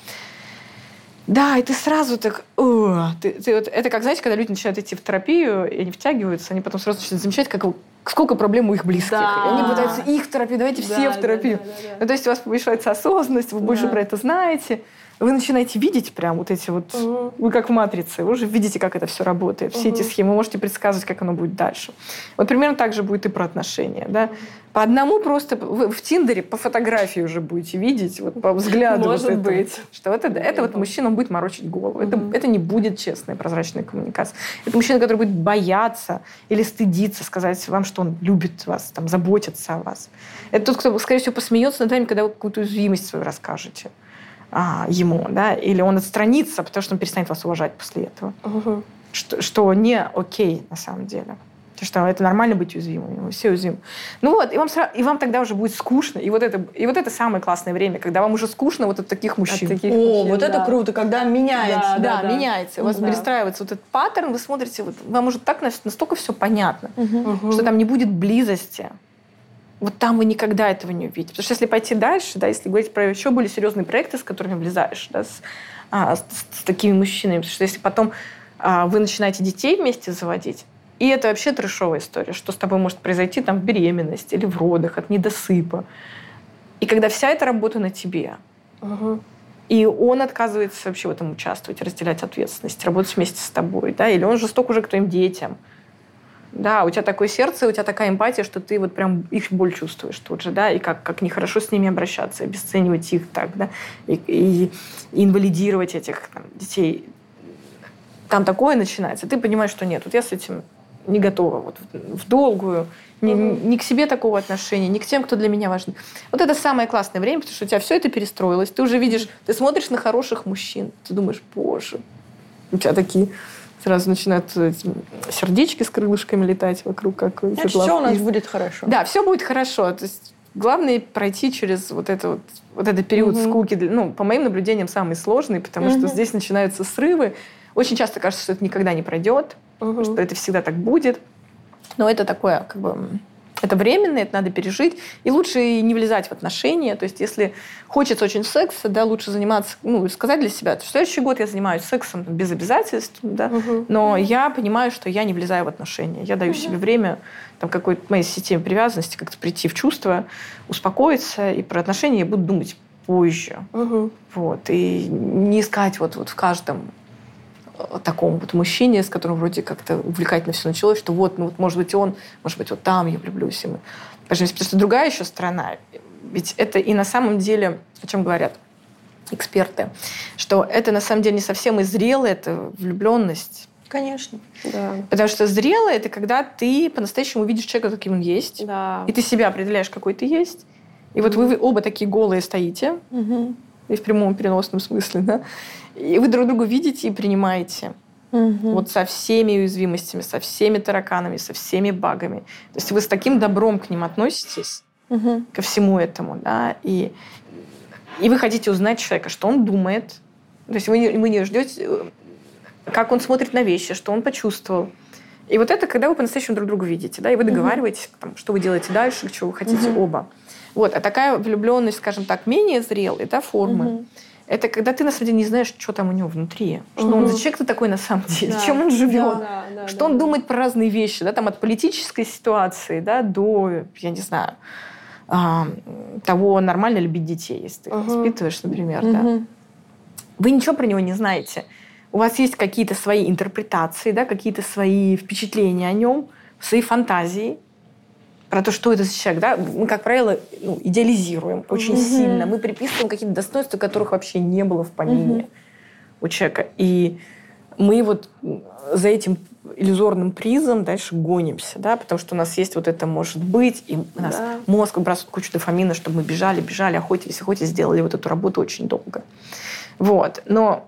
Да, и ты сразу так... это как, знаете, когда люди начинают идти в терапию, и они втягиваются, они потом сразу начинают замечать, сколько проблем у их близких. Да. И они пытаются их в терапию, давайте все в терапию. То есть у вас повышается осознанность, вы больше про это знаете. Вы начинаете видеть прям вот эти вот... Вы как в «Матрице», вы уже видите, как это все работает. Все эти схемы, вы можете предсказывать, как оно будет дальше. Вот примерно так же будет и про отношения. Да? По одному просто... Вы в Тиндере по фотографии уже будете видеть, вот по взгляду. Может быть. Что это вот мужчина, он будет морочить голову. Это не будет честная, прозрачная коммуникация. Это мужчина, который будет бояться или стыдиться сказать вам, что он любит вас, там, заботится о вас. Это тот, кто, скорее всего, посмеется над вами, когда вы какую-то уязвимость свою расскажете ему, да, или он отстранится, потому что он перестанет вас уважать после этого. Что не окей, на самом деле. Потому что это нормально быть уязвимым, мы все уязвимы. Ну вот, и вам тогда уже будет скучно. И вот это самое классное время, когда вам уже скучно вот от таких мужчин. Вот это круто, когда меняется. Да, меняется. У вас перестраивается вот этот паттерн, вы смотрите, вот, вам уже так настолько все понятно, что там не будет близости. Вот там вы никогда этого не увидите. Потому что если пойти дальше, да, если говорить про еще более серьезные проекты, с которыми влезаешь, да, с такими мужчинами, потому что если потом вы начинаете детей вместе заводить, и это вообще трэшовая история, что с тобой может произойти там в беременности или в родах от недосыпа. И когда вся эта работа на тебе, и он отказывается вообще в этом участвовать, разделять ответственность, работать вместе с тобой, да, или он жесток уже к твоим детям. Да, у тебя такое сердце, у тебя такая эмпатия, что ты вот прям их боль чувствуешь тут же, да, и как нехорошо с ними обращаться, обесценивать их так, да, и инвалидировать этих детей. Там такое начинается. Ты понимаешь, что нет, вот я с этим не готова, вот в долгую, ни к себе такого отношения, ни к тем, кто для меня важен. Вот это самое классное время, потому что у тебя все это перестроилось, ты уже видишь, ты смотришь на хороших мужчин, ты думаешь, боже, у тебя такие Сразу начинают сердечки с крылышками летать вокруг, как Значит, все у нас будет хорошо. Да, все будет хорошо. То есть главное пройти через вот этот период скуки. Ну, по моим наблюдениям, самый сложный, потому что здесь начинаются срывы. Очень часто кажется, что это никогда не пройдет, что это всегда так будет. Но это такое, как бы... Это временно, это надо пережить. И лучше не влезать в отношения. То есть, если хочется очень секса, да, лучше заниматься, ну, сказать для себя, что в следующий год я занимаюсь сексом без обязательств, да, но я понимаю, что я не влезаю в отношения. Я даю себе время, там, какой-то моей системе привязанности, как-то прийти в чувство, успокоиться, и про отношения я буду думать позже. Вот. И не искать вот в каждом такому вот мужчине, с которым вроде как-то увлекательно все началось, что вот, ну вот, может быть, он, может быть, вот там я влюблюсь. И мы поженимся. Потому что другая еще сторона. Ведь это и на самом деле, о чем говорят эксперты, что это на самом деле не совсем и зрелая это влюбленность. Конечно. Да. Потому что зрелая — это когда ты по-настоящему видишь человека, каким он есть, Да. и ты себя определяешь, какой ты есть. И вот вы оба такие голые стоите, и в прямом переносном смысле, да, и вы друг друга видите и принимаете. Вот со всеми уязвимостями, со всеми тараканами, со всеми багами. То есть вы с таким добром к ним относитесь, ко всему этому, да, и вы хотите узнать человека, что он думает. То есть вы не ждете, как он смотрит на вещи, что он почувствовал. И вот это, когда вы по-настоящему друг друга видите, да, и вы договариваетесь, там, что вы делаете дальше, чего вы хотите оба. Вот. А такая влюбленность, скажем так, менее зрелой, да, формы, это когда ты, на самом деле, не знаешь, что там у него внутри. Что он за человек-то такой на самом деле, чем он живет, что он думает про разные вещи, да, там, от политической ситуации, да, до, я не знаю, того, нормально любить детей, если ты их воспитываешь, например. Да. Вы ничего про него не знаете. У вас есть какие-то свои интерпретации, да, какие-то свои впечатления о нем, свои фантазии про то, что это за человек. Да? Мы, как правило, идеализируем очень сильно. Мы приписываем какие-то достоинства, которых вообще не было в помине у человека. И мы вот за этим иллюзорным призом дальше гонимся, да? Потому что у нас есть вот это «может быть», и у нас мозг выбрасывает кучу дофамина, чтобы мы бежали, охотились, сделали вот эту работу очень долго. Вот. Но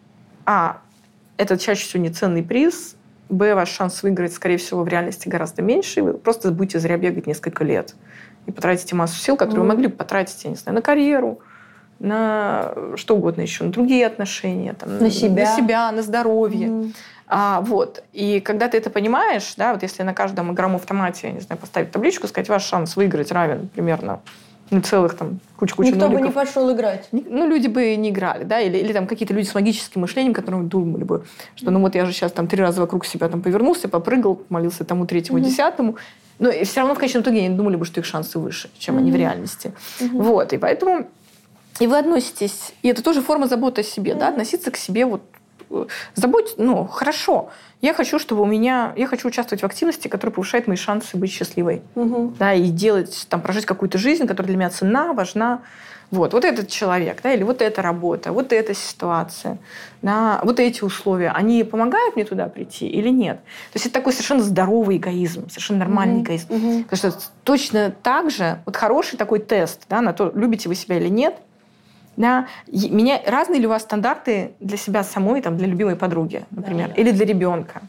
это чаще всего неценный приз, ваш шанс выиграть, скорее всего, в реальности гораздо меньше, и вы просто будете зря бегать несколько лет и потратите массу сил, которые вы могли бы потратить, я не знаю, на карьеру, на что угодно еще, на другие отношения, там, на себя, на здоровье. Вот. И когда ты это понимаешь, да, вот если на каждом игровом автомате, я не знаю, поставить табличку, сказать, ваш шанс выиграть равен примерно целых там куча Никто нуликов. бы не пошел играть. Ну, люди бы не играли, да, или там какие-то люди с магическим мышлением, которые думали бы, что ну вот я же сейчас там 3 раза вокруг себя там повернулся, попрыгал, молился тому, 3-му, 10-му. Но и все равно в конечном итоге они думали бы, что их шансы выше, чем они в реальности. Вот, и поэтому и вы относитесь, и это тоже форма заботы о себе, да, относиться к себе вот хорошо. Я хочу участвовать в активности, которая повышает мои шансы быть счастливой. Да, и прожить какую-то жизнь, которая для меня ценна, важна. Вот этот человек, да, или вот эта работа, вот эта ситуация, да, вот эти условия, они помогают мне туда прийти или нет? То есть это такой совершенно здоровый эгоизм, совершенно нормальный эгоизм. Потому что точно так же, вот хороший такой тест, да, на то, любите вы себя или нет, да, разные ли у вас стандарты для себя самой, там, для любимой подруги, например, или для ребенка?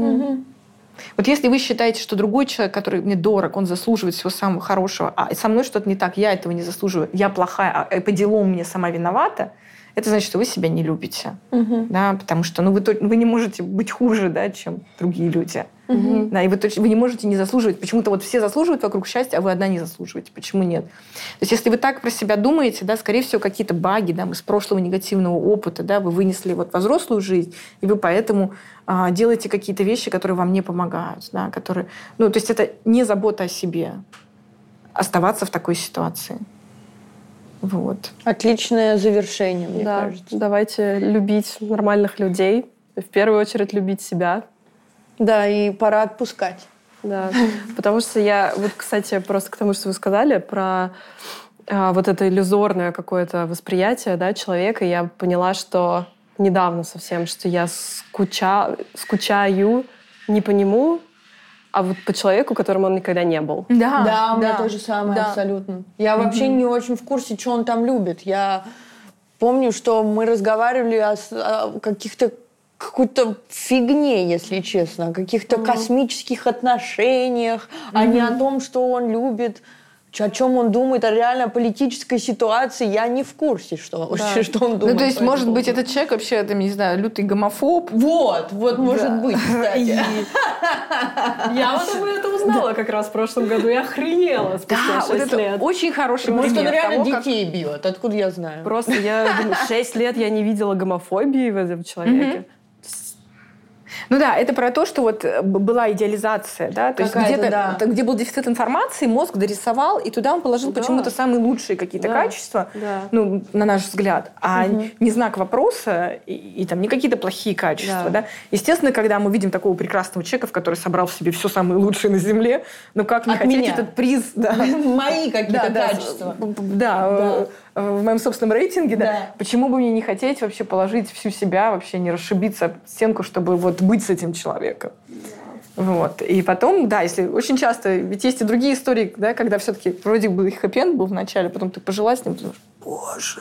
Вот если вы считаете, что другой человек, который мне дорог, он заслуживает всего самого хорошего, а со мной что-то не так, я этого не заслуживаю, я плохая, а по делам мне сама виновата, это значит, что вы себя не любите. Да, потому что вы не можете быть хуже, да, чем другие люди. Да, и вы не можете не заслуживать. Почему-то вот все заслуживают вокруг счастья, а вы одна не заслуживаете. Почему нет? То есть если вы так про себя думаете, да, скорее всего, какие-то баги, да, из прошлого негативного опыта, да, вы вынесли вот во взрослую жизнь, и вы поэтому делаете какие-то вещи, которые вам не помогают. Да, которые, то есть это не забота о себе. Оставаться в такой ситуации. Вот. Отличное завершение, мне кажется. Давайте любить нормальных людей. В первую очередь любить себя. Да, и пора отпускать. Да, потому что кстати, просто к тому, что вы сказали про вот это иллюзорное какое-то восприятие, да, человека, я поняла, что недавно совсем, что я скучаю не по нему, а вот по человеку, которым он никогда не был. Да, у меня то же самое, абсолютно. Я вообще не очень в курсе, что он там любит. Я помню, что мы разговаривали о каких-то какой-то фигне, если честно, о каких-то космических отношениях, а не о том, что он любит, о чем он думает, о реально политической ситуации. Я не в курсе, что он думает. Ну, то есть, может быть, этот человек вообще, там, не знаю, лютый гомофоб. Вот, может быть, кстати. Я вот об этом узнала как раз в прошлом году и охренела спустя 6 лет. Очень хороший пример. Может, он реально того, детей бьет, откуда я знаю? Просто я думаю, 6 лет я не видела гомофобии в этом человеке. Ну да, это про то, что вот была идеализация, да, то есть где-то, где был дефицит информации, мозг дорисовал, и туда он положил почему-то самые лучшие какие-то качества, ну, на наш взгляд, а не знак вопроса и там не какие-то плохие качества, да. Естественно, когда мы видим такого прекрасного человека, который собрал в себе все самое лучшее на Земле, ну как не хотеть этот приз, да. Мои какие-то качества. Да, в моем собственном рейтинге, да. Почему бы мне не хотеть вообще положить всю себя, вообще не расшибиться об стенку, чтобы вот быть с этим человеком. Вот. И потом, да, если очень часто, ведь есть и другие истории, да, когда все-таки вроде бы хэппи-энд был в начале, потом ты пожила с ним, ты думаешь, боже,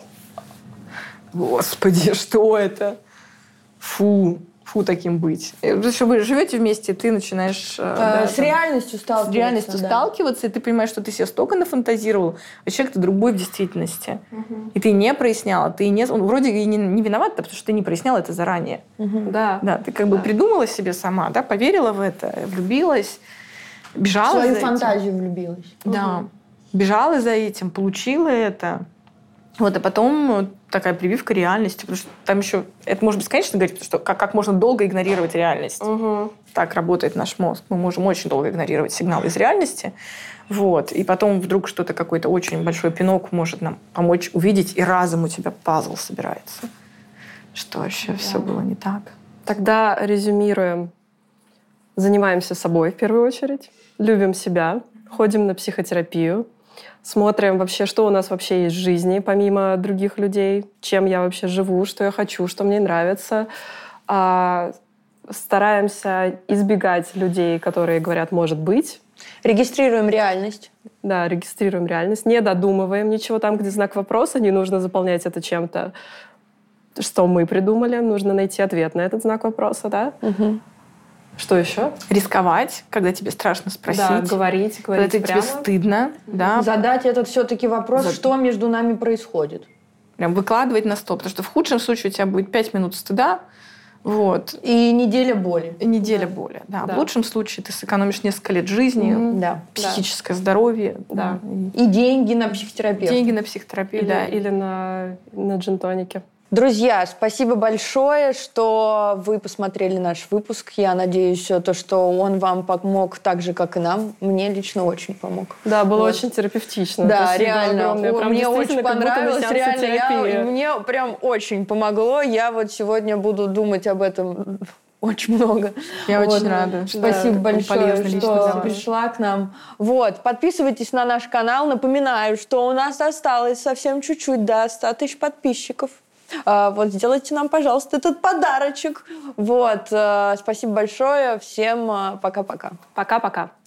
господи, что это? Фу таким быть. Потому что вы живете вместе, ты начинаешь с реальностью сталкиваться. С реальностью сталкиваться, и ты понимаешь, что ты себе столько нафантазировал, а человек-то другой в действительности. И ты не проясняла, он вроде и не виноват, потому что ты не проясняла это заранее. Да, ты как бы придумала себе сама, да, поверила в это, влюбилась, бежала в свою за этим. фантазию влюбилась. Да, бежала за этим, получила это. Вот, а потом такая прививка реальности, потому что там еще... Это можно бесконечно говорить, потому что как можно долго игнорировать реальность. Так работает наш мозг. Мы можем очень долго игнорировать сигналы из реальности. Вот. И потом вдруг что-то, какой-то очень большой пинок может нам помочь увидеть, и разом у тебя пазл собирается. Что вообще все было не так. Тогда резюмируем. Занимаемся собой в первую очередь. Любим себя. Ходим на психотерапию. Смотрим вообще, что у нас вообще есть в жизни, помимо других людей, чем я вообще живу, что я хочу, что мне нравится. Стараемся избегать людей, которые говорят «может быть». Регистрируем реальность. Да, регистрируем реальность. Не додумываем ничего там, где знак вопроса. Не нужно заполнять это чем-то, что мы придумали. Нужно найти ответ на этот знак вопроса, да? Что еще? Рисковать, когда тебе страшно спросить. Да, говорить когда прямо. тебе стыдно. Да. Задать этот все-таки вопрос, что между нами происходит. Прям выкладывать на стол. Потому что в худшем случае у тебя будет 5 минут стыда. Вот. И неделя боли. Неделя боли, да. В лучшем случае ты сэкономишь несколько лет жизни, психическое здоровье. Да. И деньги на психотерапию. Деньги на психотерапию, или на джин-тонике. Друзья, спасибо большое, что вы посмотрели наш выпуск. Я надеюсь, то, что он вам помог так же, как и нам. Мне лично очень помог. Да, было очень терапевтично. Да, спасибо реально. мне очень понравилось. Реально, мне прям очень помогло. Я вот сегодня буду думать об этом очень много. Я очень рада. Спасибо большое, что пришла к нам. Вот, подписывайтесь на наш канал. Напоминаю, что у нас осталось совсем чуть-чуть до 100 тысяч подписчиков. Вот, сделайте нам, пожалуйста, этот подарочек. Вот, спасибо большое. Всем пока-пока. Пока-пока.